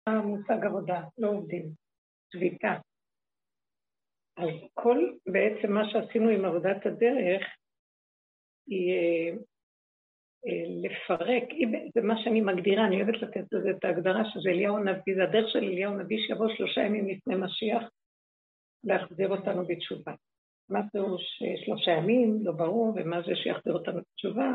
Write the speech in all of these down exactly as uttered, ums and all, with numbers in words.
המושג עבודה, לא עובדים, שביתה. אז כל בעצם מה שעשינו עם עבודת הדרך, היא לפרק, זה מה שאני מגדירה, אני אוהבת לתת לזה את ההגדרה שזה אליהו נביא, זה הדרך של אליהו נביא שיבוא שלושה ימים לפני משיח, להחזיר אותנו בתשובה. מה זהו שלושה ימים, לא ברור, ומה זה שיחזיר אותנו בתשובה,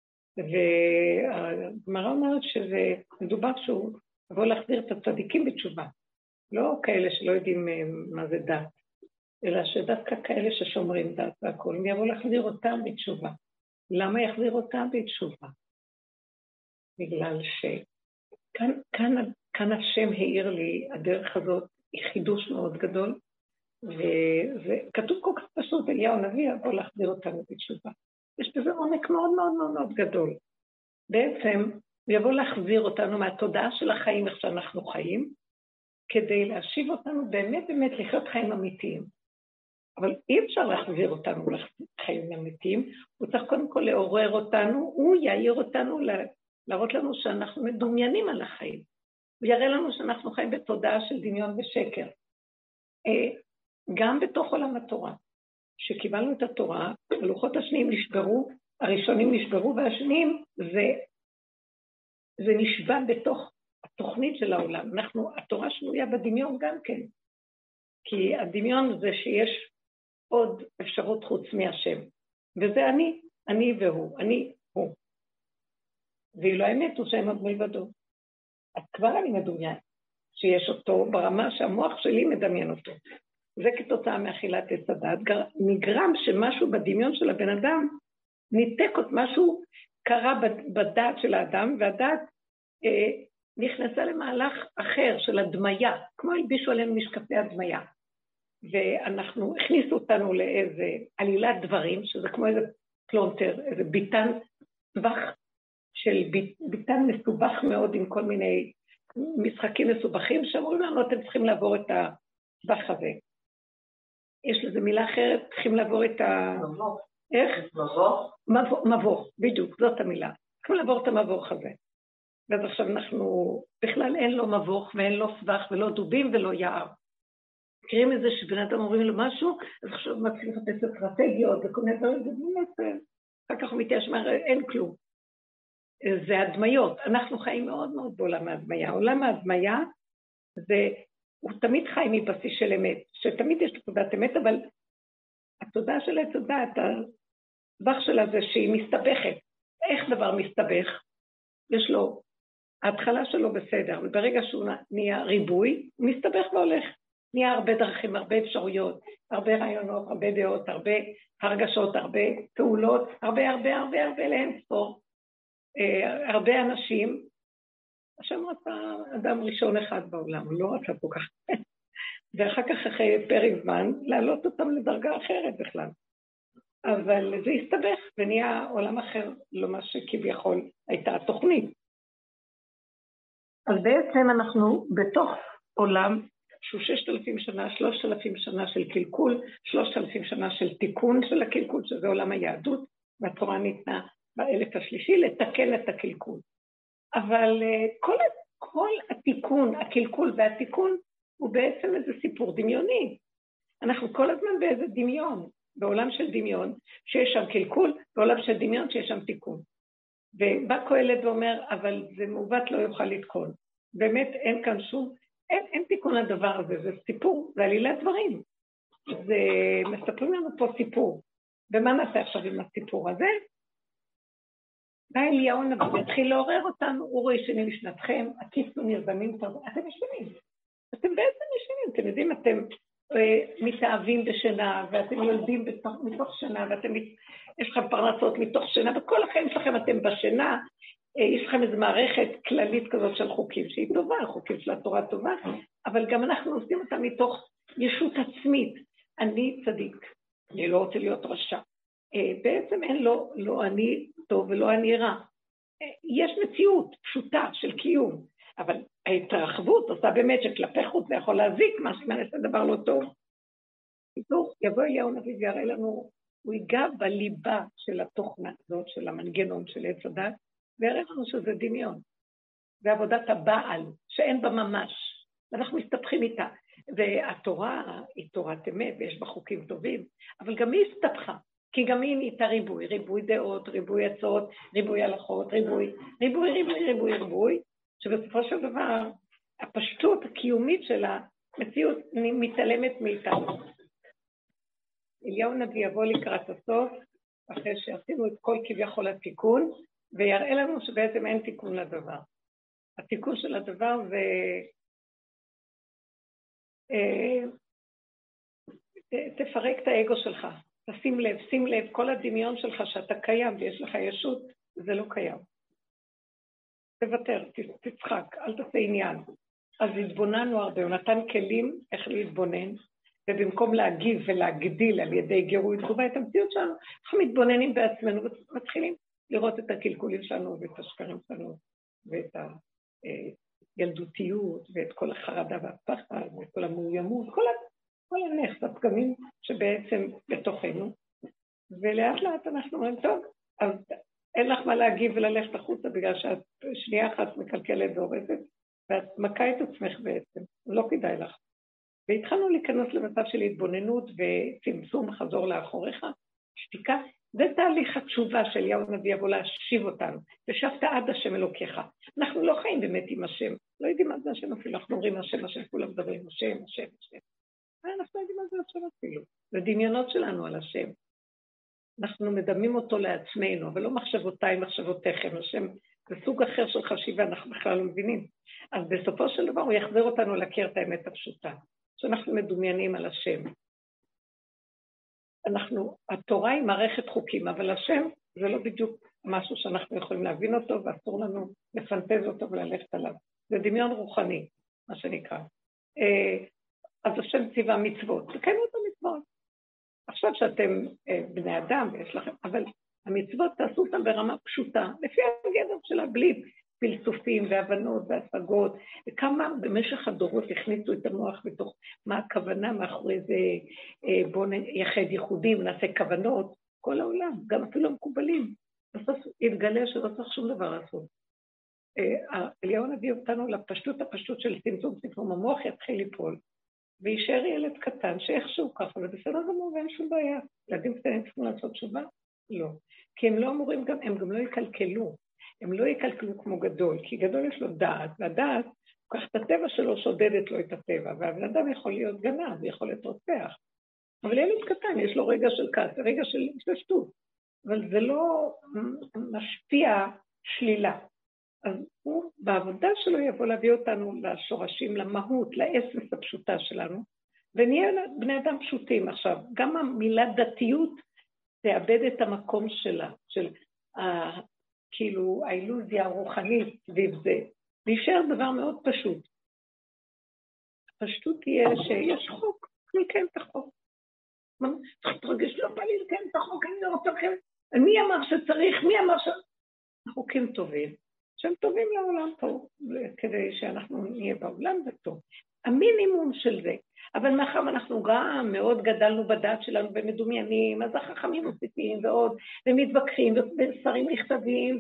והגמרא אומרת שזה מדובר שהוא יבוא להחזיר את הצדיקים בתשובה, לא כאלה שלא יודעים מה זה דת, אלא שדווקא כאלה ששומרים דת והכל, הם יבוא להחזיר אותם בתשובה. למה יחזיר אותם בתשובה? בגלל שכאן כאן, כאן השם העיר לי, הדרך הזאת היא חידוש מאוד גדול, וכתוב כל כך פשוט, אליהו נביא יבוא להחזיר אותנו בתשובה. יש בזה עומק מאוד מאוד מאוד מאוד גדול. בעצם הוא יבוא להחזיר אותנו מהתודעה של החיים איך שאנחנו חיים, כדי להשיב אותנו באמת באמת לחיות חיים אמיתיים. אבל אי אפשר להחזיר אותנו לחיים אמיתיים, הוא צריך קודם כל לעורר אותנו, הוא יעיר אותנו, להראות לנו שאנחנו מדומיינים על החיים, הוא יראה לנו שאנחנו חיים בתודעה של דמיון ושקר. גם בתוך עולם התורה, שקיבלנו את התורה, הלוחות השניים נשברו, הראשונים נשברו והשניים זה, זה נשבע בתוך התוכנית של העולם. אנחנו, התורה שנויה בדמיון גם כן, כי הדמיון זה שיש עוד אפשרות חוץ מהשם, וזה אני, אני והוא, אני הוא. ואילו האמת הוא שהם עוד מלבדו. אז כבר אני מדומיין שיש אותו ברמה שהמוח שלי מדמיין אותו. זה כתוצאה מאכילת עץ הדת, נגרם שמשהו בדמיון של הבן אדם ניתק עוד משהו קרה בדעת של האדם, והדעת אה, נכנסה למהלך אחר של הדמיה, כמו הלבישו עלינו משקפי הדמיה. ואנחנו הכניסו אותנו לאיזה עלילת דברים, שזה כמו איזה פלונטר, איזה ביטן טווח של ביטן מסובך מאוד עם כל מיני משחקים מסובכים, שאמרו לנו, אתם צריכים לעבור את הטווח הזה. יש לזה מילה אחרת, צריכים לעבור את ה... מבוך. איך? מבוך? מבוך, בדיוק, זאת המילה. צריכים לעבור את המבוך הזה. ואז עכשיו אנחנו, בכלל אין לו מבוך ואין לו טווח ולא דובים ולא יער. מכירים את זה שבן אדם אומרים לו משהו, אז עכשיו מתחילים לחפש אסטרטגיות וכל מיני דברים, זה באמת, אחר כך הוא מתייאש, אין כלום. זה הדמיות, אנחנו חיים מאוד מאוד בעולם ההדמיה. עולם ההדמיה זה, הוא תמיד חי מבסיס של אמת, שתמיד יש תודעת אמת, אבל התודעה של התודעה, הטווח שלה זה שהיא מסתבכת. איך דבר מסתבך? יש לו, ההתחלה שלו בסדר, וברגע שהוא נהיה ריבוי, הוא מסתבך והולך. נהיה הרבה דרכים, הרבה אפשרויות, הרבה רעיונות, הרבה דעות, הרבה הרגשות, הרבה פעולות, הרבה הרבה הרבה הרבה לאינספור, הרבה אנשים. השם רצה אדם ראשון אחד בעולם, הוא לא רצה כל כך. ואחר כך אחרי פרק זמן, להעלות אותם לדרגה אחרת בכלל. אבל זה הסתבך ונהיה עולם אחר, לא מה שכביכול הייתה התוכנית. אז בעצם אנחנו בתוך עולם, שהוא ששת אלפים שנה, שלושת אלפים שנה של קלקול, שלושת אלפים שנה של תיקון של הקלקול, שזה עולם היהדות, והתורה ניתנה באלף השלישי לתקן את הקלקול. אבל כל, כל התיקון, הקלקול והתיקון, הוא בעצם איזה סיפור דמיוני. אנחנו כל הזמן באיזה דמיון, בעולם של דמיון, שיש שם קלקול, בעולם של דמיון שיש שם תיקון. ובא קהלת ואומר, אבל זה מעוות לא יוכל לתקון. באמת אין כאן שום... אין, אין תיקון לדבר הזה, זה סיפור, זה עלילת דברים. זה מספרים לנו פה סיפור. ומה נעשה עכשיו עם הסיפור הזה? בא אליהו נביא, התחיל לעורר אותנו, אורו ישנים משנתכם, הקיסו נרדמים טוב, אתם ישנים. אתם בעצם ישנים, אתם יודעים, אתם אה, מתאהבים בשינה, ואתם יולדים בתוך, מתוך שינה, ואתם, יש לכם פרנסות מתוך שינה, וכל החיים שלכם אתם בשינה, יש לכם איזו מערכת כללית כזאת של חוקים, שהיא טובה, חוקים של התורה טובה, אבל גם אנחנו עושים אותה מתוך ישות עצמית. אני צדיק, אני לא רוצה להיות רשע. בעצם אין לו, לא אני טוב ולא אני רע. יש מציאות פשוטה של קיום, אבל ההתרחבות עושה באמת שכלפי חוץ זה יכול להזיק, מה שמנסה דבר לא טוב. יבוא אליהו נביא ויראה לנו, הוא ייגע בליבה של התוכנה הזאת, של המנגנון של עץ הדת, ויראה לנו שזה דמיון. זה עבודת הבעל, שאין בה ממש, ואנחנו מסתבכים איתה. והתורה היא תורת אמת, ויש בה חוקים טובים, אבל גם היא הסתבכה, כי גם היא נהייתה ריבוי, ריבוי דעות, ריבוי עצות, ריבוי הלכות, ריבוי, ריבוי, ריבוי, ריבוי, ריבוי, שבסופו של דבר, הפשטות הקיומית של המציאות מתעלמת מאיתנו. אליהו נביא יבוא לקראת הסוף, אחרי שעשינו את כל כביכול התיקון, ויראה לנו שבעצם אין תיקון לדבר. התיקון של הדבר זה תפרק את האגו שלך, תשים לב, שים לב, כל הדמיון שלך שאתה קיים ויש לך ישות, זה לא קיים. תוותר, תצחק, אל תעשה עניין. אז התבוננו הרבה, הוא נתן כלים איך להתבונן, ובמקום להגיב ולהגדיל על ידי גירוי תגובה את המציאות שלנו, אנחנו מתבוננים בעצמנו ומתחילים לראות את הקלקולים שלנו ואת השקרים שלנו ואת הילדותיות ואת כל החרדה והפחד ואת כל המאוימות, כל, כל הנכס, הפגמים שבעצם בתוכנו. ולאט לאט אנחנו אומרים, טוב, אז אין לך מה להגיב וללכת החוצה בגלל שאת שנייה אחת מקלקלת והורסת, ואת מכה את עצמך בעצם, לא כדאי לך. והתחלנו להיכנס למצב של התבוננות וצמצום חזור לאחוריך, שתיקה, זה תהליך התשובה של יאו נביא יבוא להשיב אותנו, ושבת עד השם אלוקיך. אנחנו לא חיים באמת עם השם, לא יודעים מה זה השם אפילו, אנחנו אומרים השם, השם, כולם מדברים, השם, השם, השם. אנחנו לא יודעים מה זה השם אפילו, זה דמיונות שלנו על השם. אנחנו מדמים אותו לעצמנו, אבל לא מחשבותיי, מחשבותיכם, השם זה סוג אחר של חשיבה, אנחנו בכלל לא מבינים. אז בסופו של דבר הוא יחזיר אותנו להכיר את האמת הפשוטה. שאנחנו מדומיינים על השם. אנחנו, התורה היא מערכת חוקים, אבל השם זה לא בדיוק משהו שאנחנו יכולים להבין אותו, ואסור לנו לפנטז אותו וללכת עליו. זה דמיון רוחני, מה שנקרא. אז השם ציווה מצוות, תקיימו את המצוות. עכשיו שאתם בני אדם ויש לכם, אבל המצוות תעשו אותם ברמה פשוטה, לפי הגדר שלה, בלי פילסופים והבנות והשגות, וכמה במשך הדורות הכניסו את המוח בתוך מה הכוונה מאחורי זה, בואו נייחד ייחודים, נעשה כוונות, כל העולם, גם אפילו המקובלים, בסוף יתגלה שלא צריך שום דבר לעשות. אליהו נביא אותנו לפשטות הפשטות של צמצום צמצום, המוח יתחיל ליפול, וישאר ילד קטן שאיכשהו ככה, ובסדר גמור ואין שום בעיה. ילדים קטנים צריכים לעשות תשובה? לא. כי הם לא אמורים גם, הם גם לא יקלקלו. הם לא יקלקלו כמו גדול, כי גדול יש לו דעת, והדעת, הוא כך את הטבע שלו שודדת לו את הטבע, והבן אדם יכול להיות גנב, יכול להיות רוצח. אבל ילד קטן, יש לו רגע של כעס, רגע של השתשטות, אבל זה לא משפיע שלילה. אז הוא בעבודה שלו יבוא להביא אותנו לשורשים, למהות, לאסנס הפשוטה שלנו, ונהיה בני אדם פשוטים. עכשיו, גם המילה דתיות תאבד את המקום שלה, של ה... כאילו האילוזיה הרוחנית סביב זה, להישאר דבר מאוד פשוט. הפשטות תהיה שיש חוק, נקיים את החוק. צריך להתרגש, לא בא לי לקיים את החוק, אני לא רוצה לכם. מי אמר שצריך, מי אמר ש... החוקים טובים, שהם טובים לעולם פה, כדי שאנחנו נהיה בעולם זה טוב. המינימום של זה, אבל מאחר אנחנו גם מאוד גדלנו בדעת שלנו ומדומיינים, אז החכמים מוסיפים ועוד, ומתווכחים, ושרים מכתבים,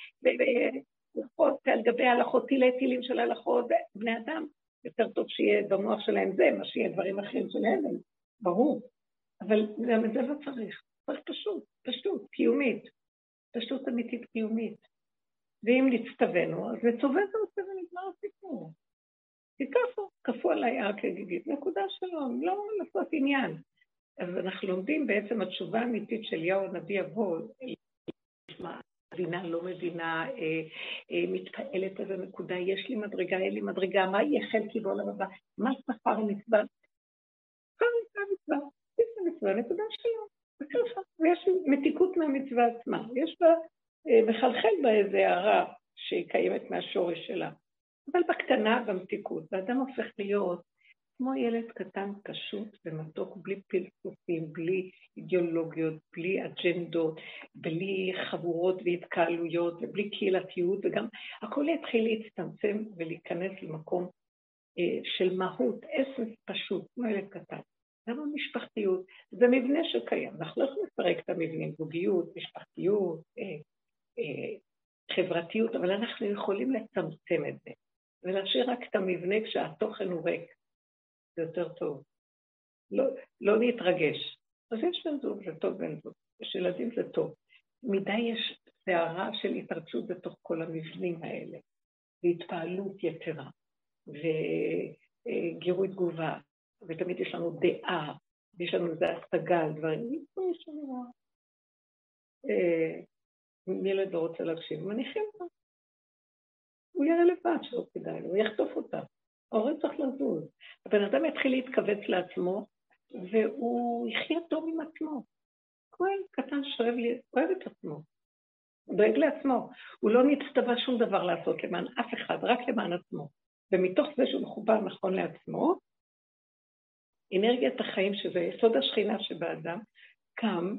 ולחות על גבי הלכות, תילי תילים של הלכות, ובני אדם, יותר טוב שיהיה במוח שלהם זה, מה שיהיה דברים אחרים שלהם, ברור. אבל גם את זה לא צריך, צריך פשוט, פשוט, קיומית, פשוט אמיתית קיומית. ואם נצטווינו, אז נצווה את זה ונגמר הסיפור. כי ככה, כפו עליי הר כגיגית, נקודה שלום, לא לעשות עניין. אז אנחנו לומדים בעצם התשובה האמיתית של יאו הנביא יבוא, מדינה, לא מדינה, אה, אה, מתפעלת איזה נקודה, יש לי מדרגה, אין לי מדרגה, מה יהיה חלקי בעולם הבא, מה שכר המצווה? שכר המצווה, יש המצווה, נקודה שלום, וככה, ויש מתיקות מהמצווה עצמה, יש בה, אה, מחלחל בה איזה הערה שהיא קיימת מהשורש שלה. אבל בקטנה במתיקות, ואדם הופך להיות כמו ילד קטן פשוט ומתוק, בלי פילסופים, בלי אידיאולוגיות, בלי אג'נדות, בלי חבורות והתקהלויות, ובלי קהילתיות, וגם הכל יתחיל להצטמצם ולהיכנס למקום אה, של מהות, אסנס פשוט, כמו ילד קטן. גם המשפחתיות, זה מבנה שקיים, אנחנו לא יכולים לפרק את המבנים, זוגיות, משפחתיות, אה, אה, חברתיות, אבל אנחנו יכולים לצמצם את זה, ולהשאיר רק את המבנה כשהתוכן הוא ריק. זה יותר טוב. לא, לא להתרגש. אז יש בן זוג, זה טוב בן זוג. יש ילדים, זה טוב. מדי יש סערה של התרגשות בתוך כל המבנים האלה, והתפעלות יתרה, וגירוי תגובה, ותמיד יש לנו דעה, ויש לנו איזה השגה על דברים. יש לנו ילד לא רוצה להקשיב, מניחים אותם. הוא יראה לבד שלא כדאי, הוא יחטוף אותם. ההורים צריך לזוז. הבן אדם יתחיל להתכווץ לעצמו, והוא יחיה טוב עם עצמו. כל קטן שאוהב לי, אוהב את עצמו. הוא דואג לעצמו. הוא לא נצטווה שום דבר לעשות למען אף אחד, רק למען עצמו. ומתוך זה שהוא מחובר נכון לעצמו, אנרגיית החיים שזה יסוד השכינה שבאדם, קם,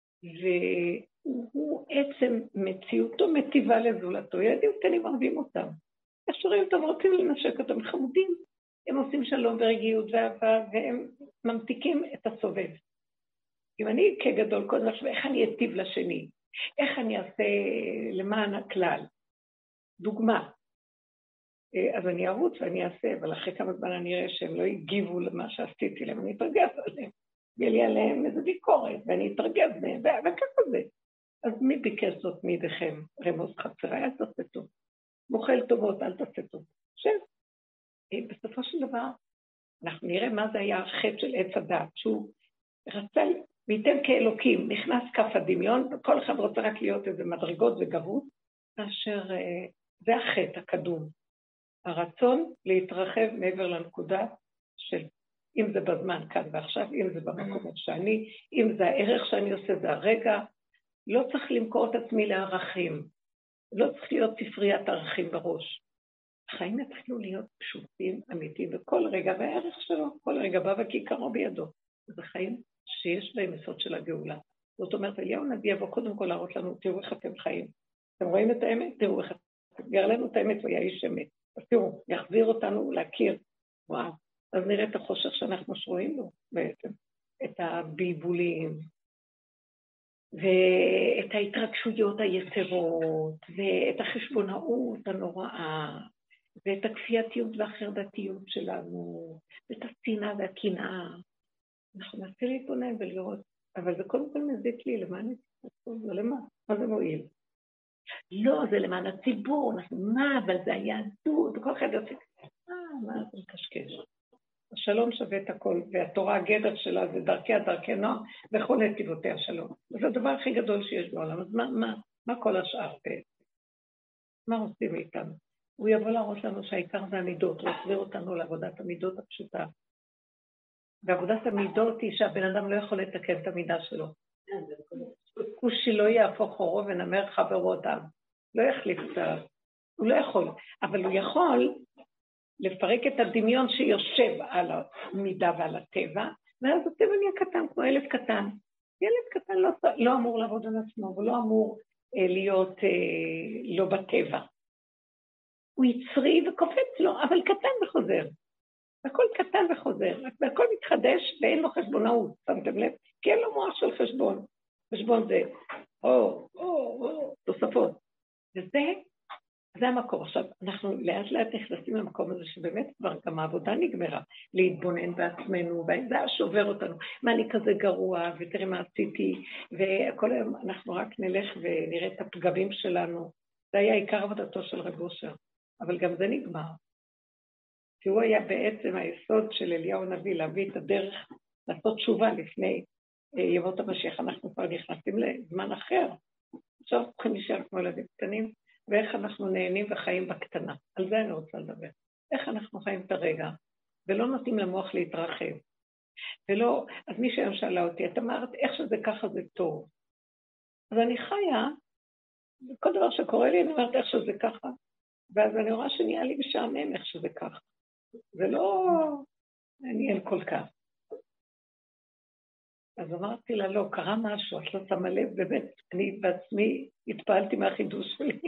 והוא עצם מציאותו מטיבה לזולתו. ילדים קטנים אוהבים אותם. איך שרואים אותם רוצים לנשק אותם, חמודים. הם עושים שלום ורגיעות ואהבה, והם ממתיקים את הסובב. אם אני כגדול כל זה, איך אני אטיב לשני? איך אני אעשה למען הכלל? דוגמה. אז אני ארוץ ואני אעשה, אבל אחרי כמה זמן אני אראה שהם לא הגיבו למה שעשיתי להם, אני אתרגז עליהם. יהיה לי עליהם איזו ביקורת, ואני אתרגז מהם, וככה זה. אז מי ביקש זאת מידיכם? רמוס חצרה, אל תעשה טוב. מוכל טובות, אל תעשה טוב. עכשיו, בסופו של דבר, אנחנו נראה מה זה היה החטא של עץ הדעת, שהוא רצה, וייתן כאלוקים, נכנס כף הדמיון, וכל אחד רוצה רק להיות איזה מדרגות וגבות, כאשר זה החטא הקדום. הרצון להתרחב מעבר לנקודה של, אם זה בזמן כאן ועכשיו, אם זה במקום שאני, אם זה הערך שאני עושה, זה הרגע, לא צריך למכור את עצמי לערכים, לא צריך להיות ספריית ערכים בראש. החיים התחילו להיות פשוטים, אמיתיים, וכל רגע והערך שלו, כל רגע בא וכיכרו בידו. זה חיים שיש בהם יסוד של הגאולה. זאת אומרת, אליהו הנביא יבוא קודם כל להראות לנו, תראו איך אתם חיים. אתם רואים את האמת? תראו איך אתם. יראה לנו את האמת והיה איש אמת. אז תראו, יחזיר אותנו להכיר. וואו. אז נראה את החושך שאנחנו שרואים לו בעצם. את הבלבולים, ואת ההתרגשויות היתרות, ואת החשבונאות הנוראה, ואת הכפייתיות והחרדתיות שלנו, ואת השנאה והקנאה. אנחנו נעשה להתבונן ולראות, אבל זה קודם כל מזיק לי, למה אני צריך? זה למה? מה זה מועיל? לא, זה למען הציבור, אנחנו, מה, אבל זה היהדות, וכל אחד יוצא, אה, מה זה מקשקש? השלום שווה את הכל, והתורה הגדר שלה זה דרכי הדרכי נועם, וכל נתיבותי השלום. זה הדבר הכי גדול שיש בעולם, אז מה, מה, מה כל השאר בעצם? מה עושים איתנו? הוא יבוא להראות לנו שהעיקר זה המידות, הוא יחזיר אותנו לעבודת המידות הפשוטה. ועבודת המידות היא שהבן אדם לא יכול לתקן את המידה שלו. כושי לא יהפוך חורו ונמר חברו אותם. לא יחליף את ה... הוא לא יכול, אבל הוא יכול לפרק את הדמיון שיושב על המידה ועל הטבע, ואז הטבע נהיה קטן, כמו ילד קטן. ילד קטן לא, לא אמור לעבוד על עצמו, הוא לא אמור אה, להיות אה, לא בטבע. הוא יצרי וקופץ לו, אבל קטן וחוזר. הכל קטן וחוזר, הכל מתחדש ואין לו חשבונאות, שמתם לב? כי אין לו מוח של חשבון. חשבון זה, או, או, או, תוספות. וזה, זה המקום. עכשיו, אנחנו לאט לאט נכנסים למקום הזה שבאמת כבר גם העבודה נגמרה, להתבונן בעצמנו, וזה שובר אותנו. מה אני כזה גרוע, ותראה מה עשיתי, וכל היום אנחנו רק נלך ונראה את הפגמים שלנו. זה היה עיקר עבודתו של רב אושר, אבל גם זה נגמר. כי הוא היה בעצם היסוד של אליהו הנביא, להביא את הדרך לעשות תשובה לפני ימות המשיח. אנחנו כבר נכנסים לזמן אחר. עכשיו אנחנו נשאר כמו ילדים קטנים, ואיך אנחנו נהנים וחיים בקטנה. על זה אני רוצה לדבר. איך אנחנו חיים את הרגע, ולא נותנים למוח להתרחב. ולא, אז מי שהיום שאלה אותי, את אמרת, איך שזה ככה זה טוב. אז אני חיה, כל דבר שקורה לי, אני אומרת איך שזה ככה. ואז אני רואה שנהיה לי משעמם איך שזה ככה. זה לא מעניין כל כך. אז אמרתי לה, לא, קרה משהו, את לא שמה לב, באמת, אני בעצמי התפעלתי מהחידוש שלי.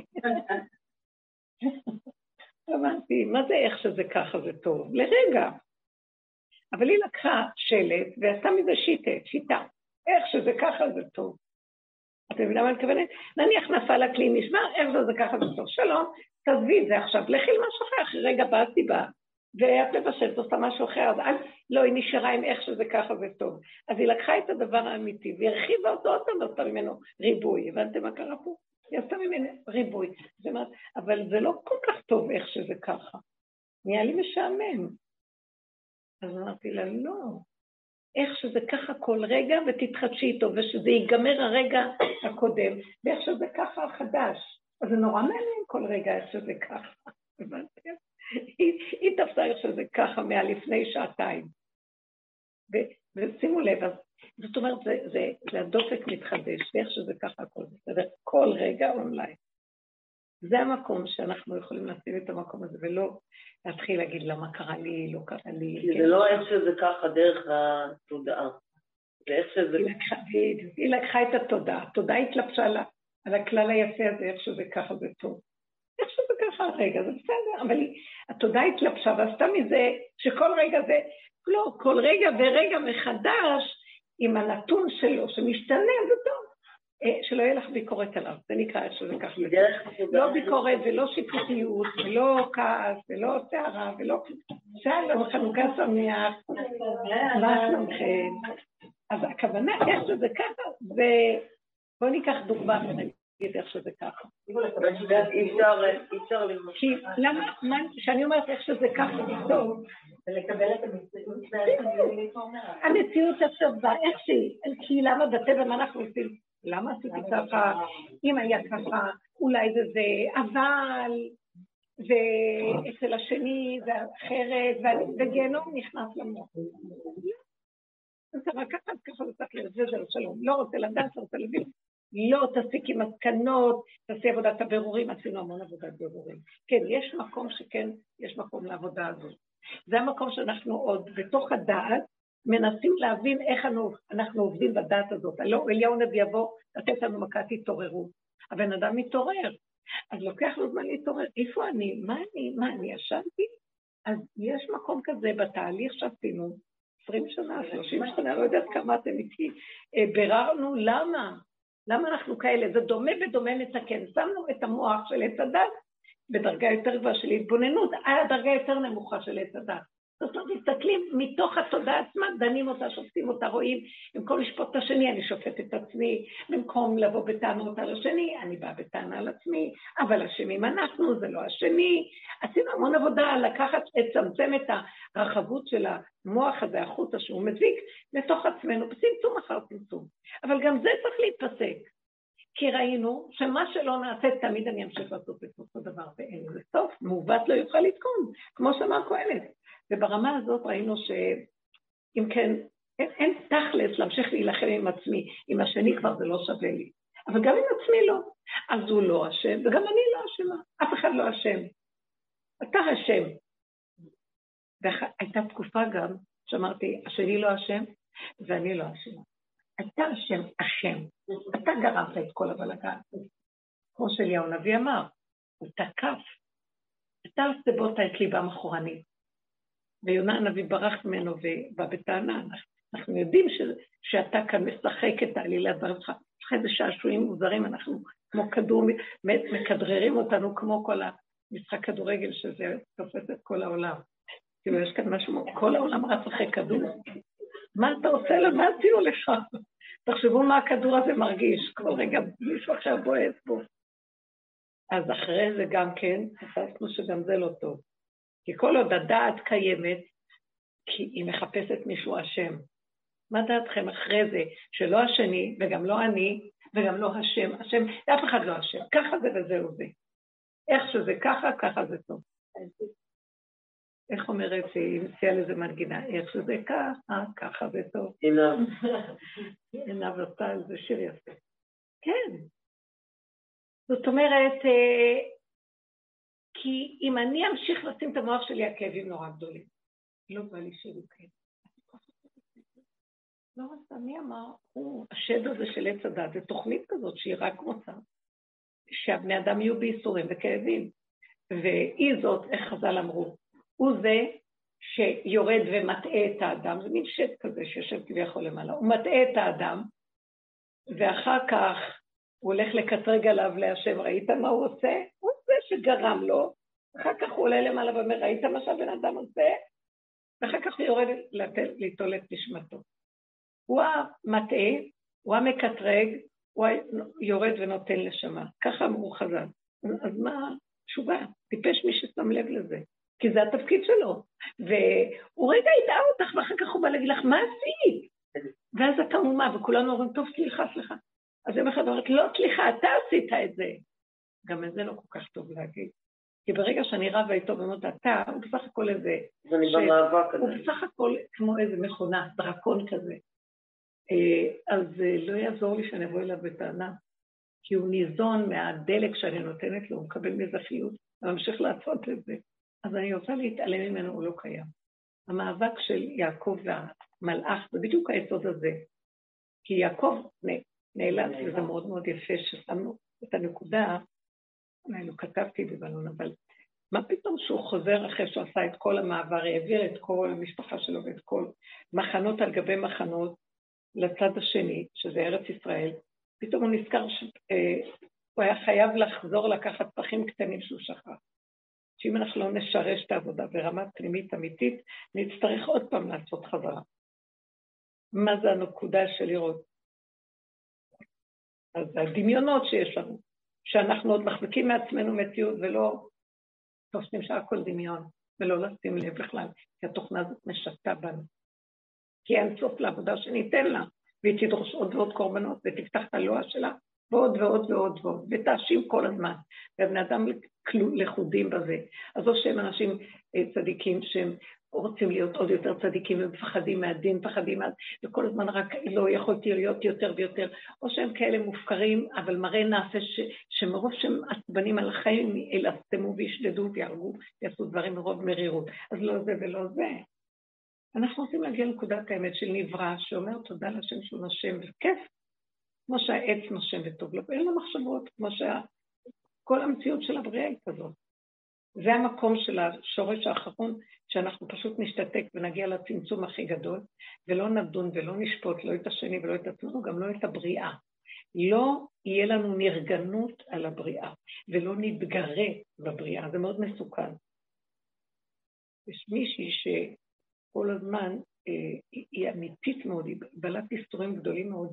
אמרתי, מה זה איך שזה ככה זה טוב? לרגע. אבל היא לקחה שלט ועשתה מזה שיטה, שיטה. איך שזה ככה זה טוב. אתם יודעים מה אני מתכוונת? נניח נפל הכלי נשמע, איך זה זה ככה בסוף שלום, תעזבי את זה עכשיו, לכי למשהו אחר, אחרי רגע באה סיבה, ואת מבשלת עושה משהו אחר, אז אל, לא, היא נשארה עם איך שזה ככה וטוב. אז היא לקחה את הדבר האמיתי, והרחיבה אותו עוד פעם, ועשתה ממנו ריבוי. הבנתם מה קרה פה? היא עשתה ממנו ריבוי. זאת אומרת, אבל זה לא כל כך טוב איך שזה ככה. נהיה לי משעמם. אז אמרתי לה, לא. איך שזה ככה כל רגע, ותתחדשי איתו, ושזה ייגמר הרגע הקודם, ואיך שזה ככה החדש. אז זה נורא מעניין כל רגע איך שזה ככה. הבנתם? היא, היא תפסה איך שזה ככה מהלפני שעתיים. ו, ושימו לב, אז, זאת אומרת, זה, זה, זה הדופק מתחדש, ואיך שזה ככה הכל בסדר, כל רגע אונליין. זה המקום שאנחנו יכולים לשים את המקום הזה, ולא להתחיל להגיד למה קרה לי, לא קרה לי. כי כן. זה לא איך שזה ככה דרך התודעה. זה איך שזה... היא לקחה, היא לקחה את התודעה, התודעה התלבשה לה, על הכלל היפה הזה, איך שזה ככה זה טוב. איך שזה ככה הרגע, זה בסדר, אבל התודעה התלבשה ועשתה מזה שכל רגע זה, לא, כל רגע ורגע מחדש עם הנתון שלו שמשתנה, זה טוב. שלא יהיה לך ביקורת עליו, זה נקרא איך שזה ככה. לא ביקורת ולא שיפוטיות ולא כעס ולא שערה ולא... שלום, חנוכה שמח, מה שלומכם? אז הכוונה איך שזה ככה, ובואו ניקח דוגמה ונגיד. איך שזה ככה. אי אפשר לראות. כי למה, שאני אומרת איך שזה ככה טוב, זה לקבל את המציאות. המציאות הטובה, איך שהיא, כי למה בטבע מה אנחנו עושים? למה עשיתי ככה? אם היה ככה, אולי זה זה, אבל, ואצל השני זה אחרת, וגיהנום נכנס למוח. זה רק ככה, ככה זה צריך להיות, זה זה שלום. לא רוצה לדעת, רוצה להבין. לא תסיק עם מסקנות, תעשי עבודת הבירורים, עשינו המון עבודת בירורים. כן, יש מקום שכן, יש מקום לעבודה הזאת. זה המקום שאנחנו עוד בתוך הדעת, מנסים להבין איך אנחנו עובדים בדעת הזאת. לא, אליהו נביא יבוא, לתת לנו מכת התעוררות. הבן אדם מתעורר, אז לוקח לו זמן להתעורר. איפה אני? מה אני? מה אני ישנתי? אז יש מקום כזה בתהליך שעשינו, עשרים שנה, שלושים שנה, לא יודעת כמה אתם איתי, בררנו למה? למה אנחנו כאלה? זה דומה ודומה נתקן. שמנו את המוח של עץ הדת בדרגה יותר גבוהה של התבוננות, על הדרגה יותר נמוכה של עץ הדת. זאת אומרת, מסתכלים מתוך התודעה עצמה, דנים אותה, שופטים אותה, רואים, במקום לשפוט את השני, אני שופט את עצמי, במקום לבוא בטענות על השני, אני באה בטענה על עצמי, אבל אשמים אנחנו, זה לא השני. עשינו המון עבודה לקחת, לצמצם את הרחבות של המוח הזה, החוט שהוא מזיק, לתוך עצמנו, בצמצום אחר צמצום. אבל גם זה צריך להתפסק, כי ראינו שמה שלא נעשה, תמיד אני אמשיך לעשות את אותו דבר, ואין זה סוף, מעוות לא יוכל לתקון, כמו שאמר קהלת. וברמה הזאת ראינו שאם כן, אין, אין תכלס להמשיך להילחם עם עצמי, עם השני כבר זה לא שווה לי. אבל גם עם עצמי לא. אז הוא לא אשם, וגם אני לא אשמה. אף אחד לא אשם. אתה אשם. והייתה תקופה גם שאמרתי, השני לא אשם, ואני לא אשמה. אתה אשם, אשם. אתה גרמת את כל הבלגן. כמו שאליהו הנביא אמר, הוא תקף. אתה הסיבות את ליבם אחורנית. ויונה הנביא ברח ממנו ובא בטענה. אנחנו יודעים ש, שאתה כאן משחק את העלילה דברך. אחרי זה שעשועים מוזרים, אנחנו כמו כדור, מכדררים אותנו כמו כל המשחק כדורגל שזה תופס את כל העולם. כאילו יש כאן משהו, כל העולם רץ אחרי כדור. מה אתה עושה לה? מה עשינו לך? תחשבו מה הכדור הזה מרגיש. כל רגע מישהו עכשיו בועט בו. אז אחרי זה גם כן, חשבנו שגם זה לא טוב. כי כל עוד הדעת קיימת, כי היא מחפשת מישהו אשם. מה דעתכם אחרי זה, שלא השני, וגם לא אני, וגם לא השם, השם, אף אחד לא השם, ככה זה וזהו זה. איך שזה ככה, ככה זה טוב. איך אומרת, היא מציעה לזה מנגינה, איך שזה ככה, ככה זה טוב. עינב. עינב עשתה על זה שיר יפה. כן. זאת אומרת, כי אם אני אמשיך לשים את המוח שלי, הכאבים נורא גדולים. לא בא לי שירו כאב. לא רצה, מי אמר? הוא, השד הזה של עץ הדת, זה תוכנית כזאת שהיא רק רוצה, שהבני אדם יהיו בייסורים וכאבים. והיא זאת, איך חז"ל אמרו, הוא זה שיורד ומטעה את האדם, זה מין שד כזה שיושב כביכול למעלה, הוא מטעה את האדם, ואחר כך הוא הולך לקטרג עליו להשם, ראית מה הוא עושה? הוא זה שגרם לו, אחר כך הוא עולה למעלה ואומר, ראית מה שהבן אדם עושה? ואחר כך הוא יורד ליטול את נשמתו. הוא המטעה, הוא המקטרג, הוא יורד ונותן לשמה. ככה אמרו חז"ל. אז מה? תשובה, טיפש מי ששם לב לזה. כי זה התפקיד שלו. והוא רגע ידעה אותך, ואחר כך הוא בא להגיד לך, מה עשית? ואז אתה מומה, וכולנו אומרים, טוב, סליחה, סליחה. אז יום אחד אומרת, לא, סליחה, אתה עשית את זה. גם את זה לא כל כך טוב להגיד. כי ברגע שאני רבה איתו ואומרת, אתה, הוא בסך הכל איזה... אז אני במאבק הזה. הוא בסך הכל כמו איזה מכונה, דרקון כזה. אז לא יעזור לי שאני אבוא אליו בטענה, כי הוא ניזון מהדלק שאני נותנת לו, הוא מקבל מזכיות, וממשיך לעשות את זה. אז אני רוצה להתעלם ממנו, הוא לא קיים. המאבק של יעקב והמלאך, זה בדיוק היסוד הזה. כי יעקב נעלם, וזה מאוד מאוד יפה ששמנו את הנקודה, אני לא כתבתי בבלון, אבל מה פתאום שהוא חוזר אחרי שהוא עשה את כל המעבר, העביר את כל המשפחה שלו ואת כל מחנות על גבי מחנות לצד השני, שזה ארץ ישראל, פתאום הוא נזכר שהוא היה חייב לחזור לקחת פחים קטנים שהוא שכח. שאם אנחנו לא נשרש את העבודה ברמה פנימית אמיתית, נצטרך עוד פעם לעשות חזרה. מה זה הנקודה של לראות? אז הדמיונות שיש לנו, שאנחנו עוד מחזיקים מעצמנו מציאות ולא תופסים שהכל דמיון, ולא לשים לב בכלל, כי התוכנה הזאת משתה בנו. כי אין סוף לעבודה שניתן לה, והיא תדרוש עוד ועוד קורבנות, ותפתח את הלואה שלה, ועוד ועוד ועוד ועוד, ותאשים כל הזמן. ובני אדם לחודים בזה. אז או שהם אנשים צדיקים שהם רוצים להיות עוד יותר צדיקים, ומפחדים מהדין, מפחדים מה... וכל הזמן רק לא יכולתי להיות יותר ויותר, או שהם כאלה מופקרים, אבל מראה נעשה ש... שמרוב שהם עצבנים על החיים, ילסתמו וישדדו ויהרגו, יעשו דברים מרוב מרירות. אז לא זה ולא זה. אנחנו רוצים להגיע לנקודת האמת של נברא, שאומר תודה לשם שהוא נשם, וכיף, כמו שהעץ נשם וטוב לו, ואין לו מחשבות, כמו שכל המציאות של הבריאה היא כזאת. זה המקום של השורש האחרון, שאנחנו פשוט נשתתק ונגיע לצמצום הכי גדול, ולא נדון ולא נשפוט, לא את השני ולא את עצמנו, גם לא את הבריאה. לא יהיה לנו נרגנות על הבריאה, ולא נתגרה בבריאה, זה מאוד מסוכן. יש מישהי שכל הזמן אה, היא אמיתית מאוד, היא בעלת איסורים גדולים מאוד,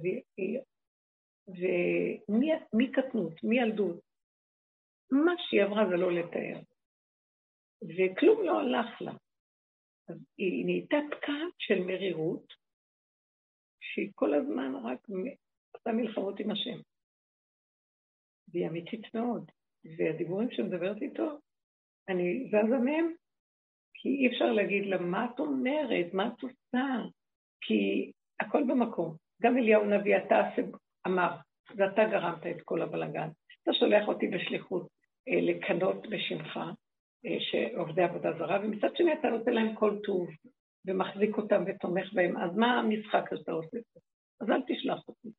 ומי קטנות, מי ילדות, מה שהיא עברה זה לא לתאר. וכלום לא הלך לה. אז היא נהייתה פקעת של מרירות, שהיא כל הזמן רק עושה מלחמות עם השם. והיא אמיתית מאוד. והדיבורים שמדברת איתו, אני זזה מהם, כי אי אפשר להגיד לה, מה את אומרת? מה את עושה? כי הכל במקום. גם אליהו נביא, אתה אמר, ואתה גרמת את כל הבלגן. אתה שולח אותי בשליחות לקנות בשמך, שעובדי עבודה זרה, ומצד שני אתה נותן להם כל טוב, ומחזיק אותם ותומך בהם, אז מה המשחק שאתה עושה? אז אל תשלח אותי.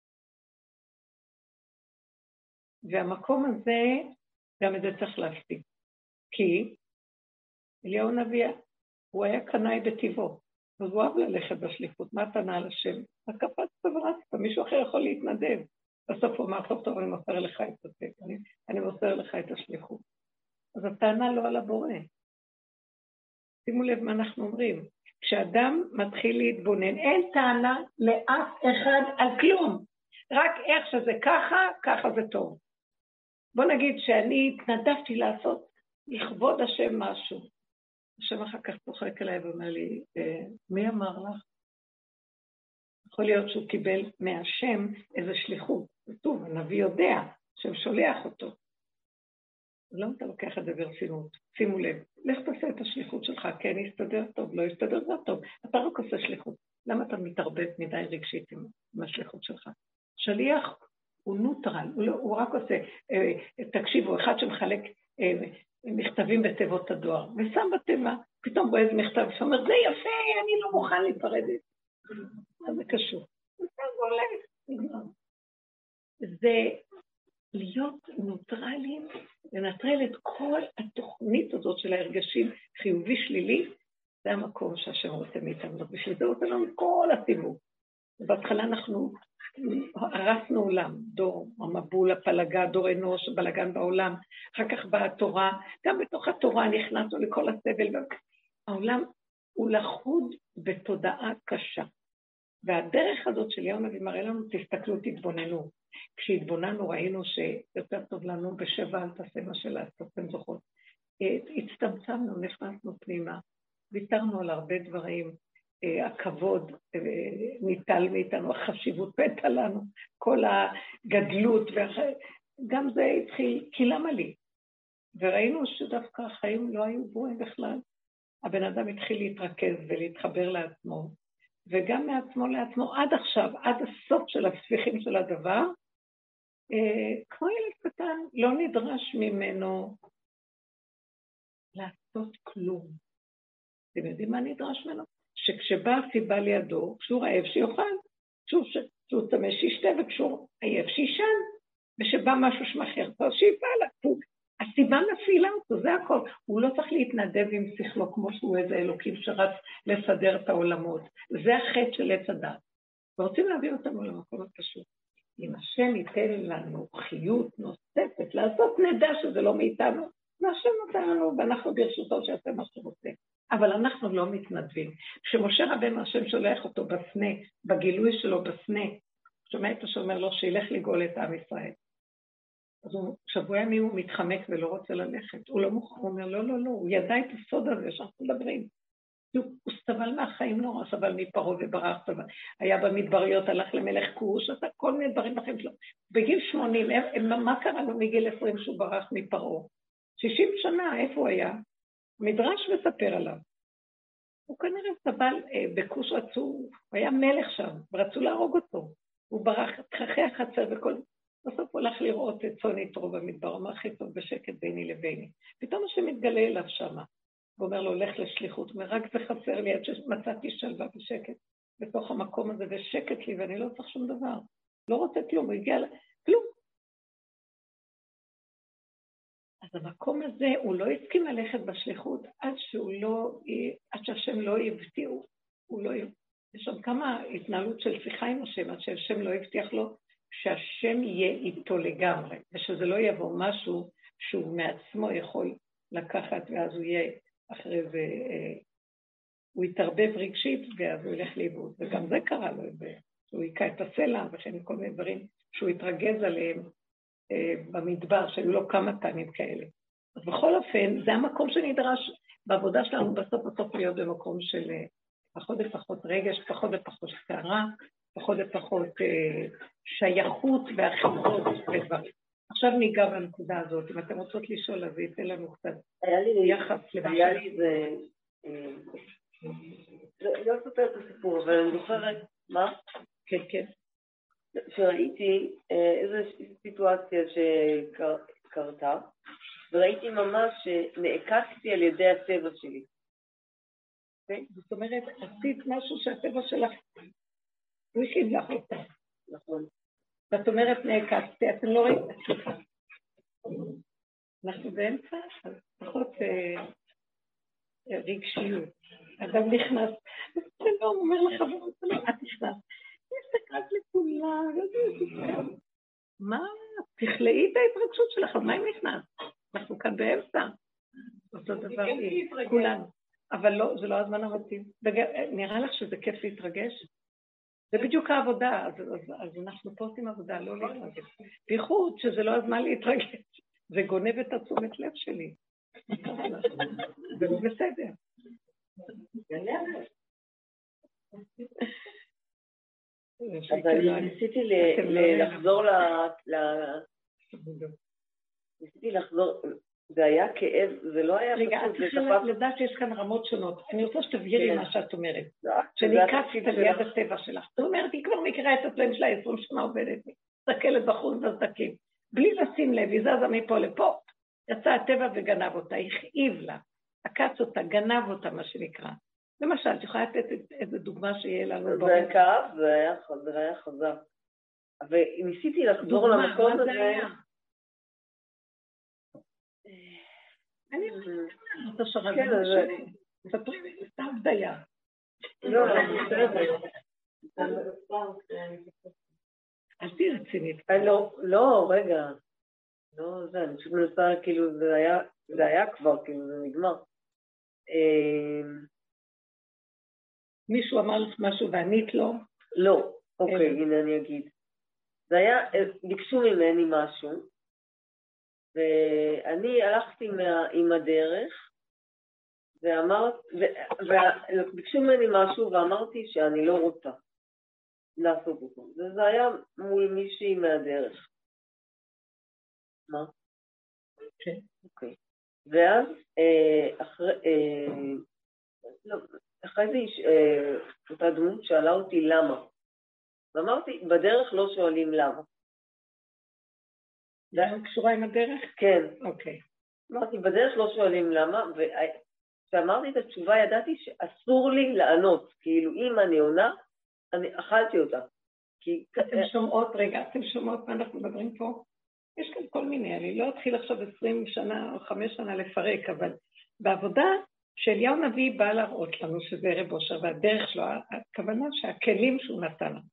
והמקום הזה, גם את זה צריך להפסיק. כי אליהו נביא, הוא היה קנאי בטבעו, אז הוא אוהב ללכת בשליחות, מה אתה נע על השם? הקפצת ורצת, מישהו אחר יכול להתנדב. בסוף הוא אמר, טוב טוב, אני מוסר לך את זה, אני, אני מוסר לך את השליחות. אז הטענה לא על הבורא. שימו לב מה אנחנו אומרים. כשאדם מתחיל להתבונן, אין טענה לאף אחד על כלום. רק איך שזה ככה, ככה זה טוב. בוא נגיד שאני התנדבתי לעשות לכבוד השם משהו. השם אחר כך צוחק אליי ואומר לי, מי אמר לך? יכול להיות שהוא קיבל מהשם איזו שליחות. טוב, הנביא יודע שהם שולח אותו. אז למה אתה לוקח את זה ברצינות? שימו לב, לך תעשה את השליחות שלך, כן יסתדר טוב, לא יסתדר זה טוב, אתה רק עושה שליחות. למה אתה מתערבב מדי רגשית עם, עם השליחות שלך? שליח הוא נוטרל, הוא, לא, הוא רק עושה, אה, תקשיבו, אחד שמחלק אה, מכתבים בתיבות הדואר, ושם בתיבה, פתאום רואה איזה מכתב שאומר, זה יפה, אני לא מוכן להיפרד. אז זה קשור. זה הולך, נגמר. זה להיות נוטרלים, לנטרל את כל התוכנית הזאת של ההרגשים חיובי שלילי, זה המקום שהשם רוצה מאיתנו, בשביל זה רוצה לנו כל הסיבוב. בהתחלה אנחנו הרסנו עולם, דור המבול, הפלגה, דור אנוש, בלגן בעולם, אחר כך באה התורה, גם בתוך התורה נכנסנו לכל הסבל, העולם הוא לחוד בתודעה קשה, והדרך הזאת של יום הנביא מראה לנו, תסתכלו, תתבוננו, כשהתבוננו ראינו שיותר טוב לנו בשבע אל תעשה מה שלעשות, אתם זוכרות, הצטמצמנו, נכנסנו פנימה, ויתרנו על הרבה דברים, הכבוד ניטל מאיתנו, החשיבות פתה לנו, כל הגדלות, גם זה התחיל, כי למה לי? וראינו שדווקא החיים לא היו גרועים בכלל, הבן אדם התחיל להתרכז ולהתחבר לעצמו, וגם מעצמו לעצמו עד עכשיו, עד הסוף של הספיחים של הדבר, כמו ילד קטן, לא נדרש ממנו לעשות כלום. אתם יודעים מה נדרש ממנו? שכשבא הסיבה לידו, כשהוא רעב שיוכל, כשהוא צמא שישתה, וכשהוא עייף שישן, ושבא משהו שמחר, אז שיפעל, הסיבה מפעילה אותו, זה הכל. הוא לא צריך להתנדב עם שכלו, כמו שהוא איזה אלוקים שרץ לסדר את העולמות. זה החטא של עץ הדת. ורוצים להביא אותנו למקום הפשוט. אם השם ייתן לנו חיות נוספת, לעשות נדע שזה לא מאיתנו, והשם נותן לנו, ואנחנו ברשותו שיעשה מה שרוצה. אבל אנחנו לא מתנדבים. כשמשה רבנו השם שולח אותו בסנה, בגילוי שלו בסנה, שומע את שאומר לו שילך לגאול את עם ישראל. אז הוא, שבוע ימים הוא מתחמק ולא רוצה ללכת. הוא לא מוכן, הוא אומר לא, לא, לא, הוא ידע את הסוד הזה שאנחנו מדברים. הוא, הוא סבל מהחיים נורא, סבל מפרעה וברח, סבל. היה במדבריות, הלך למלך כוש, עשה כל מיני דברים בחיים שלו. בגיל שמונים, מה קרה לו מגיל עשרים שהוא ברח מפרעה? שישים שנה, איפה הוא היה? מדרש מספר עליו. הוא כנראה סבל, אה, בכוש רצו, הוא היה מלך שם, ורצו להרוג אותו. הוא ברח, תחכי החצר וכל... בסוף הוא הולך לראות את צאן יתרו במדבר, הוא אמר הכי טוב בשקט ביני לביני. פתאום השם מתגלה אליו שם, הוא אומר לו, הולך לשליחות, הוא אומר, רק זה חסר לי עד שמצאתי שלווה בשקט, בתוך המקום הזה, ושקט לי, ואני לא צריך שום דבר. לא רוצה כלום, הוא הגיע ל... כלום. אז המקום הזה, הוא לא הסכים ללכת בשליחות, עד שהוא לא, עד שהשם לא יבטיח, הוא לא יבטיח. יש שם כמה התנהלות של שיחה עם השם, עד שהשם לא יבטיח לו, שהשם יהיה איתו לגמרי, ושזה לא יבוא משהו שהוא מעצמו יכול לקחת, ואז הוא יהיה אחרי זה, הוא יתרבב רגשית, ואז הוא ילך לאיבוד, וגם זה קרה לו, שהוא יקע את הסלע, וכן כל מיני דברים שהוא יתרגז עליהם, במדבר, שהיו לו כמה פעמים כאלה. אז בכל אופן, זה המקום שנדרש בעבודה שלנו בסוף בסוף להיות במקום של פחות ופחות רגש, פחות ופחות שערה, פחות ופחות שייכות ואחיזות ודברים. עכשיו ניגע בנקודה הזאת, אם אתם רוצות לשאול, אז ייתן לנו קצת יחס למה. היה לי זה... לא סופר את הסיפור, אבל אני זוכרת, מה? כן, כן. שראיתי איזו סיטואציה שקרתה, וראיתי ממש שנעקצתי על ידי הטבע שלי. זאת אומרת, עשית משהו שהטבע שלך, הוא הכיב לך אותה. נכון. זאת אומרת, נעקצתי, אתם לא רואים, סליחה. אנחנו באמצע, אז פחות רגשיות. אדם נכנס, זה לא אומר לחבר, את נכנס. תסתכלת לכולם, מה? תכלאי את ההתרגשות שלך, מה אם נכנס? אנחנו כאן באמצע. אותו דבר, כולנו. אבל לא, זה לא הזמן המתאים. נראה לך שזה כיף להתרגש? זה בדיוק העבודה, אז, אז, אז אנחנו פה עושים עבודה, לא להתרגש. בייחוד שזה לא הזמן להתרגש. זה גונב את התשומת לב שלי. זה לא בסדר. אבל ניסיתי לחזור ל... ניסיתי לחזור... זה היה כאב, זה לא היה... רגע, את צריכה לדעת שיש כאן רמות שונות. אני רוצה שתבהירי מה שאת אומרת. שניקצת על יד הטבע שלך. זאת אומרת, היא כבר מכירה את הפלם שלה, עשרים שנה עובדת. מסתכלת בחוץ בסדקים. בלי לשים לב, היא זזה מפה לפה. יצא הטבע וגנב אותה, הכאיב לה. עקץ אותה, גנב אותה, מה שנקרא. למשל, את יכולה לתת איזו דוגמה שיהיה לנו ברור. זה כאב, זה היה חזק. אבל ניסיתי לחזור למקום הזה... דוגמה, מה זה היה? אני חושבת את השרב, כן, זה... ספרי לי, סתם דייה. לא, בסדר. אז תהי רצינית. לא, רגע. לא, זה, אני פשוט מנסה, כאילו, זה היה, זה היה כבר, כאילו, זה נגמר. מישהו אמר לך משהו וענית לו? לא, אוקיי, הנה אני אגיד. זה היה, ביקשו ממני משהו, ואני הלכתי עם הדרך, ואמרת, וביקשו ממני משהו ואמרתי שאני לא רוצה לעשות אותו. וזה היה מול מישהי מהדרך. מה? כן. אוקיי. ואז אחרי, לא, אחרי זה אותה דמות שאלה אותי למה. ואמרתי, בדרך לא שואלים למה. זה היה קשורה עם הדרך? כן. אוקיי. אמרתי, בדרך לא שואלים למה, וכשאמרתי את התשובה ידעתי שאסור לי לענות, כאילו אם אני עונה, אני אכלתי אותה. כי... אתם שומעות, רגע, אתם שומעות מה אנחנו מדברים פה? יש כאן כל מיני, אני לא אתחיל עכשיו עשרים שנה או חמש שנה לפרק, אבל בעבודה שאליהו נביא בא להראות לנו שזה ערב אושר, והדרך שלו, הכוונה שהכלים שהוא נתן לנו.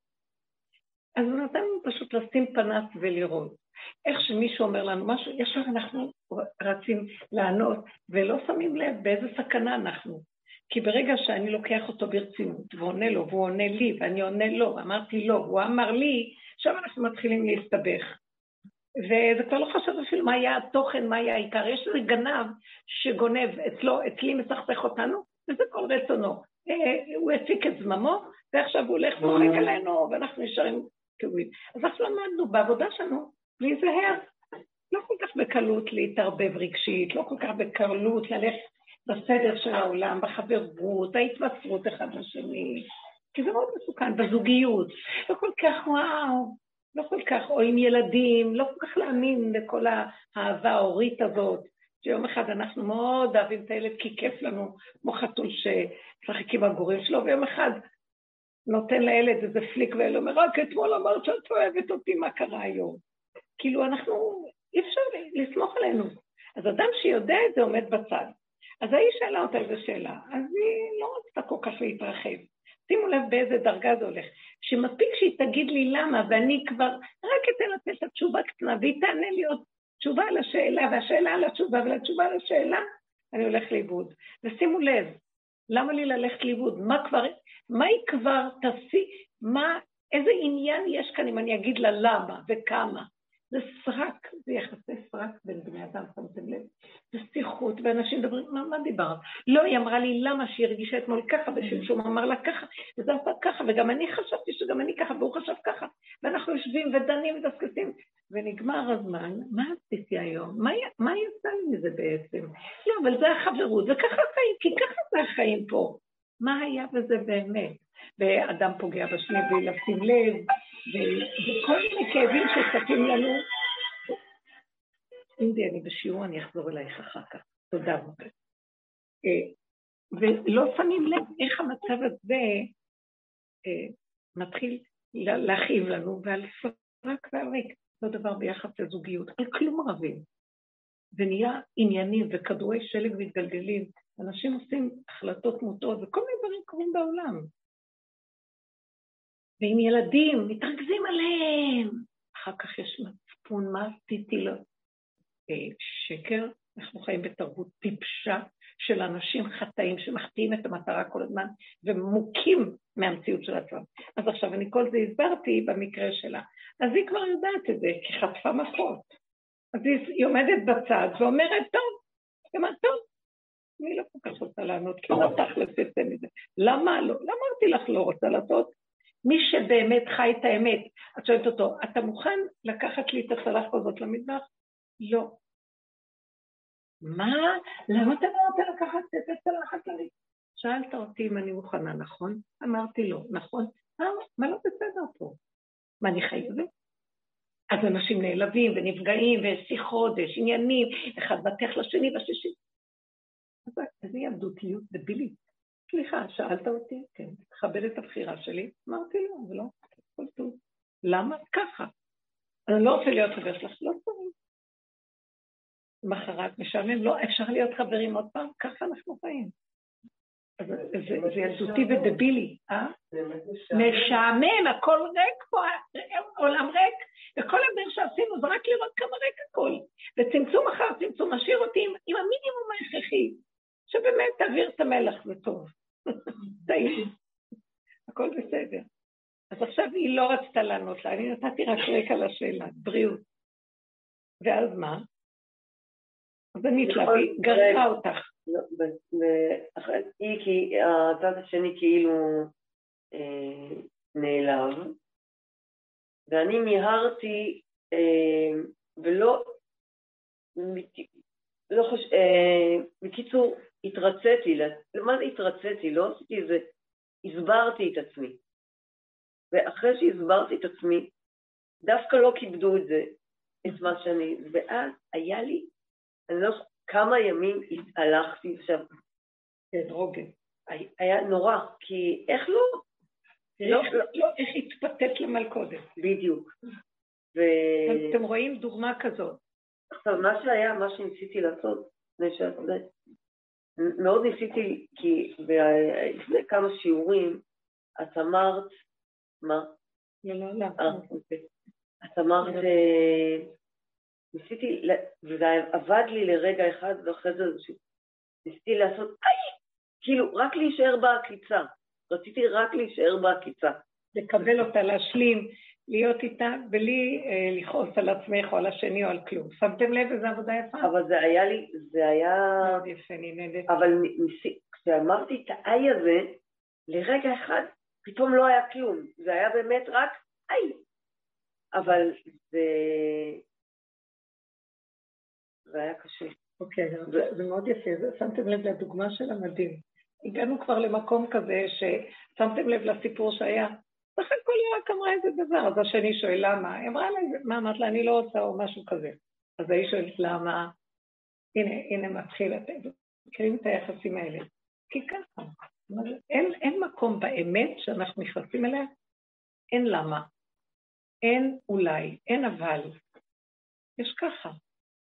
אז הוא נתן לנו פשוט לשים פנס ולראות. איך שמישהו אומר לנו משהו, ישר אנחנו רצים לענות, ולא שמים לב באיזה סכנה אנחנו. כי ברגע שאני לוקח אותו ברצינות, ועונה לו, והוא עונה לי, ואני עונה לו, אמרתי לו, והוא אמר לי, עכשיו אנחנו מתחילים להסתבך. וזה כבר לא חשוב אפילו מה היה התוכן, מה היה העיקר. יש איזה גנב שגונב אצלו, אצלי מסכסך אותנו, וזה כל רצונו. הוא הפיק את זממו, ועכשיו הוא הולך מוחק עלינו, ואנחנו נשארים קבועים. אז אנחנו למדנו בעבודה שלנו, להיזהר. לא כל כך בקלות להתערבב רגשית, לא כל כך בקלות ללכת בסדר של העולם, בחברות, ההתמסרות אחד לשני, כי זה מאוד מסוכן, בזוגיות. לא כל כך וואו, לא כל כך, או עם ילדים, לא כל כך להאמין לכל האהבה ההורית הזאת, שיום אחד אנחנו מאוד אוהבים את הילד כי כיף לנו, כמו חתול ששחק עם הגורים שלו, ויום אחד נותן לילד איזה פליק ואלה אומר, רק אתמול אמרת שאת אוהבת אותי, מה קרה היום? כאילו אנחנו, אי אפשר לסמוך עלינו. אז אדם שיודע את זה עומד בצד. אז האיש שאלה אותה איזו שאלה, אז היא לא רצתה כל כך להתרחב. שימו לב באיזה דרגה זה הולך. שמספיק שהיא תגיד לי למה, ואני כבר רק אתן לתת את התשובה קטנה, והיא תענה לי עוד תשובה על השאלה, והשאלה על התשובה, ולתשובה על השאלה, אני הולך לאיבוד. ושימו לב, למה לי ללכת לאיבוד? מה כבר, מה היא כבר תעשי, מה, איזה עניין יש כאן אם אני אגיד לה למה וכמה? זה סרק, זה יחסי סרק בין בני אדם, שמתם לב. זה שיחות, ואנשים מדברים, מה, מה דיברת? לא, היא אמרה לי למה שהיא הרגישה אתמול ככה, ושלשום אמר לה ככה, וזה עשה ככה, וגם אני חשבתי שגם אני ככה, והוא חשב ככה, ואנחנו יושבים ודנים ודסקסים, ונגמר הזמן, מה עשיתי היום? מה, מה יצא לי מזה בעצם? לא, אבל זה החברות, וככה החיים, כי ככה זה החיים פה. מה היה בזה באמת? ואדם פוגע בשני בלי לשים לב, וכל מיני כאבים שצפים לנו. אינדי, אני בשיעור, אני אחזור אלייך אחר כך. תודה רבה. ולא שמים לב איך המצב הזה מתחיל להכאיב לנו, ועל סרק ועל ריק. לא דבר ביחס לזוגיות, על כלום רבים. ונהיה עניינים וכדורי שלג מתגלגלים. אנשים עושים החלטות מוטות, וכל מיני דברים קורים בעולם. ועם ילדים, מתרכזים עליהם. אחר כך יש מצפון, מה עשיתי לו? שקר, אנחנו חיים בתרבות טיפשה של אנשים חטאים שמחטיאים את המטרה כל הזמן, ומוקים מהמציאות של עצמם. אז עכשיו אני כל זה הסברתי במקרה שלה. אז היא כבר יודעת את זה, כי חטפה מכות. אז היא עומדת בצד ואומרת, טוב, היא אומרת, טוב. אני לא כל כך רוצה לענות, כי לא תכלס יצא מזה. למה לא? לא אמרתי לך לא רוצה לעשות. מי שבאמת חי את האמת, את שואלת אותו, אתה מוכן לקחת לי את הצלחת הזאת למטבח? לא. מה? למה אתה לא רוצה לקחת את הצלחת למטבח? שאלת אותי אם אני מוכנה, נכון? אמרתי לא, נכון? מה, מה לא בסדר פה? מה אני חי בזה? אז אנשים נעלבים ונפגעים ושיחות ויש עניינים, אחד בטח לשני והשישי. אז היא ילדותיות דבילית. סליחה, שאלת אותי? כן, תכבד את הבחירה שלי. אמרתי לו, זה לא, כל טוב. למה? ככה. אני לא רוצה להיות חבר שלך, לא צריך. מחרת משלמים, לא, אפשר להיות חברים עוד פעם, ככה אנחנו חיים. זה ילדותי ודבילי, אה? משעמם, הכל ריק פה, עולם ריק, וכל הדרך שעשינו זה רק לראות כמה ריק הכל, וצמצום אחר צמצום משאיר אותי עם המינימום ההכרחי, שבאמת תעביר את המלח וטוב. טעים. הכל בסדר. אז עכשיו היא לא רצתה לענות לה, אני נתתי רק רקע לשאלה, בריאות. ואז מה? אז אני התלהבי, גררה אותך. היא, כי הצד השני כאילו נעלב, ואני מיהרתי ולא, בקיצור, התרציתי, למה זה התרציתי? לא עשיתי איזה, הסברתי את עצמי. ואחרי שהסברתי את עצמי, דווקא לא כיבדו את זה, את מה שאני, ואז היה לי, אני לא כמה ימים הלכתי עכשיו, כן, רוגן. היה נורא, כי איך לא? לא, לא, איך התפתת למלכודת. בדיוק. אתם רואים דוגמה כזאת. עכשיו, מה שהיה, מה שניסיתי לעשות, מאוד ניסיתי, כי לפני כמה שיעורים, את אמרת, מה? לא, לא, לא. את אמרת, ניסיתי, וזה עבד לי לרגע אחד, ואחרי זה ניסיתי לעשות, איי! כאילו, רק להישאר בעקיצה. רציתי רק להישאר בעקיצה. לקבל אותה, להשלים, להיות איתה, בלי אה, לכעוס על עצמך או על השני או על כלום. שמתם לב איזו עבודה יפה? אבל זה היה לי, זה היה... מאוד יפה, נהנית. אבל ניסי, כשאמרתי את האי הזה, לרגע אחד, פתאום לא היה כלום. זה היה באמת רק איי. אבל זה... זה היה קשה. אוקיי, זה, זה מאוד יפה. זה, שמתם לב לדוגמה של המדהים. הגענו כבר למקום כזה ששמתם לב לסיפור שהיה, בסך הכל היא רק אמרה איזה דבר, אז השני שואל למה, היא אמרה לה, מה אמרת לה, אני לא רוצה או משהו כזה. אז היא שואלת למה, הנה, הנה מתחיל, אתם מכירים את היחסים האלה. כי ככה, אין, אין מקום באמת שאנחנו נכנסים אליה, אין למה, אין אולי, אין אבל, יש ככה.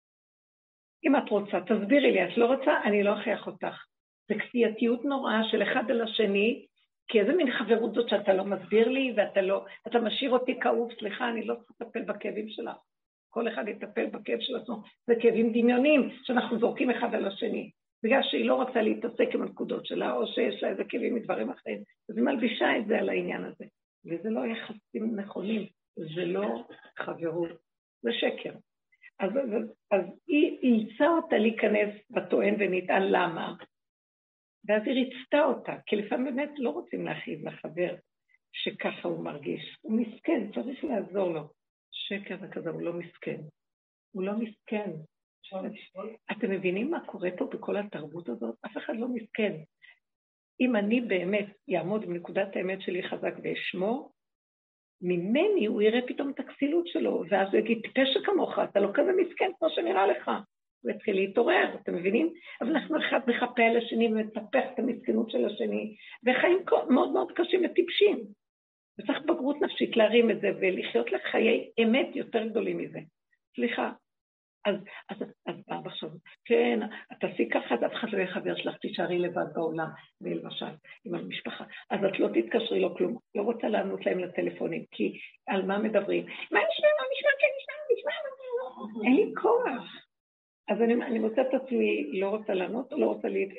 אם את רוצה, תסבירי לי, את לא רוצה, אני לא אכריח אותך. זה כפייתיות נוראה של אחד על השני, כי איזה מין חברות זאת שאתה לא מסביר לי, ואתה לא, אתה משאיר אותי כאוב, סליחה, אני לא צריך לטפל בכאבים שלך. כל אחד יטפל בכאב של עצמו. זה כאבים דמיונים, שאנחנו זורקים אחד על השני. בגלל שהיא לא רוצה להתעסק עם הנקודות שלה, או שיש לה איזה כאבים מדברים אחרים, אז היא מלבישה את זה על העניין הזה. וזה לא יחסים נכונים, זה לא חברות, זה שקר. אז, אז, אז היא אילצה אותה להיכנס בטוען ונטען למה, ואז היא ריצתה אותה, כי לפעמים באמת לא רוצים להכיב לחבר שככה הוא מרגיש. הוא מסכן, צריך לעזור לו. שקר וכזה, הוא לא מסכן. הוא לא מסכן. אתם מבינים מה קורה פה בכל התרבות הזאת? אף אחד לא מסכן. אם אני באמת יעמוד בנקודת האמת שלי חזק ואשמור, ממני הוא יראה פתאום את הכסילות שלו, ואז הוא יגיד, טיפש כמוך, אתה לא כזה מסכן כמו שנראה לך. הוא התחיל להתעורר, אתם מבינים? אבל אנחנו אחד מחפה על השני ומטפח את המסכנות של השני, וחיים מאוד מאוד קשים וטיפשים. וצריך בגרות נפשית להרים את זה, ולחיות לחיי אמת יותר גדולים מזה. סליחה. אז, אז, אז בא עכשיו, כן, תעשי ככה, אז אף אחד לא יהיה חבר שלך, תישארי לבד בעולם, למשל, עם המשפחה. אז את לא תתקשרי לו כלום, לא רוצה לענות להם לטלפונים, כי על מה מדברים? מה נשמע, מה נשמע, כן, נשמע, נשמע, אין לי כוח. אז אני, אני מוצאת את עצמי, לא רוצה לענות, או לא רוצה לה,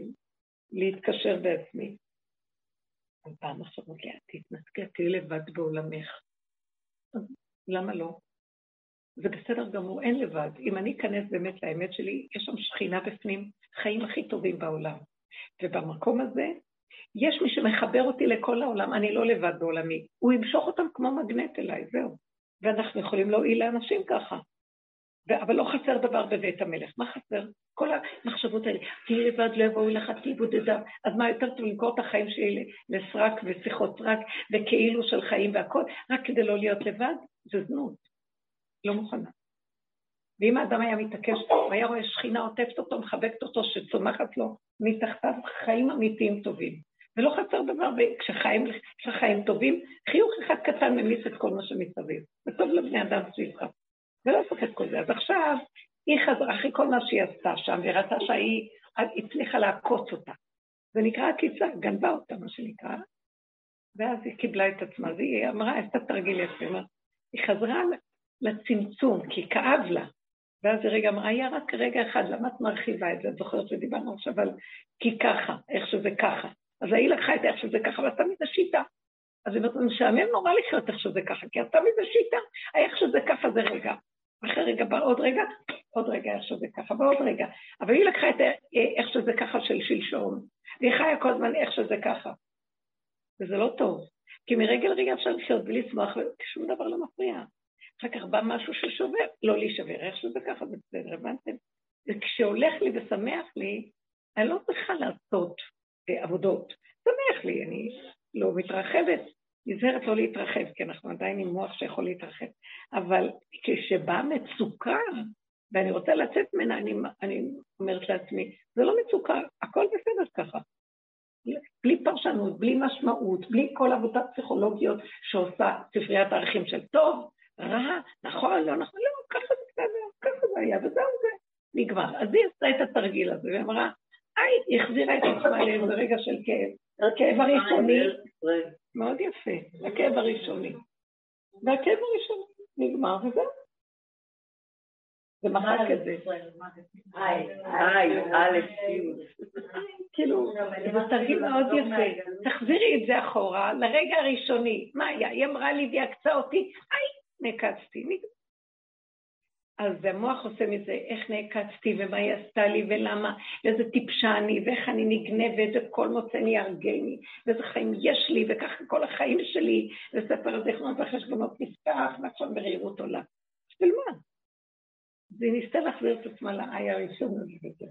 להתקשר בעצמי. אז פעם עכשיו מגיעה, תתנתקי, תהיי לבד בעולמך. אז למה לא? זה בסדר גמור, אין לבד. אם אני אכנס באמת לאמת שלי, יש שם שכינה בפנים, חיים הכי טובים בעולם. ובמקום הזה, יש מי שמחבר אותי לכל העולם, אני לא לבד בעולמי. הוא ימשוך אותם כמו מגנט אליי, זהו. ואנחנו יכולים להועיל לאנשים ככה. אבל לא חסר דבר בבית המלך. מה חסר? כל המחשבות האלה, תהי לבד, לא יבואו לך, תהי בודדה. אז מה יותר טוב למכור את החיים שלי לסרק ושיחות סרק וכאילו של חיים והכל, רק כדי לא להיות לבד? זה זנות. לא מוכנה. ואם האדם היה מתעקש, הוא היה רואה שכינה עוטפת אותו, מחבקת אותו, שצומחת לו מתחתיו חיים אמיתיים טובים. ולא חסר דבר, וכשחיים חיים טובים, חיוך אחד קטן ממיס את כל מה שמסביב. זה טוב לבני אדם סביבך. ולא סוף את כל זה. אז עכשיו, היא חזרה אחרי כל מה שהיא עשתה שם, וראתה שהיא הצליחה לעקוץ אותה. זה נקרא עקיצה, גנבה אותה, מה שנקרא, ואז היא קיבלה את עצמה, אז היא אמרה, עשתה תרגיל יפה, היא חזרה לצמצום, כי כאב לה, ואז היא רגע אמרה, היה רק רגע אחד, למה את מרחיבה את זה? את זוכרת שדיברנו עכשיו על כי ככה, איך שזה ככה, אז היא לקחה את איך שזה ככה, ואתה תמיד השיטה, אז היא אומרת, משעמם נורא לחיות איך שזה ככה, כי אתה תמיד השיטה, איך שזה ככה זה רגע, אחרי רגע בא עוד רגע, עוד רגע איך שזה ככה, ועוד רגע, אבל היא לקחה את איך שזה ככה של שלשום, והיא חיה כל הזמן איך שזה ככה, וזה לא טוב, כי מרגע לרגע אפשר לחיות בלי לשמוח, ושום דבר לא מפריע. אחר כך בא משהו ששובר, לא להישבר, איך שזה ככה, בסדר, הבנתם? וכשהולך לי ושמח לי, אני לא צריכה לעשות עבודות, שמח לי, אני לא מתרחבת, נזהרת לא להתרחב, כי אנחנו עדיין עם מוח שיכול להתרחב, אבל כשבאה מצוקה, ואני רוצה לצאת ממנה, אני, אני אומרת לעצמי, זה לא מצוקה, הכל בסדר ככה. בלי פרשנות, בלי משמעות, בלי כל עבודת פסיכולוגיות שעושה ספריית הערכים של טוב, רע, נכון, לא נכון, לא, ככה זה בסדר, ככה זה היה, וזהו זה, נגמר. אז היא עשתה את התרגיל הזה, ואמרה, איי, היא החזירה את עצמה לאיזה רגע של כאב, הכאב הראשוני, מאוד יפה, הכאב הראשוני, והכאב הראשוני נגמר, וזהו. זה מחק את זה. איי, איי, א', כאילו, זה תרגיל מאוד יפה. תחזירי את זה אחורה, לרגע הראשוני. מה היה? היא אמרה לי והקצה אותי, איי, נעקצתי. אז המוח עושה מזה, איך נעקצתי ומה היא עשתה לי ולמה, ואיזה טיפשה אני, ואיך אני נגנבת, וכל מוצא אני ארגני, ואיזה חיים יש לי, וככה כל החיים שלי, וספר הזיכרונות והחשבונות נפתח, ועכשיו מרירות עולה. של מה? זה ניסתה להחזיר את עצמה לאי הראשון הזה.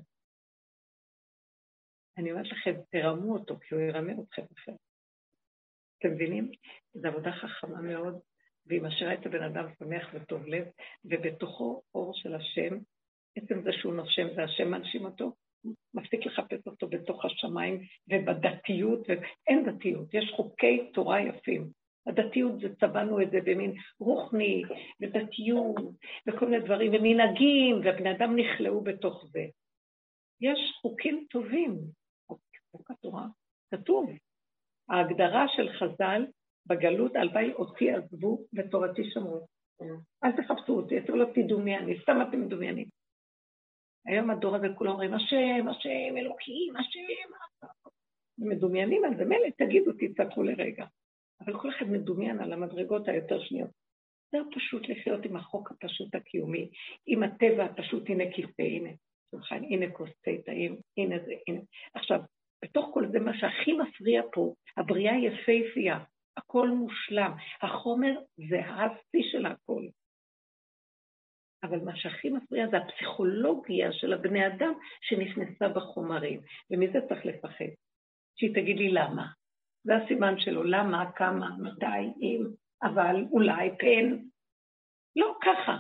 אני אומרת לכם, תרמו אותו, כי הוא ירמה אתכם אחר. אתם מבינים? זו עבודה חכמה מאוד, והיא משאירה את הבן אדם שמח וטוב לב, ובתוכו אור של השם, עצם זה שהוא נושם, זה השם מנשים אותו, מפסיק לחפש אותו בתוך השמיים, ובדתיות, ואין דתיות, יש חוקי תורה יפים. הדתיות זה צבענו את זה במין רוחני, ודתיות, וכל מיני דברים, ומנהגים, והבני אדם נכלאו בתוך זה. יש חוקים טובים, חוק התורה, כתוב. ההגדרה של חז"ל בגלות, הלוואי אותי עזבו ותורתי שמרו. אל תחפשו אותי, אתם לא תדומיינים, סתם אתם מדומיינים. היום הדור הזה כולם אומרים, השם, השם, אלוקים, השם. מדומיינים על זה, מלא, תגידו, תצטרכו לרגע. אבל כל אחד מדומיין על המדרגות היותר שניות. זה פשוט לחיות עם החוק הפשוט הקיומי, עם הטבע הפשוט, הנה כיסא, הנה, שולחן, הנה כוסי טעים, הנה זה, הנה. עכשיו, בתוך כל זה מה שהכי מפריע פה, הבריאה יפהפייה, הכל מושלם, החומר זה האסי של הכל. אבל מה שהכי מפריע זה הפסיכולוגיה של הבני אדם שנכנסה בחומרים, ומזה צריך לפחד. שהיא תגיד לי למה. זה הסימן שלו, למה, כמה, מתי, אם, אבל, אולי, פן. לא, ככה.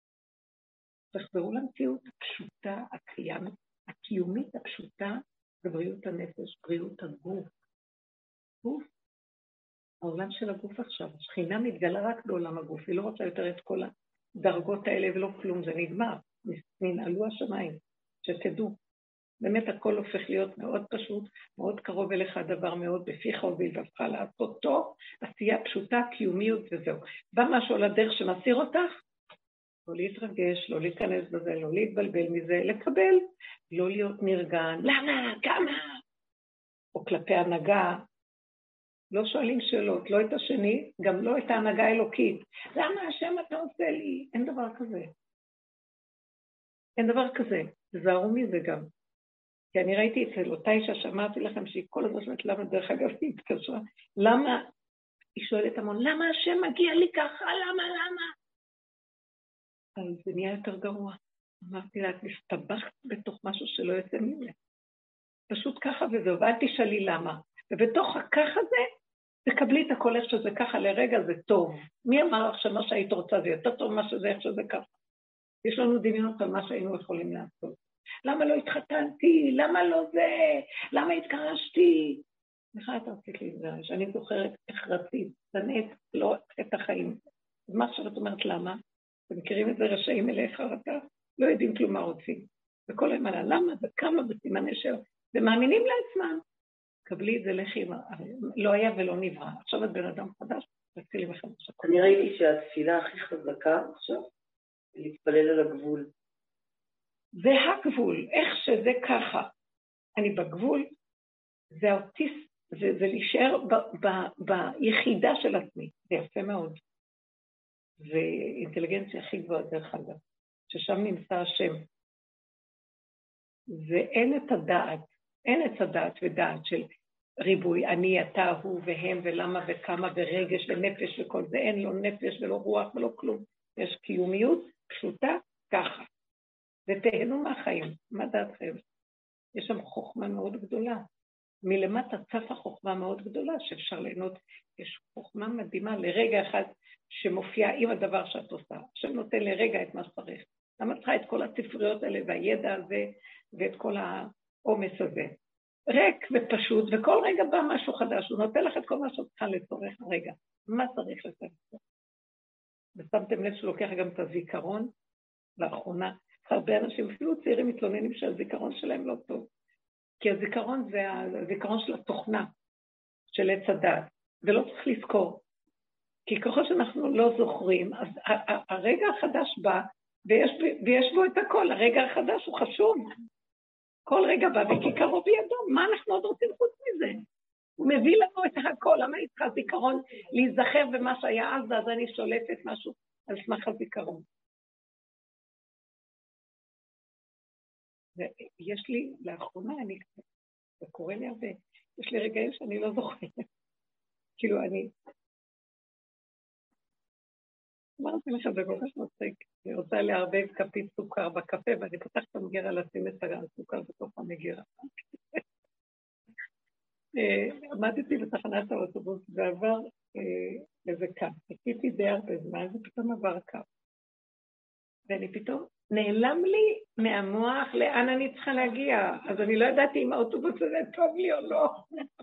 תחזרו למציאות הפשוטה, הקיימת, הקיומית הפשוטה, בבריאות הנפש, בריאות הגוף. גוף. העולם של הגוף עכשיו, השכינה מתגלה רק בעולם הגוף, היא לא רוצה יותר את כל הדרגות האלה ולא כלום, זה נגמר. ננעלו השמיים, שתדעו. באמת הכל הופך להיות מאוד פשוט, מאוד קרוב אליך הדבר מאוד בפיך ובלבבך לעשות טוב, עשייה פשוטה, קיומיות וזהו. בא משהו על הדרך שמסיר אותך, לא להתרגש, לא להיכנס בזה, לא להתבלבל מזה, לקבל, לא להיות נרגן, למה, כמה? או כלפי הנהגה, לא שואלים שאלות, לא את השני, גם לא את ההנהגה האלוקית. למה השם אתה עושה לי? אין דבר כזה. אין דבר כזה, תזהרו מזה גם. כי אני ראיתי אצל אותה אישה, שמעתי לכם שהיא כל הזמן שומעת למה, דרך אגב היא התקשרה, למה, היא שואלת המון, למה השם מגיע לי ככה, למה, למה? אבל זה נהיה יותר גרוע. אמרתי לה, את מסתבכת בתוך משהו שלא יוצא ממך. פשוט ככה וזהו, ואל תשאלי למה. ובתוך הככה זה, תקבלי את הכל איך שזה ככה לרגע, זה טוב. מי אמר לך שמה שהיית רוצה זה יותר טוב מה שזה איך שזה ככה? יש לנו דמיונות על מה שהיינו יכולים לעשות. למה לא התחתנתי? למה לא זה? למה התקרשתי? בכלל אתה רצית להתגרש, אני זוכרת איך רצית, תנית לא את החיים. אז מה עכשיו את אומרת למה? אתם מכירים את זה רשעים אליך חרטה? לא יודעים כלום מה רוצים. וכל היום עלה למה וכמה בסימני של, ומאמינים לעצמם. קבלי את זה לכי, לא היה ולא נברא. עכשיו את בן אדם חדש, תצילי מחדש. אני ראיתי שהתפילה הכי חזקה עכשיו, היא להתפלל על הגבול. זה הגבול, איך שזה ככה. אני בגבול, זה האוטיסט, זה, זה להישאר ב, ב, ביחידה של עצמי, זה יפה מאוד. זה אינטליגנציה הכי גבוהה דרך אגב, ששם נמצא השם. ואין את הדעת, אין את הדעת ודעת של ריבוי, אני, אתה, הוא והם ולמה וכמה ורגש ונפש וכל זה, אין לו נפש ולא רוח ולא כלום. יש קיומיות פשוטה ככה. ותהנו מהחיים, מה דעתכם? יש שם חוכמה מאוד גדולה. מלמטה צפה חוכמה מאוד גדולה שאפשר ליהנות. יש חוכמה מדהימה לרגע אחד שמופיעה עם הדבר שאת עושה. השם נותן לרגע את מה שצריך. למה צריכה את כל הספריות האלה והידע הזה ואת כל העומס הזה? ריק ופשוט, וכל רגע בא משהו חדש. הוא נותן לך את כל מה שאת צריכה לצורך רגע. מה צריך לצורך? ושמתם לב שלוקח גם את הזיכרון לאחרונה. הרבה אנשים, אפילו צעירים מתלוננים שהזיכרון שלהם לא טוב. כי הזיכרון זה הזיכרון של התוכנה, של עץ הדעת, ולא צריך לזכור. כי ככל שאנחנו לא זוכרים, אז הרגע החדש בא, ויש, ויש בו את הכל, הרגע החדש הוא חשוב. כל רגע בא וכיכרו בידו, מה אנחנו עוד רוצים חוץ מזה? הוא מביא לנו את הכל, למה היא צריכה זיכרון להיזכר במה שהיה אז, אז אני שולפת משהו על סמך הזיכרון. ויש לי, לאחרונה, אני, זה קורה לי הרבה, יש לי רגעים שאני לא זוכרת. כאילו, אני, אמרתי לך, זה כל כך מצחיק, אני רוצה לערבב כפית סוכר בקפה, ואני פותחת את המגירה לשים את הסוכר בתוך המגירה. עמדתי בתחנת האוטובוס, ועבר איזה קו, חיכיתי די הרבה זמן, ופתאום עבר קו. ואני פתאום, נעלם לי מהמוח לאן אני צריכה להגיע, אז אני לא ידעתי אם האוטובוס הזה טוב לי או לא.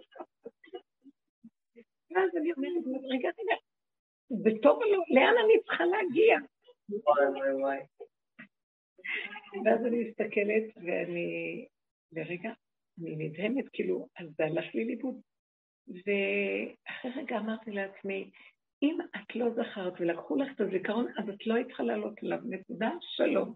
ואז אני אומרת, רגע, רגע, זה טוב או לא? לאן אני צריכה להגיע? ואז אני מסתכלת ואני, לרגע, אני נדהמת, כאילו, אז זה הלך לי ליבוד. ואחרי רגע אמרתי לעצמי, אם את לא זכרת ולקחו לך את הזיכרון, אז את לא צריכה לעלות אליו. נקודה, שלום.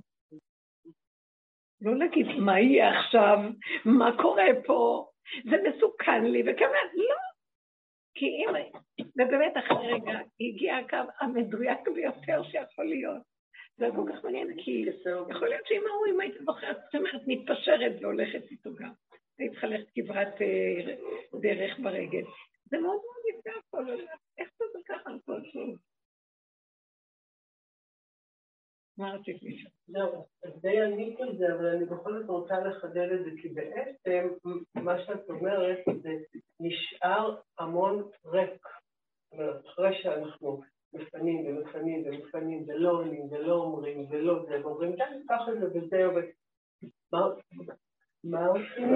לא להגיד, מה יהיה עכשיו? מה קורה פה? זה מסוכן לי, וכמה, לא. כי אם, ובאמת אחרי רגע, הגיע הקו המדויק ביותר שיכול להיות. זה כל כך מעניין, כי יכול להיות שאם ההוא, אם היית זוכרת, זאת אומרת, מתפשרת והולכת איתו גם. היית צריכה ללכת כברת דרך ברגל. זה מאוד מאוד יפה הכל, איך זה ככה על כל שוב? מה רצית לי? זהו, אז די ענית על זה, אבל אני בכל זאת רוצה לחדד את זה, כי בעצם מה שאת אומרת זה נשאר המון ריק. זאת אומרת, אחרי שאנחנו מפנים ומפנים ומפנים ולא עונים ולא אומרים ולא זה, ואומרים, די, ככה זה וזהו, מה עושים?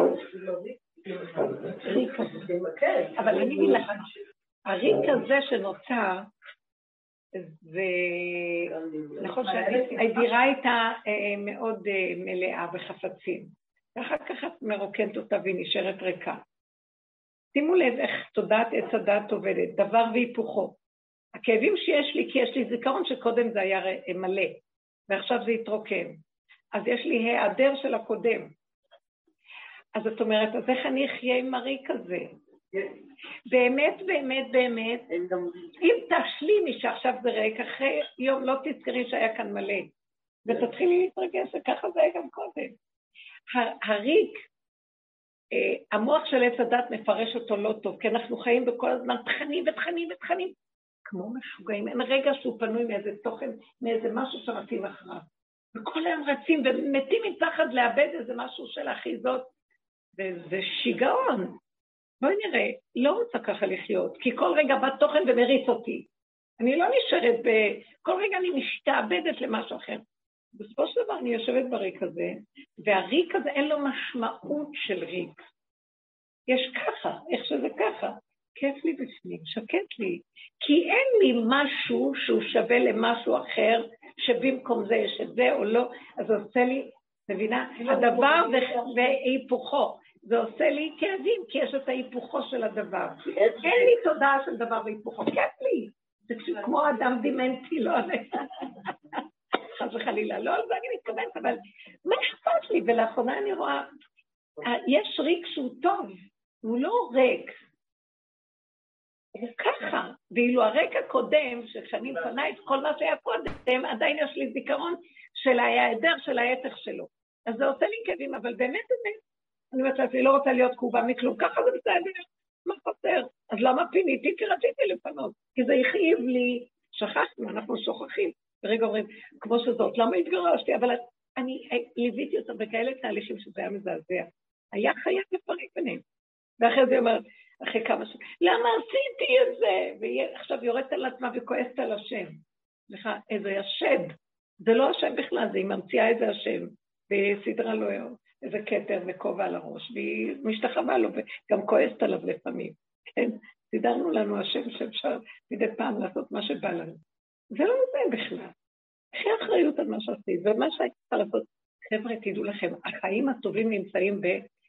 ריק הזה. אבל אני אגיד לך, הריק הזה שנוצר, זה נכון שהדירה הייתה מאוד מלאה בחפצים, ואחר כך את מרוקנת אותה והיא נשארת ריקה. שימו לב איך תודעת עץ הדעת עובדת, דבר והיפוכו. הכאבים שיש לי, כי יש לי זיכרון שקודם זה היה מלא, ועכשיו זה התרוקן. אז יש לי העדר של הקודם. אז זאת אומרת, אז איך אני אחיה עם הריק הזה? באמת, באמת, באמת, אם תשלימי שעכשיו זה ריק, אחרי יום לא תזכרי שהיה כאן מלא, ותתחילי להתרגש, וככה זה היה גם קודם. הריק, המוח של עץ הדת מפרש אותו לא טוב, כי אנחנו חיים בכל הזמן תכנים ותכנים ותכנים, כמו משוגעים, אין רגע שהוא פנוי מאיזה תוכן, מאיזה משהו שרצים אחריו. וכל היום רצים ומתים מפחד לאבד איזה משהו של אחיזות, וזה שיגעון. בואי נראה, לא רוצה ככה לחיות, כי כל רגע בא תוכן ומריץ אותי. אני לא נשארת, ב... כל רגע אני משתעבדת למשהו אחר. בסופו של דבר אני יושבת בריק הזה, והריק הזה אין לו משמעות של ריק. יש ככה, איך שזה ככה. כיף לי בפנים, שקט לי. כי אין לי משהו שהוא שווה למשהו אחר, שבמקום זה יש את זה או לא, אז עושה לי, מבינה? הדבר והיפוכו. זה עושה לי כאבים, כי יש את ההיפוכו של הדבר. אין לי תודעה של דבר והיפוכו, כיף לי. זה כמו אדם דימנטי, לא עליך. חס וחלילה, לא על זה אני מתכוונת, אבל מה אכפת לי? ולאחרונה אני רואה, יש ריק שהוא טוב, הוא לא ריק. ככה, ואילו הרק הקודם, שכשאני מפנה את כל מה שהיה קודם, עדיין יש לי זיכרון של ההיעדר של ההתך שלו. אז זה עושה לי כאבים, אבל באמת באמת, אני אומרת לעצמי, לא רוצה להיות קרובה מכלום, ככה זה בסדר, מה חסר? אז למה פיניתי? כי רציתי לפנות, כי זה הכאיב לי, שכחנו, אנחנו שוכחים, ורגע אומרים, כמו שזאת, למה התגרשתי? אבל אני ליוויתי אותם בכאלה תהליכים שזה היה מזעזע. היה חייב לפרק ביניהם. ואחרי זה אומר, אחרי כמה שנים, למה עשיתי את זה? ועכשיו יורדת על עצמה וכועסת על השם. סליחה, איזה השד. זה לא השם בכלל, זה היא ממציאה איזה השם, וסדרה לו איזה כתר וכובע על הראש, והיא משתחווה לו, וגם כועסת עליו לפעמים. כן? סידרנו לנו השם שאפשר מדי פעם לעשות מה שבא לנו. זה לא זה בכלל. אחרי אחריות על מה שעשית, ומה שהייתי צריכה לעשות, חבר'ה, תדעו לכם, החיים הטובים נמצאים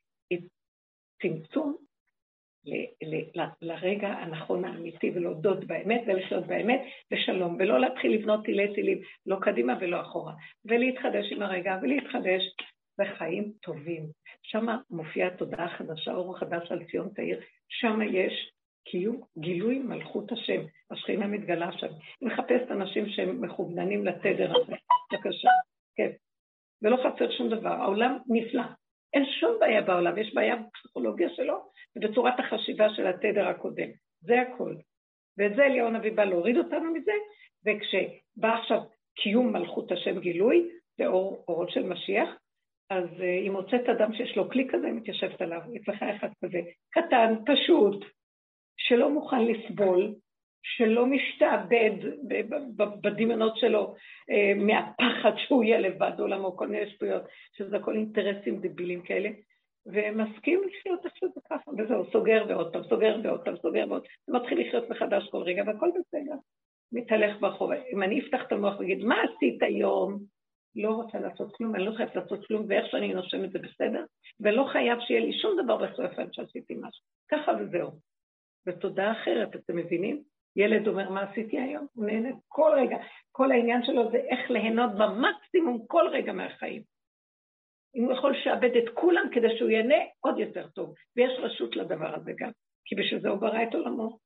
בצמצום, ל- ל- ל- לרגע הנכון האמיתי, ולהודות באמת, ולחיות באמת, ושלום, ולא להתחיל לבנות תילי תילים, לא קדימה ולא אחורה, ולהתחדש עם הרגע, ולהתחדש בחיים טובים. שם מופיעה תודעה חדשה, אור חדש על ציון תאיר, שם יש קיום, גילוי מלכות השם, השכינה מתגלה שם. היא מחפשת אנשים שהם מכווננים לתדר הזה, בבקשה, כן. ולא חסר שום דבר, העולם נפלא. אין שום בעיה בעולם, יש בעיה בפסיכולוגיה שלו, ובצורת החשיבה של התדר הקודם. זה הכל. ואת זה אליהו הנביא בא להוריד אותנו מזה, וכשבא עכשיו קיום מלכות השם גילוי, ואור אורות של משיח, אז uh, היא מוצאת אדם שיש לו כלי כזה, מתיישבת עליו, אצלך אחד כזה, קטן, פשוט, שלא מוכן לסבול, שלא משתעבד בדמיונות שלו מהפחד שהוא יהיה לבד עולמו, כל מיני שטויות, שזה הכל אינטרסים דבילים כאלה, ומסכים לחיות עכשיו ככה, וזהו, סוגר ועוד פעם, סוגר ועוד פעם, סוגר ועוד, ומתחיל לחיות מחדש כל רגע, והכל בסדר, מתהלך ברחוב. אם אני אפתח את המוח וגיד, מה עשית היום? לא רוצה לעשות כלום, אני לא חייבת לעשות כלום, ואיך שאני נושם את זה בסדר, ולא חייב שיהיה לי שום דבר בסוף עד שעשיתי משהו. ככה וזהו. ותודה אחרת, אתם מבינים? ילד אומר, מה עשיתי היום? הוא נהנה כל רגע. כל העניין שלו זה איך ליהנות במקסימום כל רגע מהחיים. אם הוא יכול לשעבד את כולם כדי שהוא ייהנה עוד יותר טוב. ויש רשות לדבר הזה גם, כי בשביל זה הוא ברא את עולמו.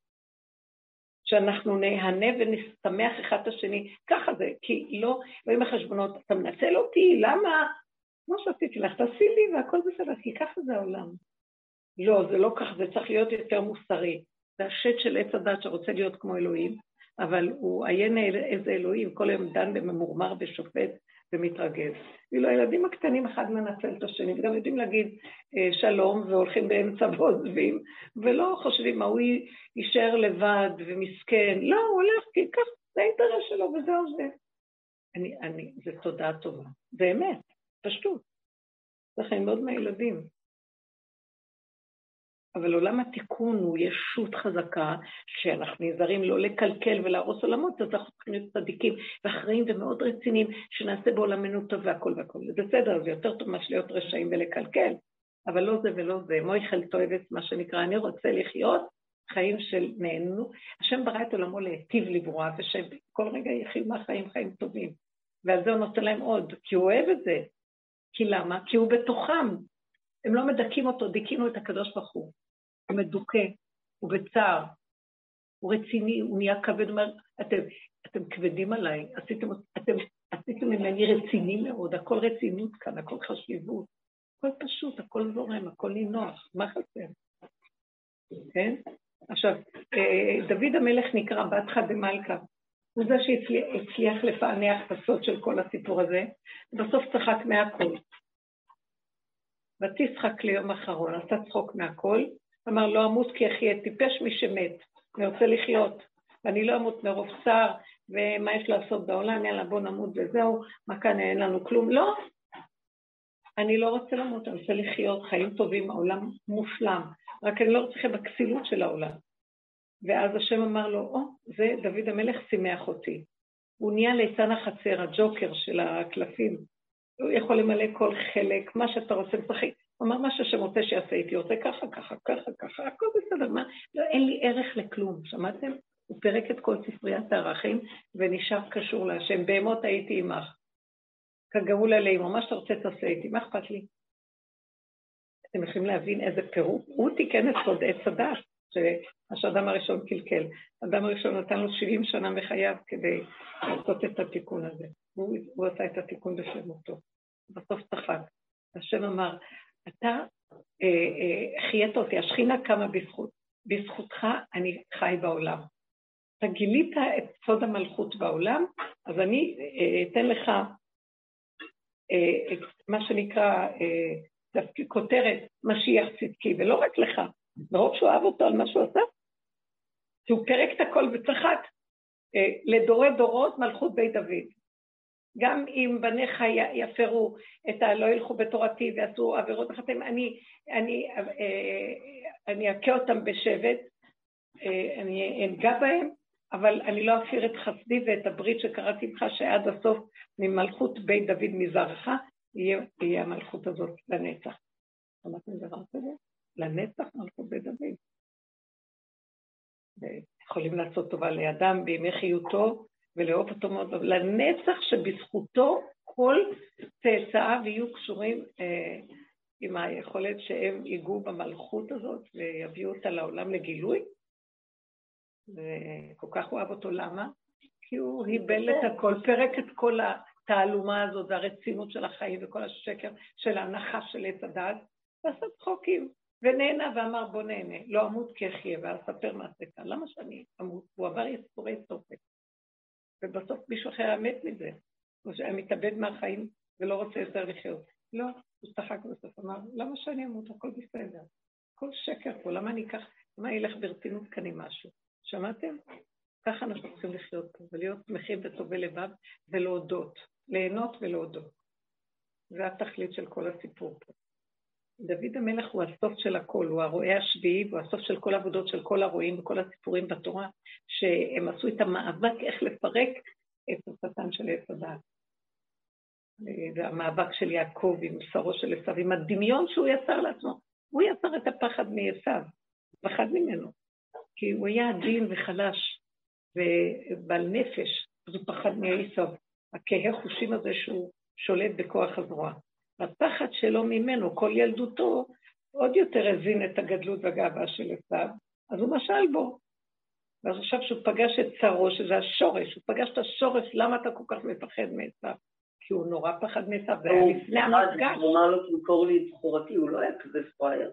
שאנחנו נהנה ונסתמך אחד את השני. ככה זה, כי לא, באים החשבונות, אתה מנצל אותי, למה? כמו שעשיתי לך, תעשי לי והכל בסדר, כי ככה זה העולם. לא, זה לא כך, זה צריך להיות יותר מוסרי. זה השד של עץ הדת שרוצה להיות כמו אלוהים, אבל הוא עיין איזה אלוהים, כל היום דן בממורמר ושופט ומתרגז. ואילו הילדים הקטנים אחד מנצל את השני, וגם יודעים להגיד שלום והולכים באמצע ועוזבים, ולא חושבים מה הוא יישאר לבד ומסכן. לא, הוא הולך כי כך, זה האינטרס שלו וזהו זה. אני, אני, זה תודעה טובה. זה אמת, פשוט. זה חיים מאוד מהילדים. אבל עולם התיקון הוא ישות חזקה, שאנחנו נזהרים לא לקלקל ולהרוס עולמות, אז אנחנו צריכים להיות צדיקים ואחראים ומאוד רציניים, שנעשה בעולמנו טוב והכל והכל. זה בסדר, זה יותר טוב מה שלהיות רשעים ולקלקל, אבל לא זה ולא זה. מויכל תועבת, מה שנקרא, אני רוצה לחיות חיים של נהנו. השם ברא את עולמו להיטיב לברוע, ושכל רגע יחיו מהחיים חיים טובים. ועל זה הוא נותן להם עוד, כי הוא אוהב את זה. כי למה? כי הוא בתוכם. הם לא מדקים אותו, דיקינו את הקדוש ברוך הוא. הוא מדוכא, הוא בצער, הוא רציני, הוא נהיה כבד, אומר, אתם, אתם כבדים עליי, עשיתם, אתם, עשיתם ממני רציני מאוד, הכל רצינות כאן, הכל חשיבות, הכל פשוט, הכל זורם, הכל נינוח, מה חסר? כן? עכשיו, דוד המלך נקרא בת חד מלכה, הוא זה שהצליח לפענח את הסוד של כל הסיפור הזה, ובסוף צחק מהכל. ותשחק ליום אחרון, עשה צחוק מהכל, אמר, לא אמות כי אחי טיפש מי שמת, אני רוצה לחיות, ואני לא אמות מרוב צער, ומה יש לעשות בעולם, יאללה בוא נמות וזהו, מה כאן אין לנו כלום, לא, אני לא רוצה למות, אני רוצה לחיות חיים טובים, העולם מושלם, רק אני לא רוצה בכסילות של העולם. ואז השם אמר לו, או, זה דוד המלך שימח אותי, הוא נהיה ליצן החצר, הג'וקר של הקלפים, הוא יכול למלא כל חלק, מה שאתה רוצה לשחק, הוא אמר משהו שמוצא שיעשה איתי, עושה ככה, ככה, ככה, ככה, הכל בסדר, מה? לא, אין לי ערך לכלום, שמעתם? הוא פרק את כל ספריית הערכים ונשאר קשור להשם, בהמות הייתי עמך, כגאול עליהם, מה שאתה רוצה תעשה איתי, מה אכפת לי? אתם יכולים להבין איזה פירוק, הוא תיקן את סוד עץ הדעת, שהאדם הראשון קלקל, האדם הראשון נתן לו שבעים שנה מחייו כדי לעשות את התיקון הזה, הוא, הוא עשה את התיקון בשלמותו, בסוף צחק, השם אמר, אתה אה, אה, חיית אותי, השכינה קמה בזכות, בזכותך אני חי בעולם, אתה גילית את סוד המלכות בעולם, אז אני אה, אתן לך אה, את מה שנקרא, אה, דווקא כותרת משיח צדקי, ולא רק לך, מרוב שהוא אהב אותו על מה שהוא עשה, שהוא פרק את הכל וצחק, לדורי דורות מלכות בית דוד. גם אם בניך יפרו את הלא ילכו בתורתי ועשו עבירות אחתם, אני, אני, אני אכה אותם בשבט, אני אנגע בהם, אבל אני לא אפיר את חסדי ואת הברית שקראתי לך שעד הסוף ממלכות בית דוד מזרעך, יהיה, יהיה המלכות הזאת לנצח. שמעתם דבר כזה? לנצח מלכות בית דוד. יכולים לעשות טובה לידם בימי חיותו ולאהוב אותו מאוד, לנצח שבזכותו כל צאצאיו יהיו קשורים אה, עם היכולת שהם ייגעו במלכות הזאת ויביאו אותה לעולם לגילוי. וכל כך הוא אהב אותו, למה? כי הוא היבל את הכל, פרק את כל התעלומה הזאת, והרצינות של החיים וכל השקר של הנחש של עץ הדעת, ועשה צחוקים, ונהנה ואמר בוא נהנה, לא אמות כי אחיה, ואספר מעשה כאן, למה שאני אמות? הוא עבר יספורי סופק, ובסוף מישהו אחר האמת מזה, הוא שהיה מתאבד מהחיים ולא רוצה יותר לחיות. לא, הוא צחק בסוף, אמר, למה שאני אמות? הכל בסדר, הכל שקר פה, למה אני אקח, למה אני אלך ברצינות כאן עם משהו? שמעתם? ככה אנחנו צריכים לחיות פה, ולהיות שמחים וטובי לבב, ולהודות, ליהנות ולהודות. זה התכלית של כל הסיפור פה. דוד המלך הוא הסוף של הכל, הוא הרועה השביעי, הוא הסוף של כל העבודות של כל הרועים וכל הסיפורים בתורה, שהם עשו את המאבק איך לפרק את השטן של עץ הדעת. והמאבק של יעקב עם שרו של עשיו, עם הדמיון שהוא יצר לעצמו. הוא יצר את הפחד מעשיו, פחד ממנו, כי הוא היה עדין וחלש ובעל נפש, אז הוא פחד מעשיו, הכהה חושים הזה שהוא שולט בכוח הזרוע. הפחד שלו ממנו, כל ילדותו, עוד יותר הזין את הגדלות והגאווה של עשיו, אז הוא משל בו. ואז עכשיו שהוא פגש את שרו, שזה השורש, הוא פגש את השורש, למה אתה כל כך מפחד מעשיו? כי הוא נורא פחד מעשיו, זה היה לפני המפגש. הוא אמר לו, תמכור לי את בחורתי, הוא לא היה כזה פראייר.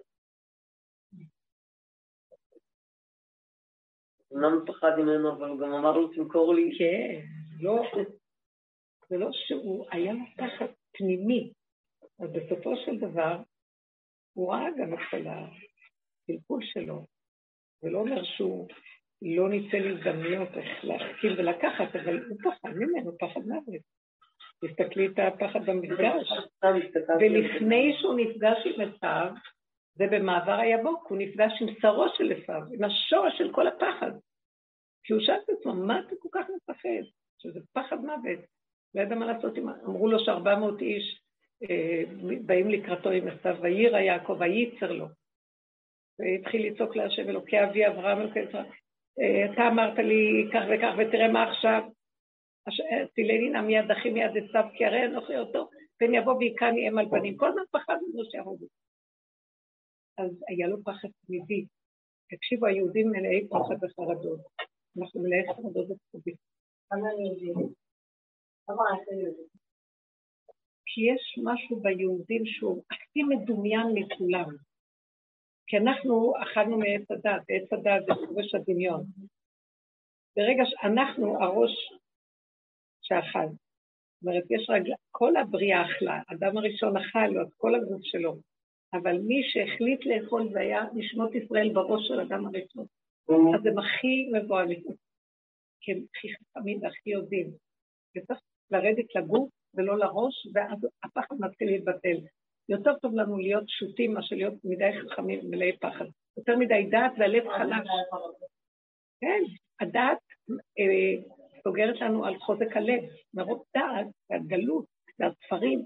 הוא לא מפחד ממנו, אבל הוא גם אמר לו, תמכור לי. כן, לא, זה לא שהוא היה פחד פנימי, אז בסופו של דבר, הוא ראה גם את כל הפלפול שלו, ולא אומר שהוא לא ניסה להזדמנויות איך להחכים ולקחת, אבל הוא פחד ממנו, פחד מוות. תסתכלי את הפחד במפגש. ולפני שהוא נפגש עם עשיו, זה במעבר היבוק, הוא נפגש עם שרו של עשיו, עם השורש של כל הפחד. כי הוא שאל את עצמו, מה אתה כל כך מפחד? שזה פחד מוות. לא ידע מה לעשות, אמרו לו שארבע מאות איש אה, באים לקראתו עם עשיו, ויירא יעקב, וייצר לו. והתחיל לצעוק להשם אלוקי אבי אברהם אלוקי ישראל. אתה אמרת לי כך וכך, ותראה מה עכשיו. תילני נא מיד אחי מיד עשיו, כי הרי אנוכי אותו, פן יבוא ויקני אם על פנים. כל הזמן פחד ממנו שיהרגו. אז היה לו פחד תמידי. תקשיבו, היהודים מלאי פחד וחרדות. אנחנו מלאי חרדות ופחדים. למה אני יודעת? למה אתה יודעת? כי יש משהו ביהודים שהוא הכי מדומיין מכולם. כי אנחנו אכלנו מעץ הדת, עץ הדת זה חורש הדמיון. ברגע שאנחנו הראש שאכל, זאת אומרת, יש רגל, כל הבריאה אכלה, אדם הראשון אכל לו את כל הגוף שלו, אבל מי שהחליט לאכול זה היה נשמות ישראל בראש של אדם הראשון. אז הם הכי מבועלים, כי הם הכי חכמים והכי יודעים. וצריך לרדת לגוף ולא לראש, ואז הפחד מתחיל להתבטל. יותר טוב לנו להיות פשוטים, מה שלהיות מדי חכמים ומלאי פחד. יותר מדי דעת והלב חלש. כן, הדעת אה, סוגרת לנו על חוזק הלב, מרוב דעת והגלות והספרים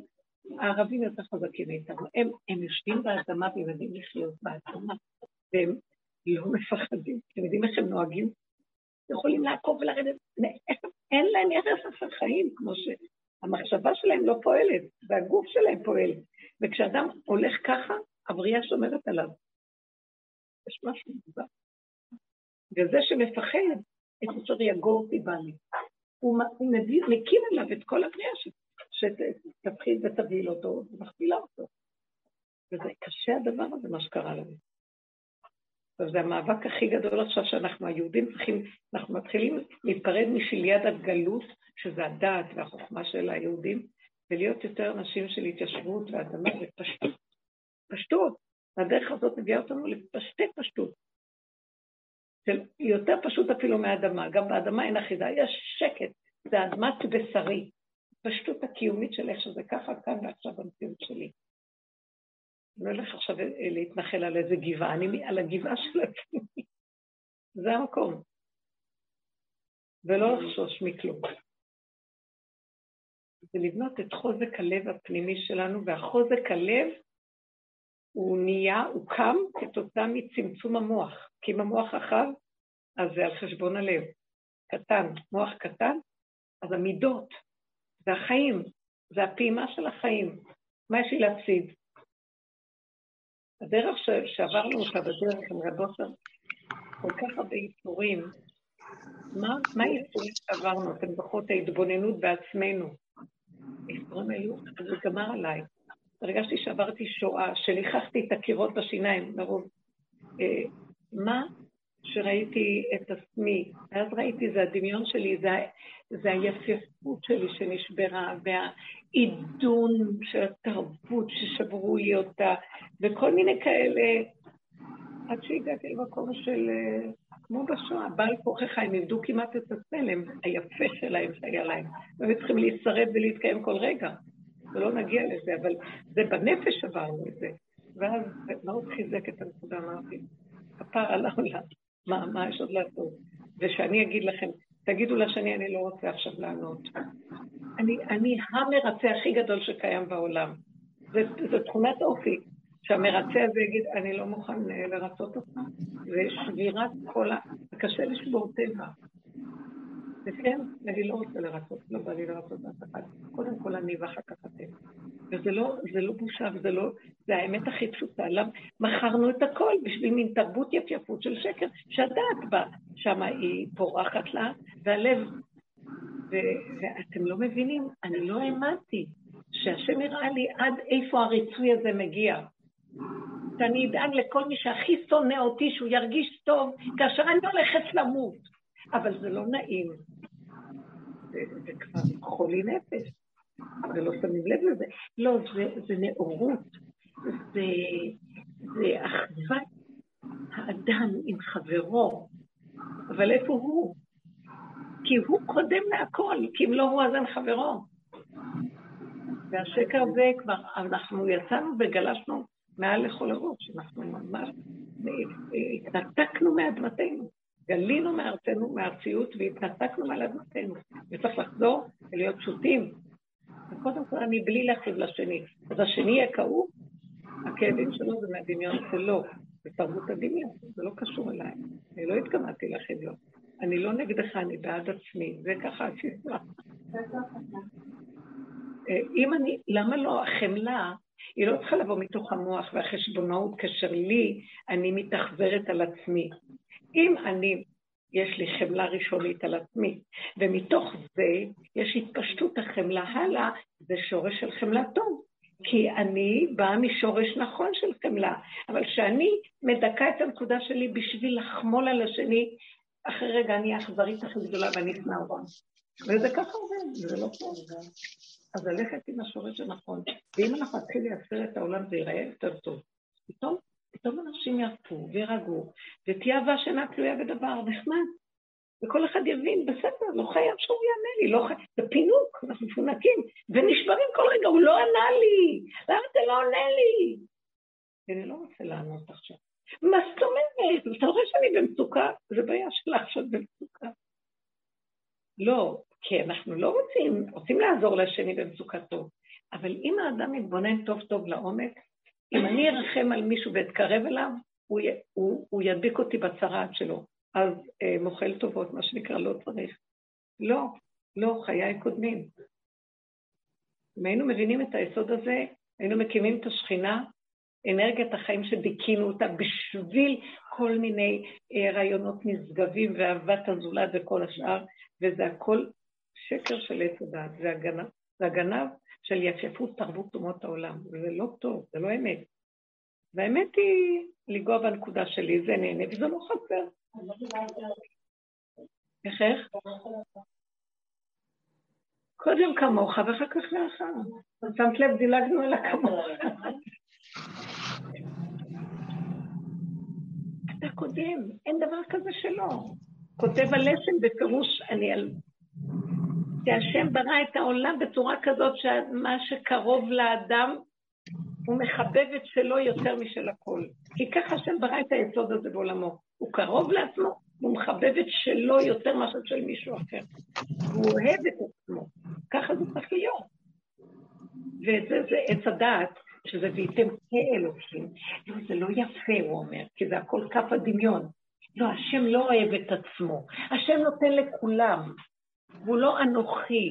הערבים יותר חזקים מאיתנו, הם, הם יושבים באדמה והם יודעים לחיות באדמה, והם לא מפחדים, הם יודעים איך הם נוהגים, יכולים לעקוב ולרדת, אין להם ערך של חיים, כמו שהמחשבה שלהם לא פועלת, והגוף שלהם פועל, וכשאדם הולך ככה, הבריאה שומרת עליו. יש משהו מוזר. וזה שמפחד, את אשר יגור תיבא לי. הוא מקים עליו את כל הבריאה שתתחיל ותביל אותו ומכפילה אותו. וזה קשה הדבר הזה, מה שקרה לנו. וזה המאבק הכי גדול עכשיו שאנחנו היהודים צריכים, אנחנו מתחילים להיפרד משליית הגלות, שזה הדעת והחוכמה של היהודים, ולהיות יותר אנשים של התיישבות ואדמה ופשטות. פשטות. הדרך הזאת מביאה אותנו לפשטי פשטות. זה יותר פשוט אפילו מהאדמה. גם באדמה אין אחיזה, יש שקט. זה אדמת בשרי. פשטות הקיומית של איך שזה ככה כאן ועכשיו במציאות שלי. אני לא הולך עכשיו להתנחל על איזה גבעה, אני על הגבעה של עצמי. זה המקום. ולא לחשוש מכלום. זה לבנות את חוזק הלב הפנימי שלנו, והחוזק הלב הוא נהיה, הוא קם כתוצאה מצמצום המוח. כי אם המוח רחב, אז זה על חשבון הלב. קטן, מוח קטן, אז המידות, זה החיים, זה הפעימה של החיים. מה יש לי להפסיד? הדרך ש- שעברנו אותה בדרך עם רבוסר, כל כך הרבה איתורים, מה, מה האיתורים שעברנו? אתם זוכרות ההתבוננות בעצמנו. האיתורים היו, זה גמר עליי. הרגשתי שעברתי שואה, שליחכתי את הקירות בשיניים, לרוב. אה, מה שראיתי את עצמי, אז ראיתי, זה הדמיון שלי, זה, זה היפייפות שלי שנשברה, והעידון של התרבות ששברו לי אותה, וכל מיני כאלה, עד שהגעתי למקום של, כמו בשואה, בעל כוחך, הם איבדו כמעט את הסלם היפה שלהם שהיה להם, והם צריכים להישרד ולהתקיים כל רגע, ולא נגיע לזה, אבל זה בנפש עברנו את זה, ואז מאוד חיזק את הנקודה, אמרתי, הפר על העולם, מה, מה יש עוד לעשות? ושאני אגיד לכם, תגידו לשני, אני לא רוצה עכשיו לענות. אני, אני המרצה הכי גדול שקיים בעולם. זו תכונת אופי, שהמרצה הזה יגיד, אני לא מוכן לרצות אותך, ושבירת כל ה... קשה לשבור טבע. וכן, אני לא רוצה לרצות, לא בא לי לרצות אף אחד. קודם כל אני ואחר כך אתם. וזה לא, זה לא בושה, וזה לא, זה האמת הכי פשוטה. למה? מכרנו את הכל בשביל מין תרבות יפייפות של שקר, שהדעת בה, שמה היא פורחת לה, והלב, ו, ואתם לא מבינים, אני לא האמנתי, שהשם יראה לי עד איפה הריצוי הזה מגיע. שאני אדאג לכל מי שהכי שונא אותי, שהוא ירגיש טוב, כאשר אני הולכת למות. אבל זה לא נעים. זה, זה כבר חולי נפש. ולא שמים לב לזה. לא, זה, זה נאורות. זה, זה אחוות האדם עם חברו. אבל איפה הוא? כי הוא קודם להכל, כי אם לא הוא אז אין חברו. והשקר הזה כבר, אנחנו יצאנו וגלשנו מעל לכל הראש. אנחנו ממש התנתקנו מאדמתנו. גלינו מארצנו, מארציות, והתנתקנו מעל אדמתנו. וצריך לחזור ולהיות פשוטים. וקודם כל אני בלי להכאיב לשני. אז השני יהיה כאוב, הכאבים שלו זה מהדמיון שלו. זה תרבות הדמיון, זה לא קשור אליי. אני לא התכוונתי להכאיב לו. אני לא נגדך, אני בעד עצמי. זה ככה הסיסמה. אם אני, למה לא? החמלה, היא לא צריכה לבוא מתוך המוח והחשבונאות, כאשר לי אני מתאכזרת על עצמי. אם אני, יש לי חמלה ראשונית על עצמי, ומתוך זה יש התפשטות החמלה הלאה, זה שורש של חמלה טוב, כי אני באה משורש נכון של חמלה, אבל שאני מדקה את הנקודה שלי בשביל לחמול על השני, אחרי רגע אני אכזרית הכי גדולה ואני אשנא אותה. וזה ככה עובד, זה לא טוב. אז ללכת עם השורש הנכון, ואם אנחנו נתחיל לייצר את העולם זה ייראה יותר טוב. פתאום פתאום אנשים ירפו וירגעו, ותהיה אהבה שאינה תלויה בדבר נחמד. וכל אחד יבין, בסדר, לא חייב שהוא יענה לי, לא חייב, זה פינוק, אנחנו מפונקים, ונשברים כל רגע, הוא לא ענה לי, למה אתה לא עונה לי? ואני לא רוצה לענות עכשיו. מה זאת אומרת? אתה רואה שאני במצוקה? זה בעיה שלך שאת במצוקה. לא, כי אנחנו לא רוצים, רוצים לעזור לשני במצוקתו, אבל אם האדם מתבונן טוב טוב לעומק, אם אני ארחם על מישהו ואתקרב אליו, הוא, הוא, הוא ידביק אותי בצרעת שלו. אז אה, מוכל טובות, מה שנקרא, לא צריך. לא, לא, חיי קודמים. אם היינו מבינים את היסוד הזה, היינו מקימים את השכינה, אנרגיית החיים שדיקינו אותה בשביל כל מיני אה, רעיונות נשגבים ואהבת הזולת וכל השאר, וזה הכל שקר של עץ הדעת, זה הגנב, זה הגנב של יפייפות תרבות אומות העולם, וזה לא טוב, זה לא אמת. והאמת היא לגוע בנקודה שלי, זה נהנה וזה לא חסר. איך איך? קודם כמוך ואחר כך לאחר. שמת לב, דילגנו על הכמוך. אתה קודם, אין דבר כזה שלא. כותב הלשם בפירוש, אני על... שהשם ברא את העולם בצורה כזאת שמה שקרוב לאדם הוא מחבב את שלו יותר משל הכל. כי ככה השם ברא את היסוד הזה בעולמו. הוא קרוב לעצמו, הוא מחבב את שלו יותר משל של מישהו אחר. הוא אוהב את עצמו. ככה זה צריך להיות. וזה זה עץ הדעת, שזה ויתם כאלוקים. לא, זה לא יפה, הוא אומר, כי זה הכל כף הדמיון. לא, השם לא אוהב את עצמו. השם נותן לכולם. והוא לא אנוכי.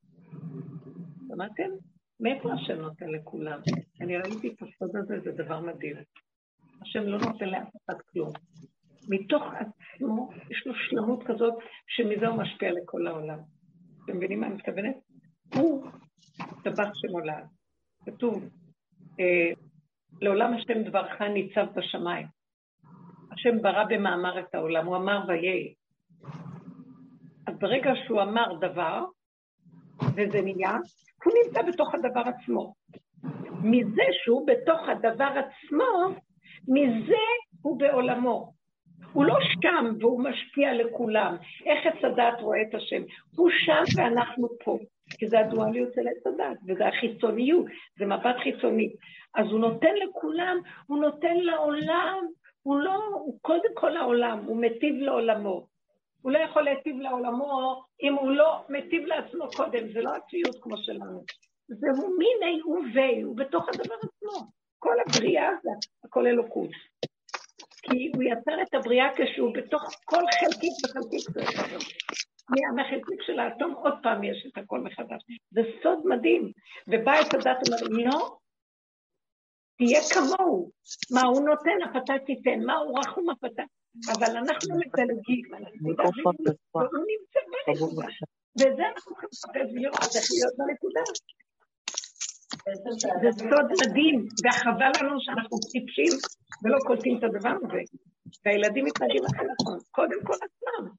שמעתם? מאיפה השם נותן לכולם? אני ראיתי את הסוד הזה, זה דבר מדהים. השם לא נותן לאף אחד כלום. מתוך עצמו יש לו שלמות כזאת שמזה הוא משפיע לכל העולם. אתם מבינים מה אני מתכוונת? הוא טבח שמולד. כתוב, אה, לעולם השם דברך ניצב בשמיים. השם ברא במאמר את העולם, הוא אמר ויהי. אז ברגע שהוא אמר דבר, וזה נהיה, הוא נמצא בתוך הדבר עצמו. מזה שהוא בתוך הדבר עצמו, מזה הוא בעולמו. הוא לא שם והוא משפיע לכולם. איך עץ הדעת רואה את השם? הוא שם ואנחנו פה. כי זה הדואליות של עץ הדעת, וזה החיצוניות, זה מבט חיצוני. אז הוא נותן לכולם, הוא נותן לעולם, הוא לא, הוא קודם כל לעולם, הוא מטיב לעולמו. הוא לא יכול להטיב לעולמו אם הוא לא מטיב לעצמו קודם, זה לא הציות כמו שלנו. זהו מיני ובי, הוא בתוך הדבר עצמו. כל הבריאה זה הכל אלוקות. כי הוא יצר את הבריאה כשהוא בתוך כל חלקיק וחלקיק. מהחלקיק של האטום עוד פעם יש את הכל מחדש. זה סוד מדהים. ובא את הדת אומר, לא, תהיה כמוהו. מה הוא נותן, הפתה תיתן. מה הוא רחום הפתה. אבל אנחנו מדלגים, אנחנו מדלגים, והוא נמצא בנקודה. וזה אנחנו צריכים לחפש ולראות, איך להיות בנקודה. זה סוד מדהים, והחבל לנו שאנחנו טיפשים ולא קולטים את הדבר הזה. והילדים מתנהגים אחרי נכון, קודם כל עצמם.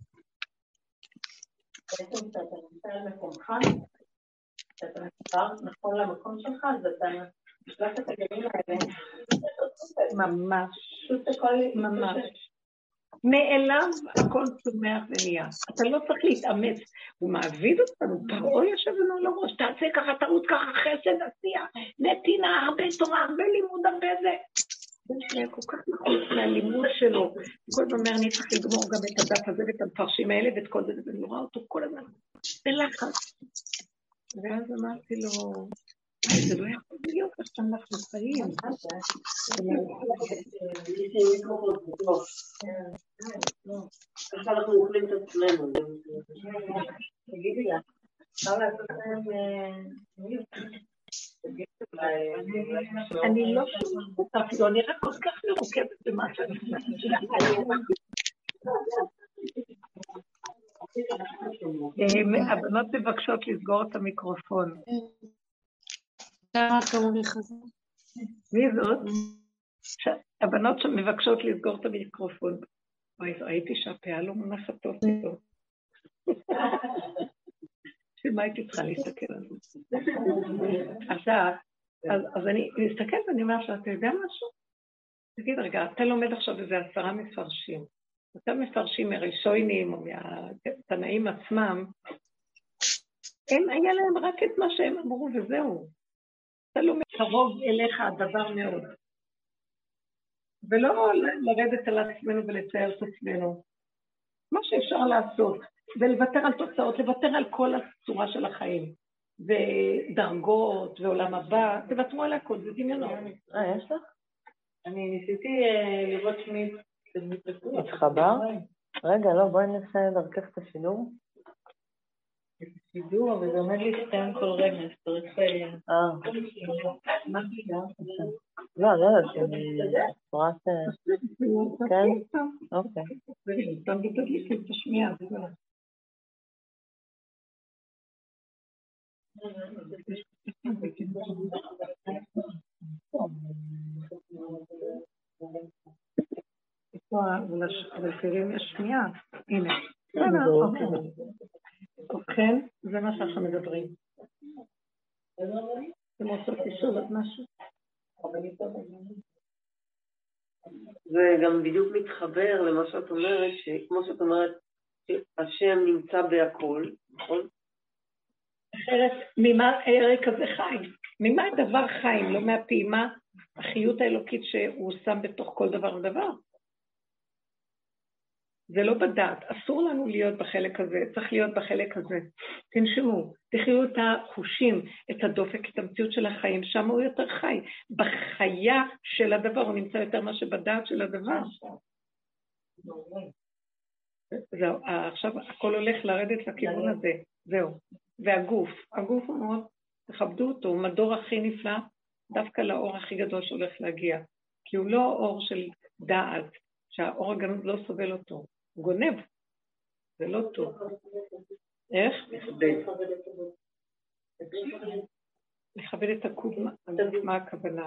בעצם שאתה נמצא על מקומך, שאתה נמצא נכון למקום שלך, אז אתה משלח את הגלים האלה. ממש, ממש. מאליו הכל צומח ונהיה. אתה לא צריך להתאמץ. הוא מעביד אותנו, פרעה יושב לנו על הראש, תעשה ככה, תרוץ ככה, חסד, עשייה, נתינה, הרבה תורה, הרבה לימוד, הרבה זה. זה כל כך נכון מהלימוד שלו. כל פעם אומר, אני צריך לגמור גם את הדף הזה ואת המפרשים האלה ואת כל זה, ואני רואה אותו כל הזמן. בלחץ. ואז אמרתי לו, זה לא יכול להיות, אז אנחנו חיים. איך אנחנו אוכלים את עצמנו? תגידי לה, אפשר לעשות להם... אני לא שומעת אותה, אפילו אני רק כל כך מרוכבת במה שאני חושבת. הבנות מבקשות לסגור את המיקרופון. מי זאת? הבנות מבקשות לסגור את המיקרופון. ראיתי שהפעה לא מונחת טוב פתאום. שמה הייתי צריכה להסתכל על זה? עכשיו, אז אני מסתכל ואני אומר שאתה יודע משהו? תגיד רגע, אתה לומד עכשיו איזה עשרה מפרשים. אתה מפרשים מראשונים או מהתנאים עצמם, הם היה להם רק את מה שהם אמרו וזהו. אתה לומד קרוב אליך הדבר מאוד. ולא לרדת על עצמנו ולצייר את עצמנו. מה שאפשר לעשות, ולוותר על תוצאות, לוותר על כל הצורה של החיים. ודרגות ועולם הבא, תוותרו על הכל, זה דמיונות. אה, יש לך? אני ניסיתי לראות שמי התחבר? רגע, לא, בואי ננסה לדרכך את השידור. שידור, אבל זה עומד להסתיים כל רגע, אז צריך... אה. מה זה? לא, לא יודעת, אני... פרט... כן? אוקיי. סתם בתדליק את השמיעה, זה לא. אבל תראים יש שמיעה, הנה. ובכן, זה מה שאנחנו מדברים. אתם רוצות לשאול עוד משהו? זה גם בדיוק מתחבר למה שאת אומרת, שכמו שאת אומרת, השם נמצא בהכל, נכון? אחרת, ממה הערק הזה חי? ממה הדבר חי, לא מהפעימה, החיות האלוקית שהוא שם בתוך כל דבר ודבר? זה לא בדעת, אסור לנו להיות בחלק הזה, צריך להיות בחלק הזה. תנשמו, תחיו את החושים, את הדופק, את המציאות של החיים, שם הוא יותר חי. בחיה של הדבר הוא נמצא יותר מה שבדעת של הדבר. זהו, עכשיו הכל הולך לרדת לכיוון הזה, זהו. והגוף, הגוף הוא מאוד, תכבדו אותו, הוא מדור הכי נפלא, דווקא לאור הכי גדול שהולך להגיע. כי הוא לא אור של דעת, שהאור הגנוז לא סובל אותו. הוא גונב, זה לא טוב. איך? לכבד את הקוד, מה הכוונה?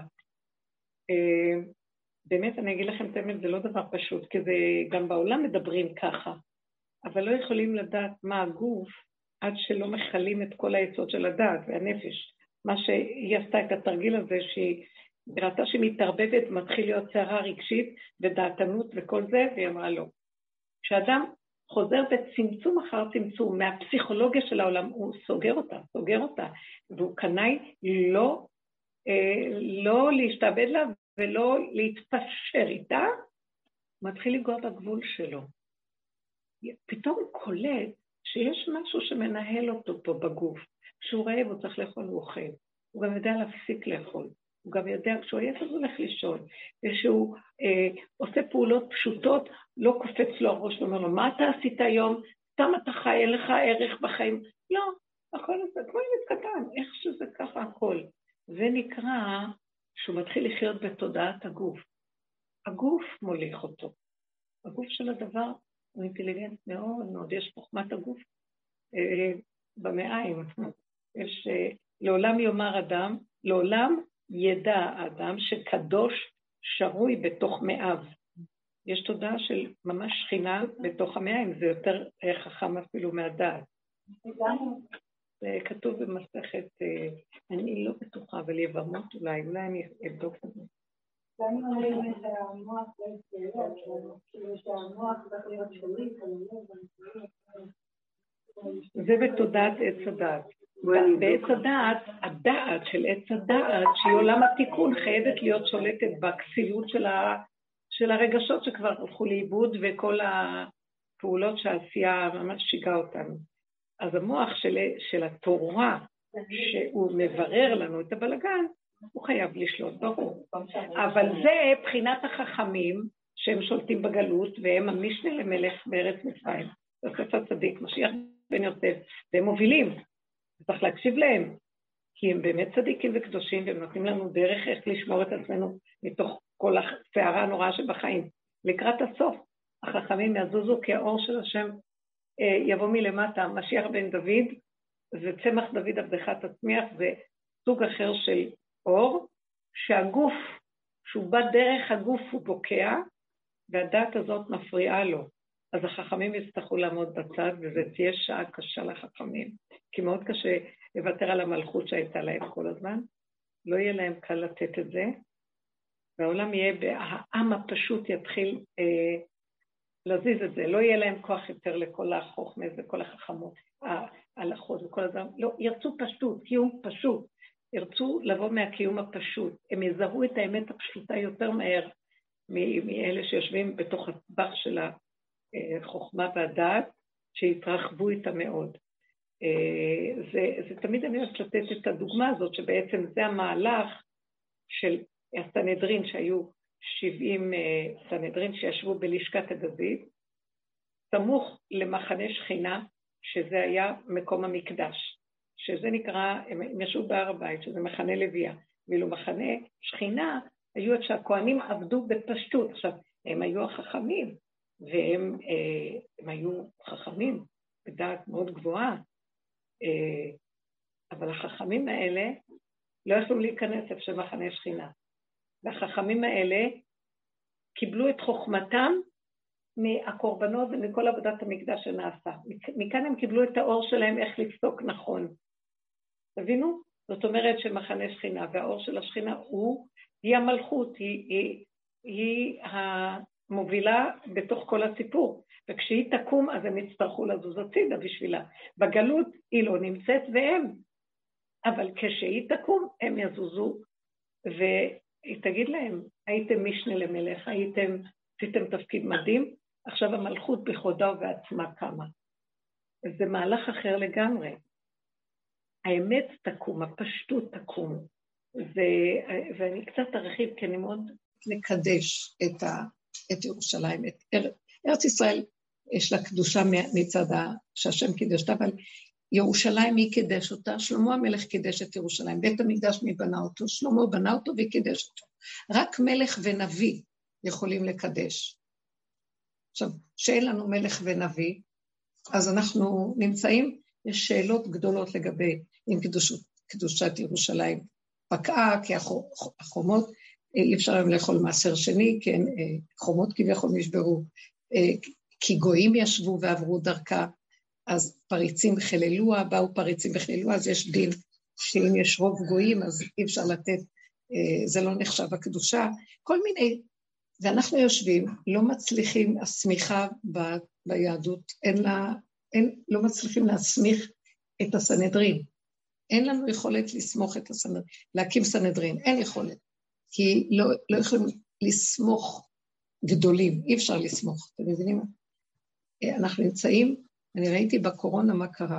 באמת אני אגיד לכם תמיד, זה לא דבר פשוט, כי זה גם בעולם מדברים ככה, אבל לא יכולים לדעת מה הגוף, עד שלא מחלים את כל היסוד של הדעת והנפש. מה שהיא עשתה את התרגיל הזה, שהיא ראתה שהיא מתערבבת, מתחיל להיות שערה רגשית ודעתנות וכל זה, והיא אמרה לא. כשאדם חוזר בצמצום אחר צמצום מהפסיכולוגיה של העולם, הוא סוגר אותה, סוגר אותה, והוא קנאי לא, אה, לא להשתעבד לה ולא להתפשר איתה, הוא מתחיל לגוע בגבול שלו. פתאום הוא קולט שיש משהו שמנהל אותו פה בגוף, כשהוא רעב הוא צריך לאכול, הוא אוכל, הוא גם יודע להפסיק לאכול. הוא גם יודע, כשהוא עייף אז הוא הולך לישון, ושהוא אה, עושה פעולות פשוטות, לא קופץ לו הראש ואומר לו, מה אתה עשית היום? סתם אתה חי, אין לך ערך בחיים. לא, הכל הזה, כמו ילד קטן, איך שזה ככה הכל. זה נקרא שהוא מתחיל לחיות בתודעת הגוף. הגוף מוליך אותו. הגוף של הדבר הוא אינטליגנט מאוד מאוד, יש חוכמת הגוף אה, במעיים. יש, אה, לעולם יאמר אדם, לעולם ידע האדם שקדוש שרוי בתוך מאיו. יש תודעה של ממש שכינה בתוך המעיים, זה יותר חכם אפילו מהדעת. זה כתוב במסכת, אני לא בטוחה, אבל יבמות אולי, אולי אני אבדוק את זה. גם אומרים את המוח והשאלות, כאילו שהמוח צריך להיות שולי, זה בתודעת עץ הדעת. בעץ הדעת, הדעת של עץ הדעת, שהיא עולם התיקון, חייבת להיות שולטת בכסילות של, ה, של הרגשות שכבר הלכו לאיבוד, וכל הפעולות שהעשייה ממש שיגעה אותנו. אז המוח של, של התורה, שהוא מברר לנו את הבלגן, הוא חייב לשלוט ברור. אבל זה בחינת החכמים, שהם שולטים בגלות, והם המשנה למלך בארץ מצרים. זה ספר צדיק, משיח בן יוסף, והם מובילים. צריך להקשיב להם, כי הם באמת צדיקים וקדושים, והם נותנים לנו דרך איך לשמור את עצמנו מתוך כל הסערה הנוראה שבחיים. לקראת הסוף, החכמים יזוזו כי האור של השם אה, יבוא מלמטה, משיח בן דוד, וצמח דוד עבדך תצמיח, זה סוג אחר של אור, שהגוף, שהוא בא דרך הגוף הוא בוקע, והדעת הזאת מפריעה לו. אז החכמים יצטרכו לעמוד בצד, וזה תהיה שעה קשה לחכמים. כי מאוד קשה לוותר על המלכות שהייתה להם כל הזמן, לא יהיה להם קל לתת את זה, והעולם יהיה, העם הפשוט יתחיל אה, להזיז את זה, לא יהיה להם כוח יותר לכל החוכמה וכל החכמות, ההלכות וכל הזמן, לא, ירצו פשוט, קיום פשוט, ירצו לבוא מהקיום הפשוט, הם יזהו את האמת הפשוטה יותר מהר, מאלה שיושבים בתוך הטבח של החוכמה והדעת, שהתרחבו איתה מאוד. זה, זה תמיד אני אוהבת לתת את הדוגמה הזאת, שבעצם זה המהלך של הסנהדרין, שהיו שבעים סנהדרין שישבו בלשכת דוד, סמוך למחנה שכינה, שזה היה מקום המקדש, שזה נקרא, הם ישבו בהר הבית, שזה מחנה לוויה, ואילו מחנה שכינה, היו את שהכהנים עבדו בפשטות. עכשיו, הם היו החכמים, והם הם היו חכמים בדעת מאוד גבוהה, אבל החכמים האלה לא יכלו להיכנס איפה של מחנה שכינה. והחכמים האלה קיבלו את חוכמתם מהקורבנות ומכל עבודת המקדש שנעשה. מכאן הם קיבלו את האור שלהם איך לפסוק נכון. תבינו? זאת אומרת שמחנה שכינה, והאור של השכינה הוא, היא המלכות, היא, היא, היא המובילה בתוך כל הסיפור. וכשהיא תקום, אז הם יצטרכו לזוז הצידה בשבילה. בגלות היא לא נמצאת והם. אבל כשהיא תקום, הם יזוזו, והיא תגיד להם, הייתם משנה למלך, הייתם, עשיתם תפקיד מדהים, עכשיו המלכות בכבודה ובעצמה קמה. זה מהלך אחר לגמרי. האמת תקום, הפשטות תקום. ו... ואני קצת ארחיב, כי אני מאוד מקדש את, ה... את ירושלים. את אר... ארץ ישראל יש לה קדושה מצד שהשם קידש אותה, אבל ירושלים היא קידש אותה, שלמה המלך קידש את ירושלים, בית המקדש מי בנה אותו, שלמה בנה אותו וקידש אותו. רק מלך ונביא יכולים לקדש. עכשיו, שאין לנו מלך ונביא, אז אנחנו נמצאים, יש שאלות גדולות לגבי אם קדושות, קדושת ירושלים פקעה, כי החומות, אי אפשר להם לאכול מעשר שני, כן, חומות כביכול נשברו, כי גויים ישבו ועברו דרכה, אז פריצים חללוה, באו פריצים וחללוה, אז יש דין שאם יש רוב גויים, אז אי אפשר לתת, זה לא נחשב הקדושה, כל מיני, ואנחנו יושבים, לא מצליחים, הסמיכה ב, ביהדות, אין לה, אין, לא מצליחים להסמיך את הסנהדרין, אין לנו יכולת לסמוך את הסנהדרין, להקים סנהדרין, אין יכולת, כי לא, לא יכולים לסמוך גדולים, אי אפשר לסמוך, אתם מבינים? אנחנו נמצאים, אני ראיתי בקורונה מה קרה,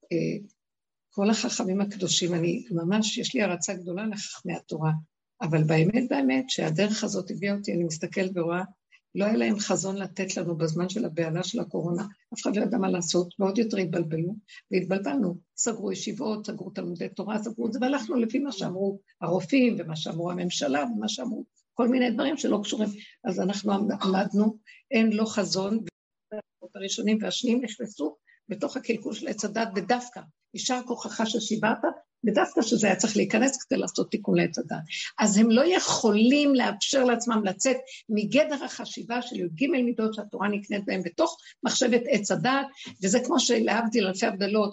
כל החכמים הקדושים, אני ממש, יש לי הרצה גדולה לחכמי התורה, אבל באמת באמת שהדרך הזאת הביאה אותי, אני מסתכלת ורואה, לא היה להם חזון לתת לנו בזמן של הבעלה של הקורונה, אף אחד לא ידע מה לעשות, ועוד יותר התבלבלו, והתבלבלנו, סגרו ישיבות, סגרו תלמודי תורה, סגרו את זה, והלכנו לפי מה שאמרו הרופאים, ומה שאמרו הממשלה, ומה שאמרו כל מיני דברים שלא קשורים, אז אנחנו עמדנו, אין לו חזון, הראשונים והשניים נכנסו בתוך הקלקול של עץ הדת בדווקא, יישר כוחך ששיברת, בדווקא שזה היה צריך להיכנס כדי לעשות תיקון לעץ הדת. אז הם לא יכולים לאפשר לעצמם לצאת מגדר החשיבה של י"ג מידות שהתורה נקנית בהם בתוך מחשבת עץ הדת, וזה כמו שלהבדיל אלפי הבדלות,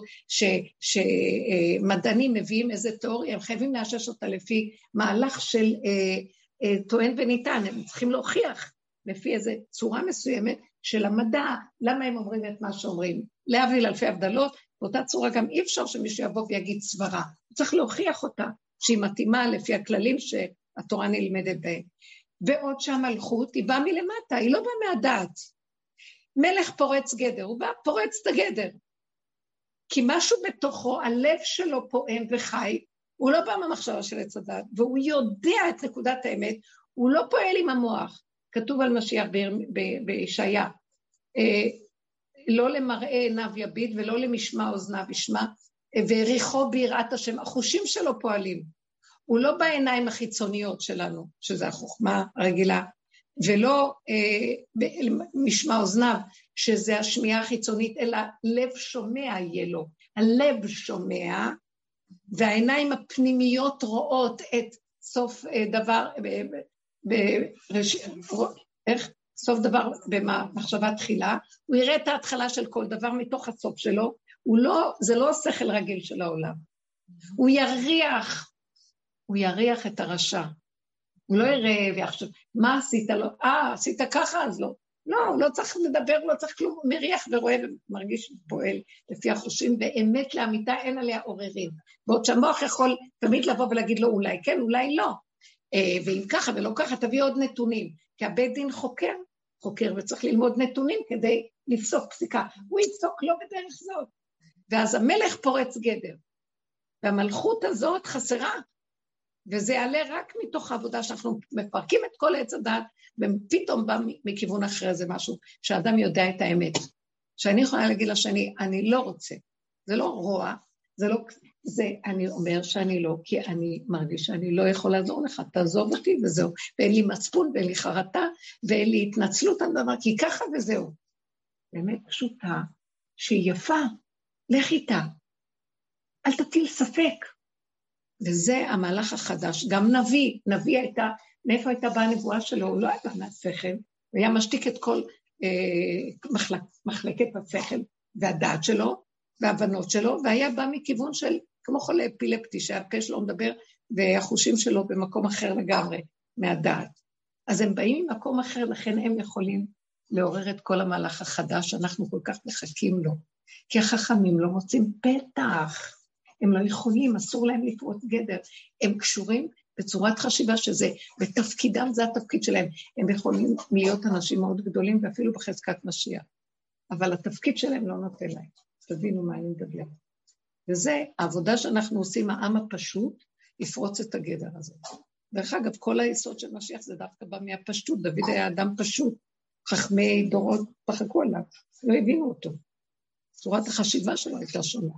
שמדענים מביאים איזה תיאוריה, הם חייבים לאשש אותה לפי מהלך של אה, אה, טוען וניתן, הם צריכים להוכיח לפי איזו צורה מסוימת, של המדע, למה הם אומרים את מה שאומרים? להבדיל אלפי הבדלות, באותה צורה גם אי אפשר שמישהו יבוא ויגיד סברה. צריך להוכיח אותה, שהיא מתאימה לפי הכללים שהתורה נלמדת בהם. ועוד שהמלכות היא באה מלמטה, היא לא באה מהדעת. מלך פורץ גדר, הוא בא פורץ את הגדר. כי משהו בתוכו, הלב שלו פועם וחי, הוא לא בא מהמחשבה של עץ הדת, והוא יודע את נקודת האמת, הוא לא פועל עם המוח. כתוב על משיח בישעיה, לא למראה עיניו יביט ולא למשמע אוזניו ישמע, והריחו ביראת השם, החושים שלו פועלים, הוא לא בעיניים החיצוניות שלנו, שזה החוכמה הרגילה, ולא משמע אוזניו, שזה השמיעה החיצונית, אלא לב שומע יהיה לו, הלב שומע, והעיניים הפנימיות רואות את סוף דבר, בראש, איך? סוף דבר במחשבה תחילה, הוא יראה את ההתחלה של כל דבר מתוך הסוף שלו, הוא לא, זה לא שכל רגיל של העולם, הוא יריח, הוא יריח את הרשע, הוא לא יראה ויחשוב, מה עשית לו? אה, עשית ככה אז לא, לא, הוא לא צריך לדבר, הוא לא צריך כלום, הוא מריח ורואה ומרגיש פועל לפי החושים, באמת לאמיתה אין עליה עוררים, בעוד שהמוח יכול תמיד לבוא ולהגיד לו אולי כן, אולי לא, ואם ככה ולא ככה, תביא עוד נתונים, כי הבית דין חוקר, חוקר וצריך ללמוד נתונים כדי לפסוק פסיקה, הוא יפסוק לא בדרך זאת, ואז המלך פורץ גדר, והמלכות הזאת חסרה, וזה יעלה רק מתוך העבודה שאנחנו מפרקים את כל עץ הדעת, ופתאום בא מכיוון אחרי זה משהו, שהאדם יודע את האמת, שאני יכולה להגיד לה שאני אני לא רוצה, זה לא רוע, זה לא, זה אני אומר שאני לא, כי אני מרגיש שאני לא יכול לעזור לך, תעזוב אותי וזהו, ואין לי מצפון, ואין לי חרטה, ואין לי התנצלות על דבר, כי ככה וזהו. באמת פשוטה, שהיא יפה, לך איתה, אל תטיל ספק. וזה המהלך החדש, גם נביא, נביא הייתה, מאיפה הייתה באה הנבואה שלו, הוא לא היה בא מהשכל, הוא היה משתיק את כל אה, מחלק, מחלקת השכל, והדעת שלו, והבנות שלו, והיה בא מכיוון של, כמו חולה אפילפטי, שהפה שלו מדבר, והחושים שלו במקום אחר לגמרי, מהדעת. אז הם באים ממקום אחר, לכן הם יכולים לעורר את כל המהלך החדש, שאנחנו כל כך מחכים לו, כי החכמים לא מוצאים פתח, הם לא יכולים, אסור להם לפרוץ גדר, הם קשורים בצורת חשיבה שזה, בתפקידם זה התפקיד שלהם, הם יכולים להיות אנשים מאוד גדולים, ואפילו בחזקת משיח, אבל התפקיד שלהם לא נותן להם, תבינו מה אני מדבר. וזה העבודה שאנחנו עושים, העם הפשוט, יפרוץ את הגדר הזה. דרך אגב, כל היסוד של משיח זה דווקא בא מהפשטות, דוד היה אדם פשוט, חכמי דורות פחקו עליו, לא הבינו אותו. צורת החשיבה שלו הייתה שונה.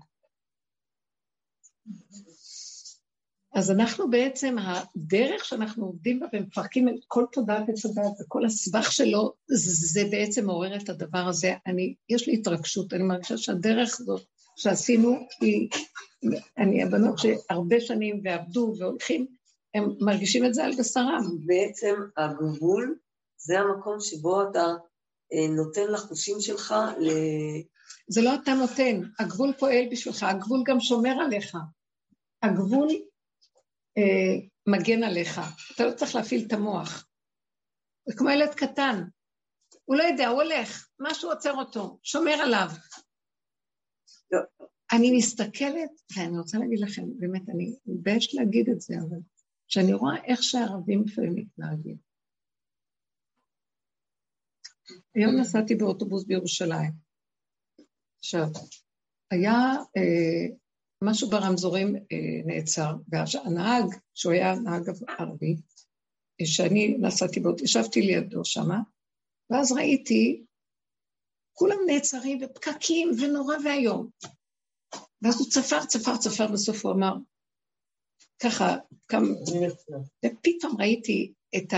אז אנחנו בעצם, הדרך שאנחנו עובדים בה ומפרקים את כל תודעת הצדעת וכל הסבך שלו, זה בעצם מעורר את הדבר הזה. אני, יש לי התרגשות, אני מרגישה שהדרך הזאת שעשינו, היא, אני הבנות שהרבה שנים ועבדו והולכים, הם מרגישים את זה על בשרם. בעצם הגבול זה המקום שבו אתה נותן לחושים שלך ל... זה לא אתה נותן, הגבול פועל בשבילך, הגבול גם שומר עליך. הגבול אה, מגן עליך, אתה לא צריך להפעיל את המוח. זה כמו ילד קטן, הוא לא יודע, הוא הולך, משהו עוצר אותו, שומר עליו. לא. אני מסתכלת, ואני רוצה להגיד לכם, באמת, אני מבייש להגיד את זה, אבל שאני רואה איך שהערבים לפעמים מתנהגים. היום נסעתי באוטובוס בירושלים. עכשיו, היה... אה, משהו ברמזורים אה, נעצר, והנהג, שהוא היה נהג ערבי, שאני נסעתי בו, ישבתי לידו שמה, ואז ראיתי, כולם נעצרים ופקקים ונורא והיום. ואז הוא צפר, צפר, צפר, בסוף הוא אמר, ככה, כמה, ופתאום ראיתי את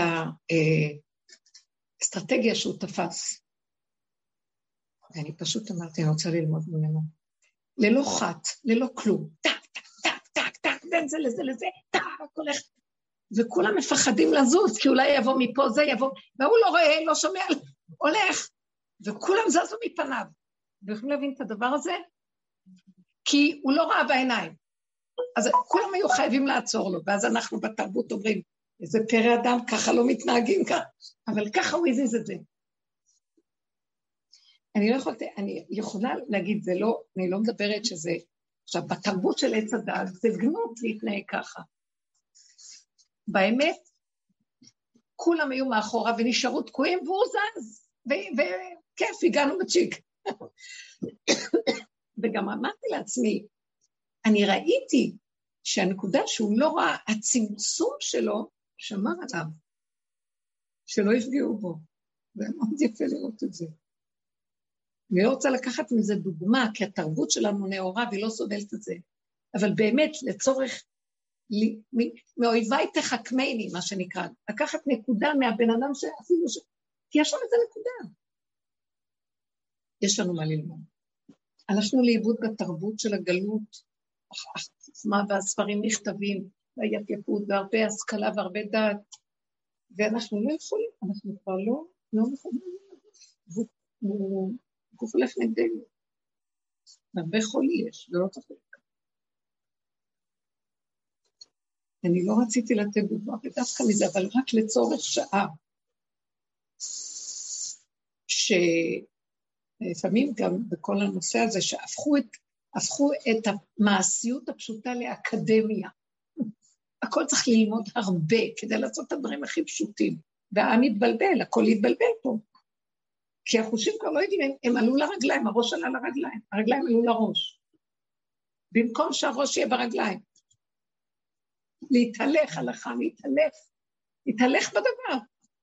האסטרטגיה שהוא תפס. ואני פשוט אמרתי, אני רוצה ללמוד ממנו. ללא חת, ללא כלום, טק, טק, טק, טק, טק, בין זה לזה לזה, טק, הולך, וכולם מפחדים לזוז, כי אולי יבוא מפה, זה יבוא, והוא לא רואה, לא שומע, הולך, וכולם זזו מפניו, ויכולים להבין את הדבר הזה, כי הוא לא ראה בעיניים, אז כולם היו חייבים לעצור לו, ואז אנחנו בתרבות אומרים, איזה פרא אדם, ככה לא מתנהגים ככה, אבל ככה הוא הזיז את זה. אני לא יכולת, אני יכולה להגיד, זה לא, אני לא מדברת שזה, עכשיו, בתרבות של עץ הדעת, זה גנות להתנהג ככה. באמת, כולם היו מאחורה ונשארו תקועים, והוא זז, וכיף, הגענו בצ'יק. וגם אמרתי לעצמי, אני ראיתי שהנקודה שהוא לא ראה, הצמצום שלו, שמר עליו, שלא יפגעו בו. זה מאוד יפה לראות את זה. אני לא רוצה לקחת מזה דוגמה, כי התרבות שלנו נאורה והיא לא סובלת את זה. אבל באמת, לצורך, מאויביי תחכמני, מה שנקרא, לקחת נקודה מהבן אדם שאפילו ש... כי יש לנו איזה נקודה. יש לנו מה ללמוד. הלכנו לאיבוד בתרבות של הגלות, החוכמה והספרים נכתבים, והיפייפות, והרבה השכלה והרבה דעת, ואנחנו לא יכולים, אנחנו כבר לא, לא יכולים. הוא גוף הולך נגדנו. הרבה חולי יש, ולא צריך לקרוא. אני לא רציתי לתת דוגמה בדווקא מזה, אבל רק לצורך שעה, שלפעמים גם בכל הנושא הזה, שהפכו את, הפכו את המעשיות הפשוטה לאקדמיה. הכל צריך ללמוד הרבה, כדי לעשות את הדברים הכי פשוטים. והעם יתבלבל, הכל יתבלבל פה. כי החושים כבר לא יודעים, הם, הם עלו לרגליים, הראש עלה לרגליים, הרגליים עלו לראש. במקום שהראש יהיה ברגליים. להתהלך הלכה, להתהלך, להתהלך בדבר.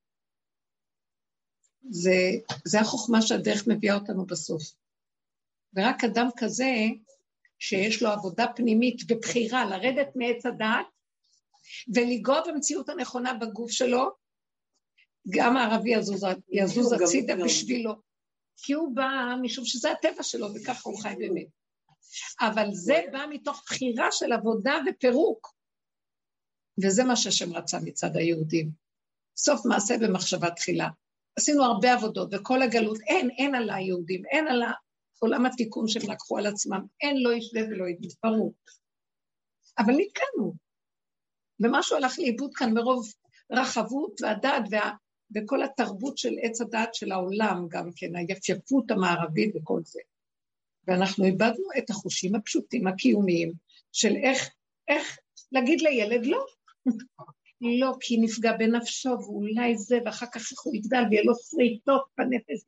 זה, זה החוכמה שהדרך מביאה אותנו בסוף. ורק אדם כזה, שיש לו עבודה פנימית ובחירה, לרדת מעץ הדעת, ולגוע במציאות הנכונה בגוף שלו, גם הערבי יזוז, יזוז הצידה בשבילו. כי הוא בא משום שזה הטבע שלו, וככה הוא חי באמת. אבל זה בא מתוך בחירה של עבודה ופירוק. וזה מה שהשם רצה מצד היהודים. סוף מעשה במחשבה תחילה. עשינו הרבה עבודות, וכל הגלות, אין, אין על היהודים, אין על עולם התיקון שהם לקחו על עצמם, אין לא ישווה ולא יתפרו. אבל נתקענו. ומשהו הלך לאיבוד כאן מרוב רחבות והדעת, וה, וכל התרבות של עץ הדעת של העולם, גם כן, היפייפות המערבית וכל זה. ואנחנו איבדנו את החושים הפשוטים, הקיומיים, של איך, איך להגיד לילד לא. לא, כי נפגע בנפשו, ואולי זה, ואחר כך הוא יגדל, ויהיה לו שריטות בנפש,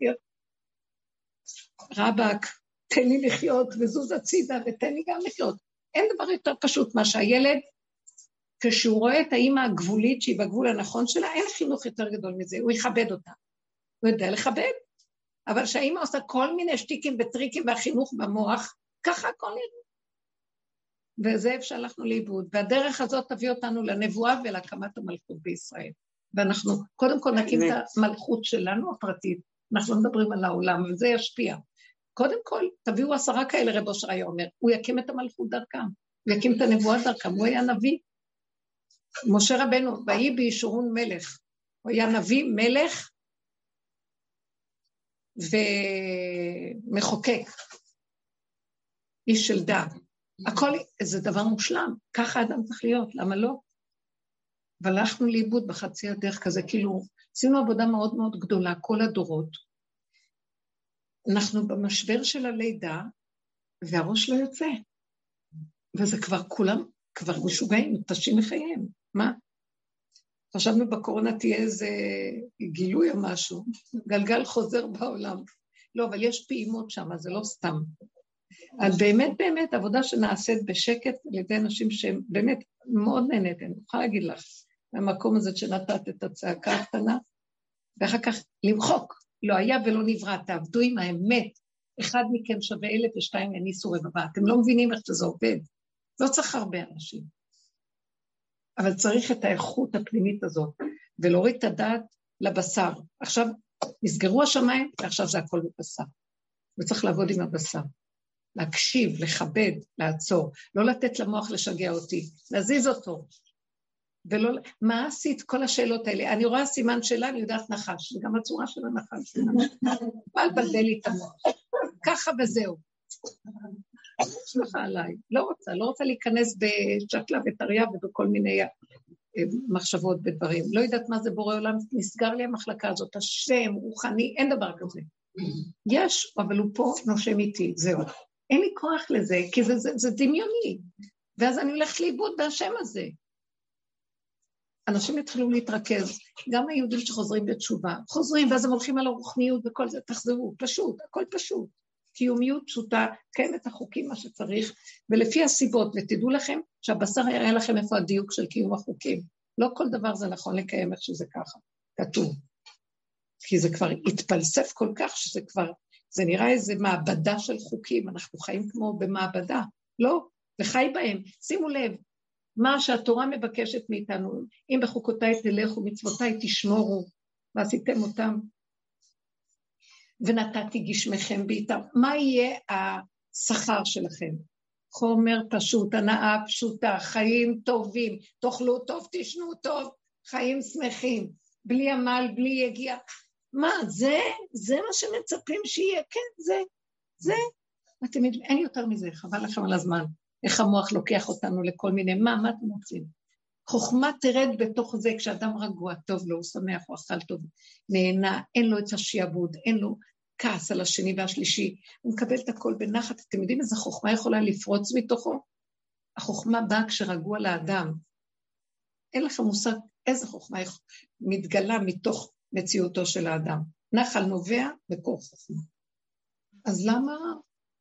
רבק, תן לי לחיות, וזוז הצידה, ותן לי גם לחיות. אין דבר יותר פשוט מה שהילד, כשהוא רואה את האמא הגבולית, שהיא בגבול הנכון שלה, אין חינוך יותר גדול מזה, הוא יכבד אותה. הוא יודע לכבד, אבל שהאמא עושה כל מיני שטיקים וטריקים, והחינוך במוח, ככה הכל נראה. וזה אפשר אנחנו לאיבוד, והדרך הזאת תביא אותנו לנבואה ולהקמת המלכות בישראל. ואנחנו קודם כל נקים את המלכות שלנו הפרטית, אנחנו לא מדברים על העולם, וזה ישפיע. קודם כל, תביאו עשרה כאלה, רב אושר היה אומר, הוא יקים את המלכות דרכם, הוא יקים את הנבואה דרכם, הוא היה נביא. משה רבנו, ויהי בישורון מלך, הוא היה נביא, מלך, ומחוקק, איש של דעת. הכל זה דבר מושלם, ככה האדם צריך להיות, למה לא? אבל הלכנו לאיבוד בחצי הדרך כזה, כאילו, עשינו עבודה מאוד מאוד גדולה, כל הדורות. אנחנו במשבר של הלידה, והראש לא יוצא. וזה כבר כולם, כבר משוגעים, מתפשים לחייהם. מה? חשבנו בקורונה תהיה איזה גילוי או משהו, גלגל חוזר בעולם. לא, אבל יש פעימות שם, זה לא סתם. אז באמת באמת עבודה שנעשית בשקט על ידי אנשים שהם באמת מאוד נהנית, אני יכולה להגיד לך, מהמקום הזה שנתת את הצעקה הקטנה, ואחר כך למחוק, לא היה ולא נברא, תעבדו עם האמת, אחד מכם שווה אלף ושתיים יניסו רבבה, אתם לא מבינים איך שזה עובד, לא צריך הרבה אנשים, אבל צריך את האיכות הפנימית הזאת, ולהוריד את הדעת לבשר, עכשיו נסגרו השמיים, ועכשיו זה הכל בבשר, וצריך לעבוד עם הבשר, להקשיב, לכבד, לעצור, לא לתת למוח לשגע אותי, להזיז אותו, ולא, מה עשית כל השאלות האלה? אני רואה סימן שאלה, אני יודעת נחש, זה גם הצורה של הנחש, מה לבלבל לי את המוח, ככה וזהו. סליחה עליי, לא רוצה, לא רוצה להיכנס בשקלה וטריה ובכל מיני מחשבות בדברים, לא יודעת מה זה בורא עולם, נסגר לי המחלקה הזאת, השם, רוחני, אין דבר כזה. יש, אבל הוא פה נושם איתי, זהו. אין לי כוח לזה, כי זה, זה, זה דמיוני, ואז אני הולכת לאיבוד בהשם הזה. אנשים התחילו להתרכז, גם היהודים שחוזרים בתשובה, חוזרים, ואז הם הולכים על הרוחניות וכל זה, תחזרו, פשוט, הכל פשוט. קיומיות פשוטה, קיים את החוקים מה שצריך, ולפי הסיבות, ותדעו לכם שהבשר יראה לכם איפה הדיוק של קיום החוקים. לא כל דבר זה נכון לקיים איך שזה ככה, כתוב. כי זה כבר התפלסף כל כך, שזה כבר, זה נראה איזה מעבדה של חוקים, אנחנו חיים כמו במעבדה. לא, וחי בהם. שימו לב, מה שהתורה מבקשת מאיתנו, אם בחוקותיי תלכו, מצוותיי תשמורו, ועשיתם אותם, ונתתי גשמכם בעיתם. מה יהיה השכר שלכם? חומר פשוט, הנאה פשוטה, חיים טובים, תאכלו טוב, תשנו טוב, חיים שמחים, בלי עמל, בלי יגיע. מה, זה, זה מה שמצפים שיהיה, כן, זה, זה. אתם יודעים, אין יותר מזה, חבל לכם על הזמן. איך המוח לוקח אותנו לכל מיני, מה, מה אתם רוצים? חוכמה תרד בתוך זה, כשאדם רגוע, טוב לו, הוא שמח, הוא אכל טוב, נהנה, אין לו את השיעבוד, אין לו כעס על השני והשלישי, הוא מקבל את הכל בנחת, אתם יודעים איזה חוכמה יכולה לפרוץ מתוכו? החוכמה באה כשרגוע לאדם. אין לכם מושג איזה חוכמה מתגלה מתוך מציאותו של האדם. נחל נובע בכל חוכמה. אז למה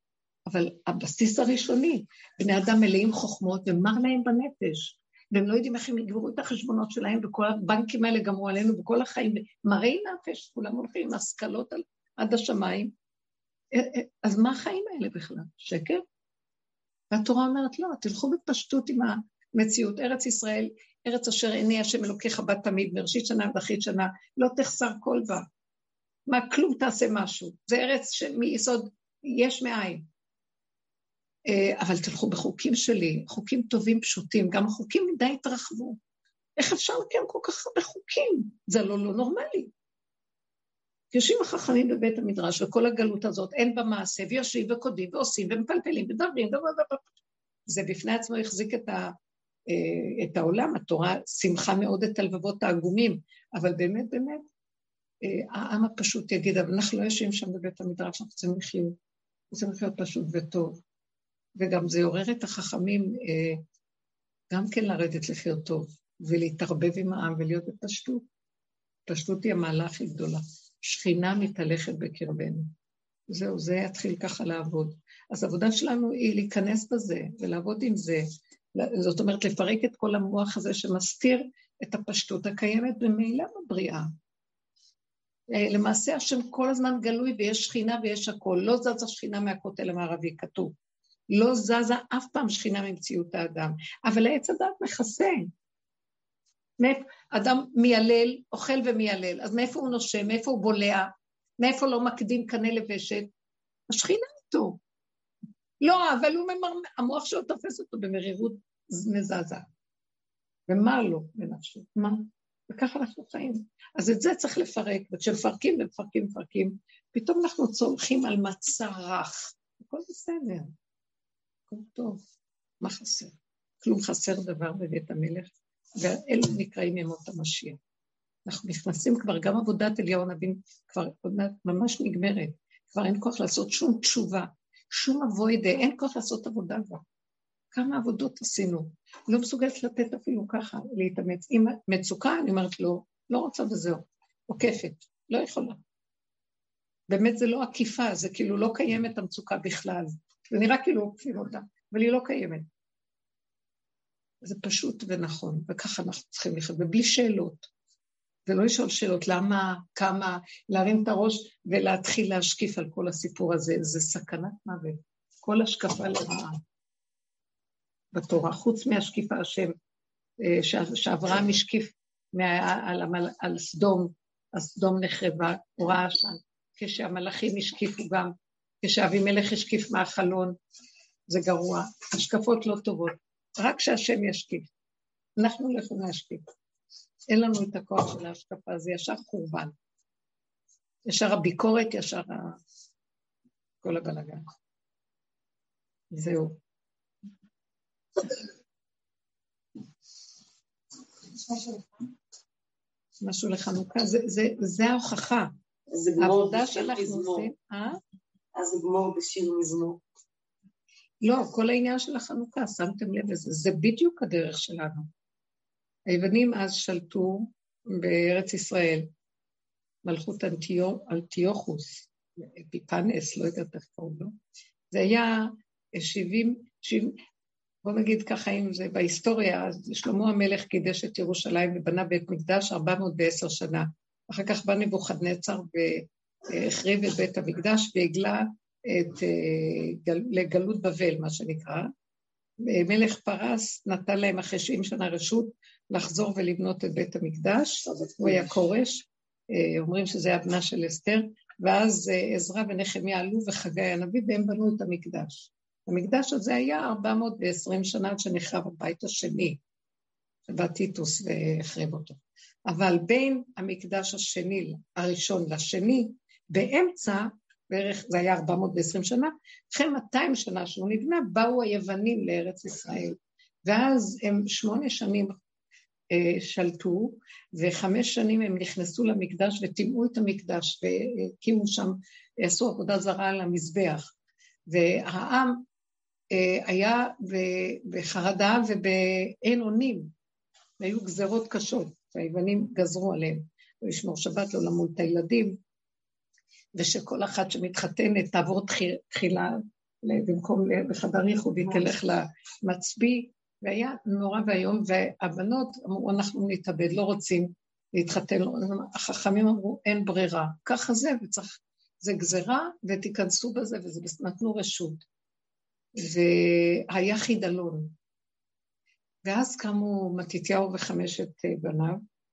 אבל הבסיס הראשוני, בני אדם מלאים חוכמות, ומר להם בנפש, והם לא יודעים איך הם יגברו את החשבונות שלהם, וכל הבנקים האלה גמרו עלינו, וכל החיים, מראי נפש, כולם הולכים עם השכלות על, עד השמיים, אז מה החיים האלה בכלל? שקר? והתורה אומרת, לא, תלכו בפשטות עם המציאות, ארץ ישראל, ארץ אשר עיני השם אלוקיך בת תמיד, מראשית שנה ודחית שנה, לא תחסר כל בה, מה כלום תעשה משהו, זה ארץ מיסוד יש מאין, אבל תלכו בחוקים שלי, חוקים טובים פשוטים, גם החוקים מדי התרחבו, איך אפשר לקיים כל כך הרבה חוקים? זה לא, לא נורמלי. יושבים החכמים בבית המדרש, וכל הגלות הזאת, אין בה מעשה, ויושבים וקודים, ועושים, ומפלפלים, ודברים, זה בפני עצמו החזיק את, ה, את העולם, התורה שמחה מאוד את הלבבות העגומים, אבל באמת, באמת, העם הפשוט יגיד, אבל אנחנו לא יושבים שם בבית המדרש, אנחנו רוצים לחיות, רוצים לחיות פשוט וטוב, וגם זה יורר את החכמים, גם כן לרדת לחיות טוב, ולהתערבב עם העם, ולהיות בפשטות. פשטות היא המעלה הכי גדולה. שכינה מתהלכת בקרבנו. זהו, זה יתחיל ככה לעבוד. אז העבודה שלנו היא להיכנס בזה, ולעבוד עם זה. זאת אומרת, לפרק את כל המוח הזה שמסתיר את הפשטות הקיימת במעילה בבריאה. למעשה השם כל הזמן גלוי ויש שכינה ויש הכל. לא זז השכינה מהכותל המערבי, כתוב. לא זזה אף פעם שכינה ממציאות האדם. אבל העץ הדעת מכסה. אדם מיילל, אוכל ומיילל, אז מאיפה הוא נושם, מאיפה הוא בולע, מאיפה לא מקדים קנה לבשת, השכינה איתו. לא, אבל הוא ממר... המוח שלו תופס אותו במרירות מזעזע. ומה לא בנפשו? מה? וככה אנחנו חיים. אז את זה צריך לפרק, וכשמפרקים ומפרקים ומפרקים, פתאום אנחנו צולחים על מצע רך. הכל בסדר. הכל טוב. מה חסר? כלום חסר דבר בבית המלך. ואלה נקראים ימות המשיח. אנחנו נכנסים כבר, גם עבודת אליהו הנביא כבר ממש נגמרת, כבר אין כוח לעשות שום תשובה, שום אבוידה, אין כוח לעשות עבודה כבר. כמה עבודות עשינו, לא מסוגלת לתת אפילו ככה, להתאמץ. אם מצוקה, אני אומרת לו, לא רוצה וזהו, עוקפת, לא יכולה. באמת זה לא עקיפה, זה כאילו לא קיימת המצוקה בכלל, זה נראה כאילו עוקפים אותה, אבל היא לא קיימת. זה פשוט ונכון, וככה אנחנו צריכים לחיות, ובלי שאלות, ולא לשאול שאלות, למה, כמה, להרים את הראש, ולהתחיל להשקיף על כל הסיפור הזה, זה סכנת מוות, כל השקפה לרעה, בתורה, חוץ מהשקיפה השם, שאברהם השקיף על, על סדום, הסדום נחרבה, הוא ראה שם, כשהמלאכים השקיפו גם, כשאבימלך השקיף מהחלון, זה גרוע, השקפות לא טובות, רק שהשם ישקיף, אנחנו לא יכולים להשקיף, אין לנו את הכוח של ההשקפה, זה ישר חורבן, ישר הביקורת, ישר ה... כל הבלגן. זהו. משהו לחנוכה, זה, זה, זה ההוכחה. העבודה שאנחנו עושים, אה? אז גמור בשיר מזמור. לא, כל העניין של החנוכה, שמתם לב לזה, זה בדיוק הדרך שלנו. היוונים אז שלטו בארץ ישראל, מלכות אנטיוכוס, אפיפנס, לא יודעת איך קוראים לו, זה היה שבעים, שבעים, בוא נגיד ככה, אם זה בהיסטוריה, אז שלמה המלך קידש את ירושלים ובנה בית מקדש ארבע מאות ועשר שנה, אחר כך בא נבוכדנצר והחריב את בית המקדש והגלה את, לגלות בבל, מה שנקרא, מלך פרס נתן להם אחרי שבעים שנה רשות לחזור ולבנות את בית המקדש, הוא היה קורש, אומרים שזה היה בנה של אסתר, ואז עזרא ונחמיה עלו וחגי הנביא, והם בנו את המקדש. המקדש הזה היה ארבע מאות ועשרים שנה עד שנחרב הבית השני, שבא טיטוס והחריב אותו. אבל בין המקדש השני, הראשון לשני, באמצע, בערך זה היה ארבע מאות ועשרים שנה, אחרי מאתיים שנה שהוא נבנה, באו היוונים לארץ ישראל, ואז הם שמונה שנים אה, שלטו, וחמש שנים הם נכנסו למקדש וטימאו את המקדש, והקימו שם, עשו עבודה זרה על המזבח, והעם אה, היה בחרדה ובאין אונים, והיו גזרות קשות, והיוונים גזרו עליהם, לשמור שבת, לא למול את הילדים, ושכל אחת שמתחתנת תעבור תחילה במקום בחדר ייחודי, תלך למצביא, והיה נורא והיום, והבנות אמרו, אנחנו נתאבד, לא רוצים להתחתן, החכמים אמרו, אין ברירה, ככה זה, וצריך, זה גזרה, ותיכנסו בזה, וזה נתנו רשות. והיה חידלון. ואז קמו מתתיהו וחמשת בניו,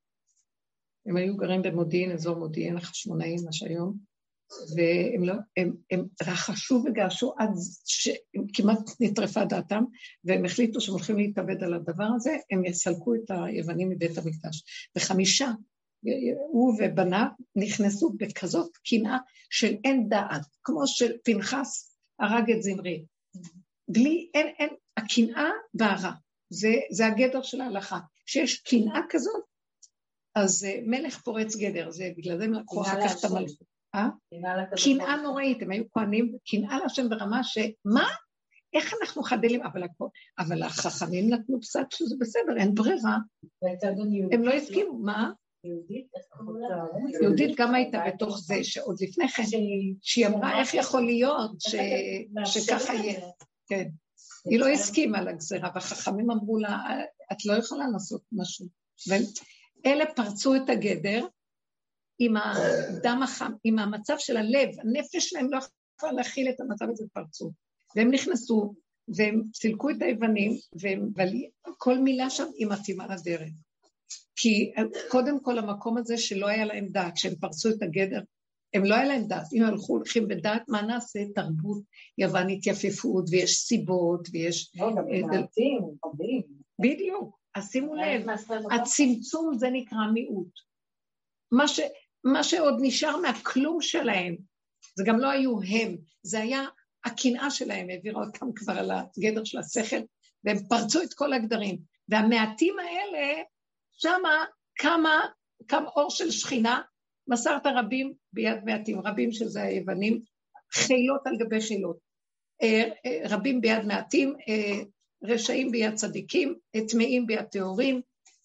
הם היו גרים במודיעין, אזור מודיעין, החשמונאים, מה שהיום, והם לא, הם, הם רחשו וגעשו עד שכמעט נטרפה דעתם, והם החליטו שהם הולכים להתאבד על הדבר הזה, הם יסלקו את היוונים מבית המקדש. וחמישה, הוא ובניו, נכנסו בכזאת קנאה של אין דעת, כמו של פנחס הרג את זמרי. בלי, אין, אין, הקנאה והרע, זה, זה הגדר של ההלכה. שיש קנאה כזאת, אז מלך פורץ גדר, זה בגלל זה הם לקחו אחר כך את המלכות. קנאה נוראית, הם היו כהנים, קנאה להשם ברמה שמה? איך אנחנו חדלים? אבל, אבל החכמים נתנו פסק שזה בסדר, אין ברירה. הם לא הסכימו, מה? יהודית? יהודית גם הייתה בתוך זה, שעוד לפני כן, שהיא אמרה איך יכול להיות שככה יהיה. כן. היא לא הסכימה לגזרה, והחכמים אמרו לה, את לא יכולה לעשות משהו. ואלה פרצו את הגדר, עם הדם החם, עם המצב של הלב, הנפש שלהם לא יכולה להכיל את המצב הזה, פרצו. והם נכנסו, והם סילקו את היוונים, וכל מילה שם היא מתאימה לדרך. כי קודם כל המקום הזה שלא היה להם דעת, כשהם פרצו את הגדר, הם לא היה להם דעת, אם הלכו הולכים בדעת, מה נעשה? תרבות יוונית יפיפות, ויש סיבות, ויש... לא, גם מעטים, רבים. בדיוק, אז שימו לב, הצמצום זה נקרא מיעוט. מה, ש, מה שעוד נשאר מהכלום שלהם, זה גם לא היו הם, זה היה הקנאה שלהם, העבירה אותם כבר על הגדר של השכל, והם פרצו את כל הגדרים. והמעטים האלה, שמה כמה, כמה אור של שכינה, מסרת רבים ביד מעטים, רבים שזה היוונים, חילות על גבי חילות, רבים ביד מעטים, רשעים ביד צדיקים, טמאים ביד טהורים,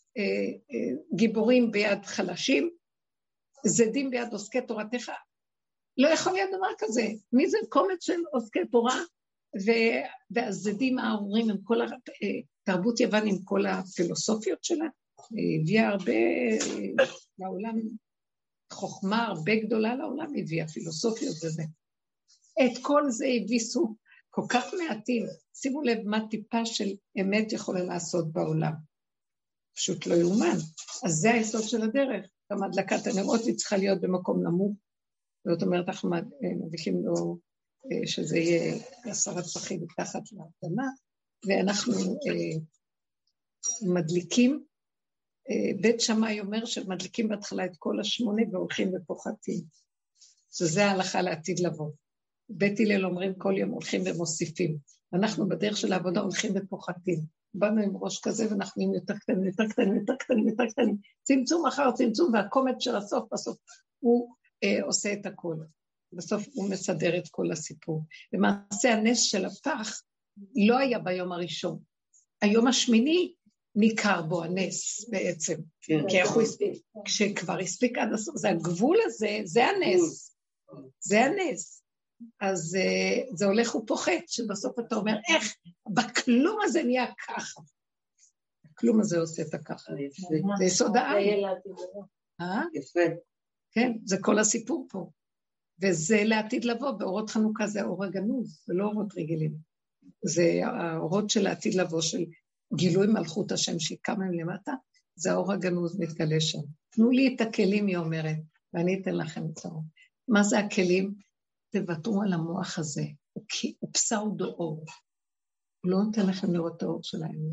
גיבורים ביד חלשים, זדים ביד עוסקי תורתך, לא יכול להיות דבר כזה, מי זה קומץ של עוסקי תורה, והזדים הארורים עם כל התרבות יוון, עם כל הפילוסופיות שלה, הביאה הרבה לעולם, חוכמה הרבה גדולה לעולם הביאה, פילוסופיות וזה. את כל זה הביסו כל כך מעטים, שימו לב מה טיפה של אמת יכולה לעשות בעולם. פשוט לא יאומן. אז זה היסוד של הדרך. גם הדלקת הנרות היא צריכה להיות במקום נמוך, זאת אומרת, אנחנו מדליקים לו שזה יהיה עשרה טפחים מתחת לאדמה, ואנחנו אה, מדליקים, אה, בית שמאי אומר שמדליקים בהתחלה את כל השמונה והולכים ופוחתים. שזה ההלכה לעתיד לבוא. בית הלל אומרים כל יום הולכים ומוסיפים. אנחנו בדרך של העבודה הולכים ופוחתים. באנו עם ראש כזה ואנחנו נהיים יותר קטנים, יותר קטנים, יותר קטנים, יותר קטנים. צמצום אחר צמצום, והקומץ של הסוף בסוף הוא אה, עושה את הכל. בסוף הוא מסדר את כל הסיפור. למעשה הנס של הפח לא היה ביום הראשון. היום השמיני ניכר בו הנס בעצם. כן. כי איך הוא הספיק, כשכבר הספיק עד הסוף, זה הגבול הזה, זה הנס. זה הנס. אז uh, זה הולך ופוחת, שבסוף אתה אומר, איך בכלום הזה נהיה ככה. הכלום הזה עושה את הככה. זה יסוד העין. אה? יפה. כן, זה כל הסיפור פה. וזה לעתיד לבוא, באורות חנוכה זה האור הגנוז, זה לא אורות רגילים. זה האורות של העתיד לבוא, של גילוי מלכות השם שקמה למטה, זה האור הגנוז מתגלה שם. תנו לי את הכלים, היא אומרת, ואני אתן לכם את האור. מה זה הכלים? תוותרו על המוח הזה, הוא פסאודו אור. הוא לא נותן לכם לראות את האור של האמת.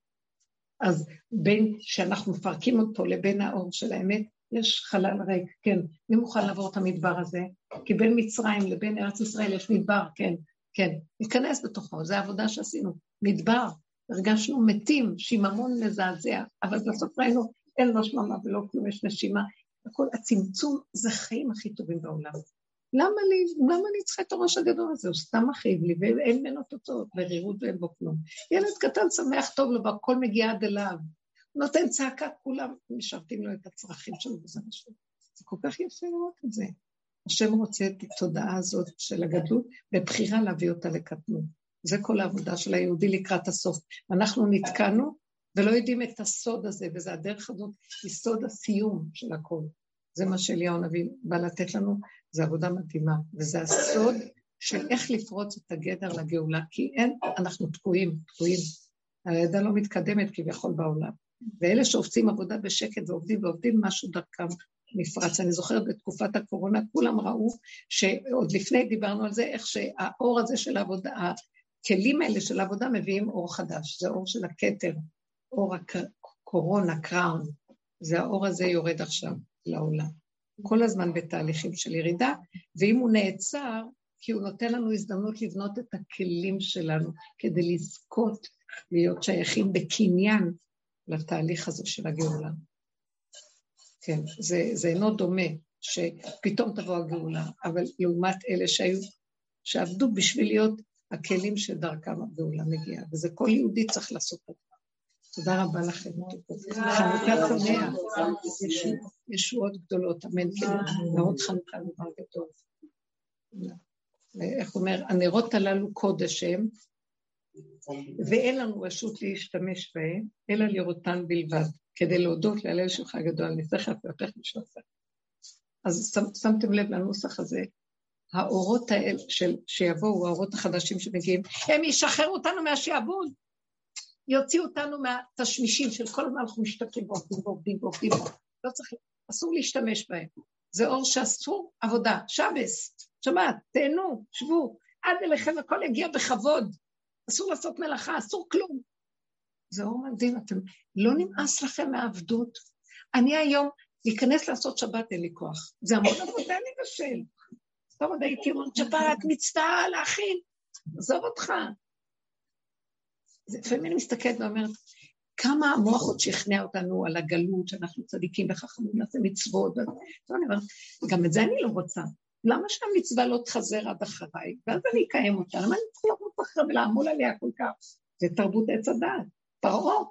אז בין שאנחנו מפרקים אותו לבין האור של האמת, יש חלל ריק, כן. מי מוכן לעבור את המדבר הזה? כי בין מצרים לבין ארץ ישראל יש מדבר, כן, כן. ניכנס בתוכו, זו העבודה שעשינו. מדבר, הרגשנו מתים, שיממון מזעזע, אבל בסוף ראינו, אין לו שממה ולא כלום, יש נשימה. הכל, הצמצום זה החיים הכי טובים בעולם. למה לי, למה אני צריכה את הראש הגדול הזה? הוא סתם מכאיב לי, ואין ממנו תוצאות, ורירות ואין בו כלום. ילד קטן שמח טוב לו, והכל מגיע עד אליו. הוא נותן צעקה, כולם משרתים לו את הצרכים שלו, וזה משהו. זה כל כך יפה לראות את זה. השם רוצה את התודעה הזאת של הגדלות, בבחירה להביא אותה לקטנות. זה כל העבודה של היהודי לקראת הסוף. אנחנו נתקענו, ולא יודעים את הסוד הזה, וזה הדרך הזאת, היא סוד הסיום של הכל. זה מה שאליהו הנביא בא לתת לנו, זה עבודה מדהימה, וזה הסוד של איך לפרוץ את הגדר לגאולה, כי אין, אנחנו תקועים, תקועים. הידה לא מתקדמת כביכול בעולם. ואלה שעובדים עבודה בשקט ועובדים ועובדים, משהו דרכם נפרץ. אני זוכרת בתקופת הקורונה, כולם ראו שעוד לפני דיברנו על זה, איך שהאור הזה של העבודה, הכלים האלה של העבודה מביאים אור חדש, זה אור של הכתר, אור הקורונה, קראון, זה האור הזה יורד עכשיו לעולם. כל הזמן בתהליכים של ירידה, ואם הוא נעצר, כי הוא נותן לנו הזדמנות לבנות את הכלים שלנו, כדי לזכות להיות שייכים בקניין לתהליך הזה של הגאולה. כן, זה, זה אינו דומה שפתאום תבוא הגאולה, אבל לעומת אלה שהיו, שעבדו בשביל להיות הכלים שדרכם הגאולה מגיעה, וזה כל יהודי צריך לעשות את זה. תודה רבה לכם. חנוכה שמח, ישועות גדולות, אמן כן, נרות חנוכה דבר גדול. איך אומר, הנרות הללו קודש הם, ואין לנו רשות להשתמש בהם, אלא לראותן בלבד, כדי להודות להלל שלך הגדול, נצטרך יותר משלושה. אז שמתם לב לנוסח הזה, האורות האלה שיבואו, האורות החדשים שמגיעים, הם ישחררו אותנו מהשעבוד, יוציאו אותנו מהתשמישים של כל הזמן אנחנו משתתקים ועובדים ועובדים ועובדים, לא צריך, אסור להשתמש בהם. זה אור שאסור עבודה, שבס, שמעת, תהנו, שבו, עד אליכם הכל יגיע בכבוד, אסור לעשות מלאכה, אסור כלום. זה אור מדהים, אתם לא נמאס לכם מהעבדות. אני היום, להיכנס לעשות שבת אין לי כוח, זה המון עבודה לי בשל. טוב, עוד הייתי אומרת שבת, מצווה להכין, עזוב אותך. לפעמים אני מסתכלת ואומרת, כמה המוח עוד שכנע אותנו על הגלות, שאנחנו צדיקים וחכמים, נעשה מצוות, גם את זה אני לא רוצה. למה שהמצווה לא תחזר עד אחריי? ואז אני אקיים אותה, למה אני צריך לרוץ אחרי ולעמול עליה כל כך? זה תרבות עץ הדעת, פרעה.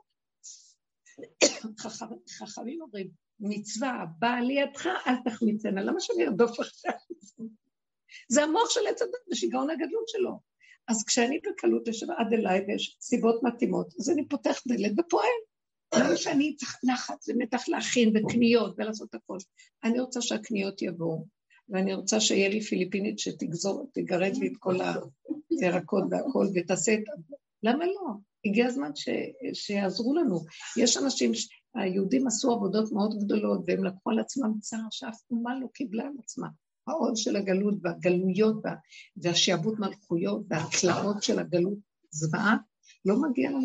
חכמים אומרים, מצווה, באה לידך, אל תחמיצנה, למה שאני ארדוף עכשיו? זה המוח של עץ הדעת, ושיגעון הגדלות שלו. אז כשאני בקלות יושב עד אליי ויש סיבות מתאימות, אז אני פותח דלת ופועל. למה שאני צריך לחץ ומתח להכין וקניות ולעשות הכל. אני רוצה שהקניות יבואו, ואני רוצה שיהיה לי פיליפינית שתגזור, תגרד לי את כל הירקות והכל ותעשה את... למה לא? הגיע הזמן ש... שיעזרו לנו. יש אנשים, היהודים עשו עבודות מאוד גדולות, והם לקחו על עצמם צער שאף אומה לא קיבלה על עצמה. העול של הגלות והגלויות והשעבוד מלכויות והתלאות של הגלות זוועה, לא מגיע לנו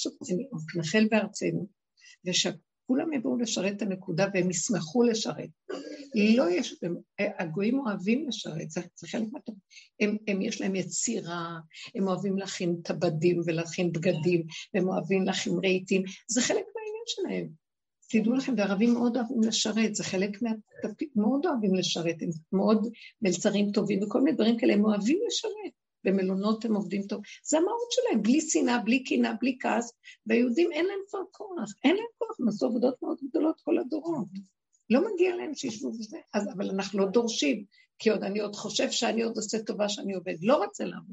שנחל בארצנו, ושכולם יבואו לשרת את הנקודה והם ישמחו לשרת. לא יש, הגויים אוהבים לשרת, זה, זה חלק מהטוב. הם, הם יש להם יצירה, הם אוהבים להכין טבדים ולהכין בגדים, הם אוהבים להכין רהיטים, זה חלק מהעניין שלהם. תדעו לכם, והערבים מאוד אוהבים לשרת, זה חלק מה... מאוד אוהבים לשרת, הם מאוד מלצרים טובים, וכל מיני דברים כאלה, הם אוהבים לשרת, במלונות הם עובדים טוב, זה המהות שלהם, בלי שנאה, בלי קינה, בלי כעס, והיהודים אין להם כבר כוח, אין להם כוח, הם עשו עבודות מאוד גדולות כל הדורות, לא מגיע להם שישבו בזה, אז, אבל אנחנו לא דורשים, כי עוד אני עוד חושב שאני עוד עושה טובה שאני עובד, לא רוצה לעבוד.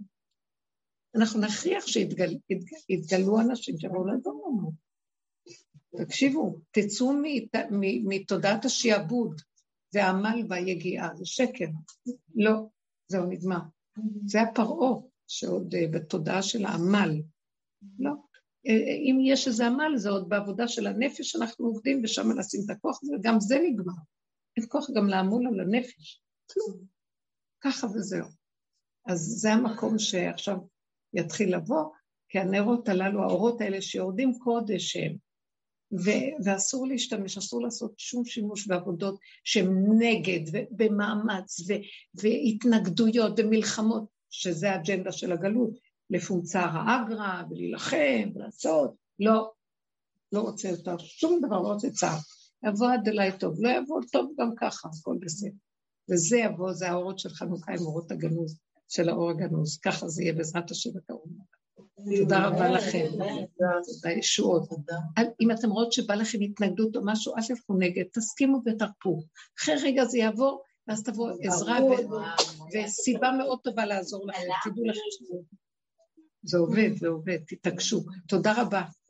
אנחנו נכריח שיתגלו שיתגל, אנשים שבאו לעזור לנו. תקשיבו, תצאו מתודעת השיעבוד, והעמל והיגיעה, זה שקר. לא, זהו נגמר. זה הפרעה שעוד בתודעה של העמל. לא, אם יש איזה עמל, זה עוד בעבודה של הנפש שאנחנו עובדים, ושם נשים את הכוח, וגם זה נגמר. אין כוח גם לעמול על הנפש. כלום. ככה וזהו. אז זה המקום שעכשיו יתחיל לבוא, כי הנרות הללו, האורות האלה שיורדים קודש הם, ו- ואסור להשתמש, אסור לעשות שום שימוש בעבודות שהן נגד ובמאמץ ו- והתנגדויות ומלחמות, שזה האג'נדה של הגלות, לפומצה האגרה ולהילחם ולעשות, לא, לא רוצה יותר, שום דבר לא רוצה צער, יבוא עד אליי טוב, לא יבוא טוב גם ככה, הכל בסדר, וזה יבוא, זה האורות של חנוכה עם אורות הגנוז, של האור הגנוז, ככה זה יהיה בעזרת השם הקרוב. תודה רבה לכם, תודה ישועות. אם אתם רואות שבא לכם התנגדות או משהו, אל תלכו נגד, תסכימו ותרפו. אחרי רגע זה יעבור, ואז תבוא עזרה וסיבה מאוד טובה לעזור לכם, תדעו לכם שזה עובד, זה עובד, תתעקשו. תודה רבה.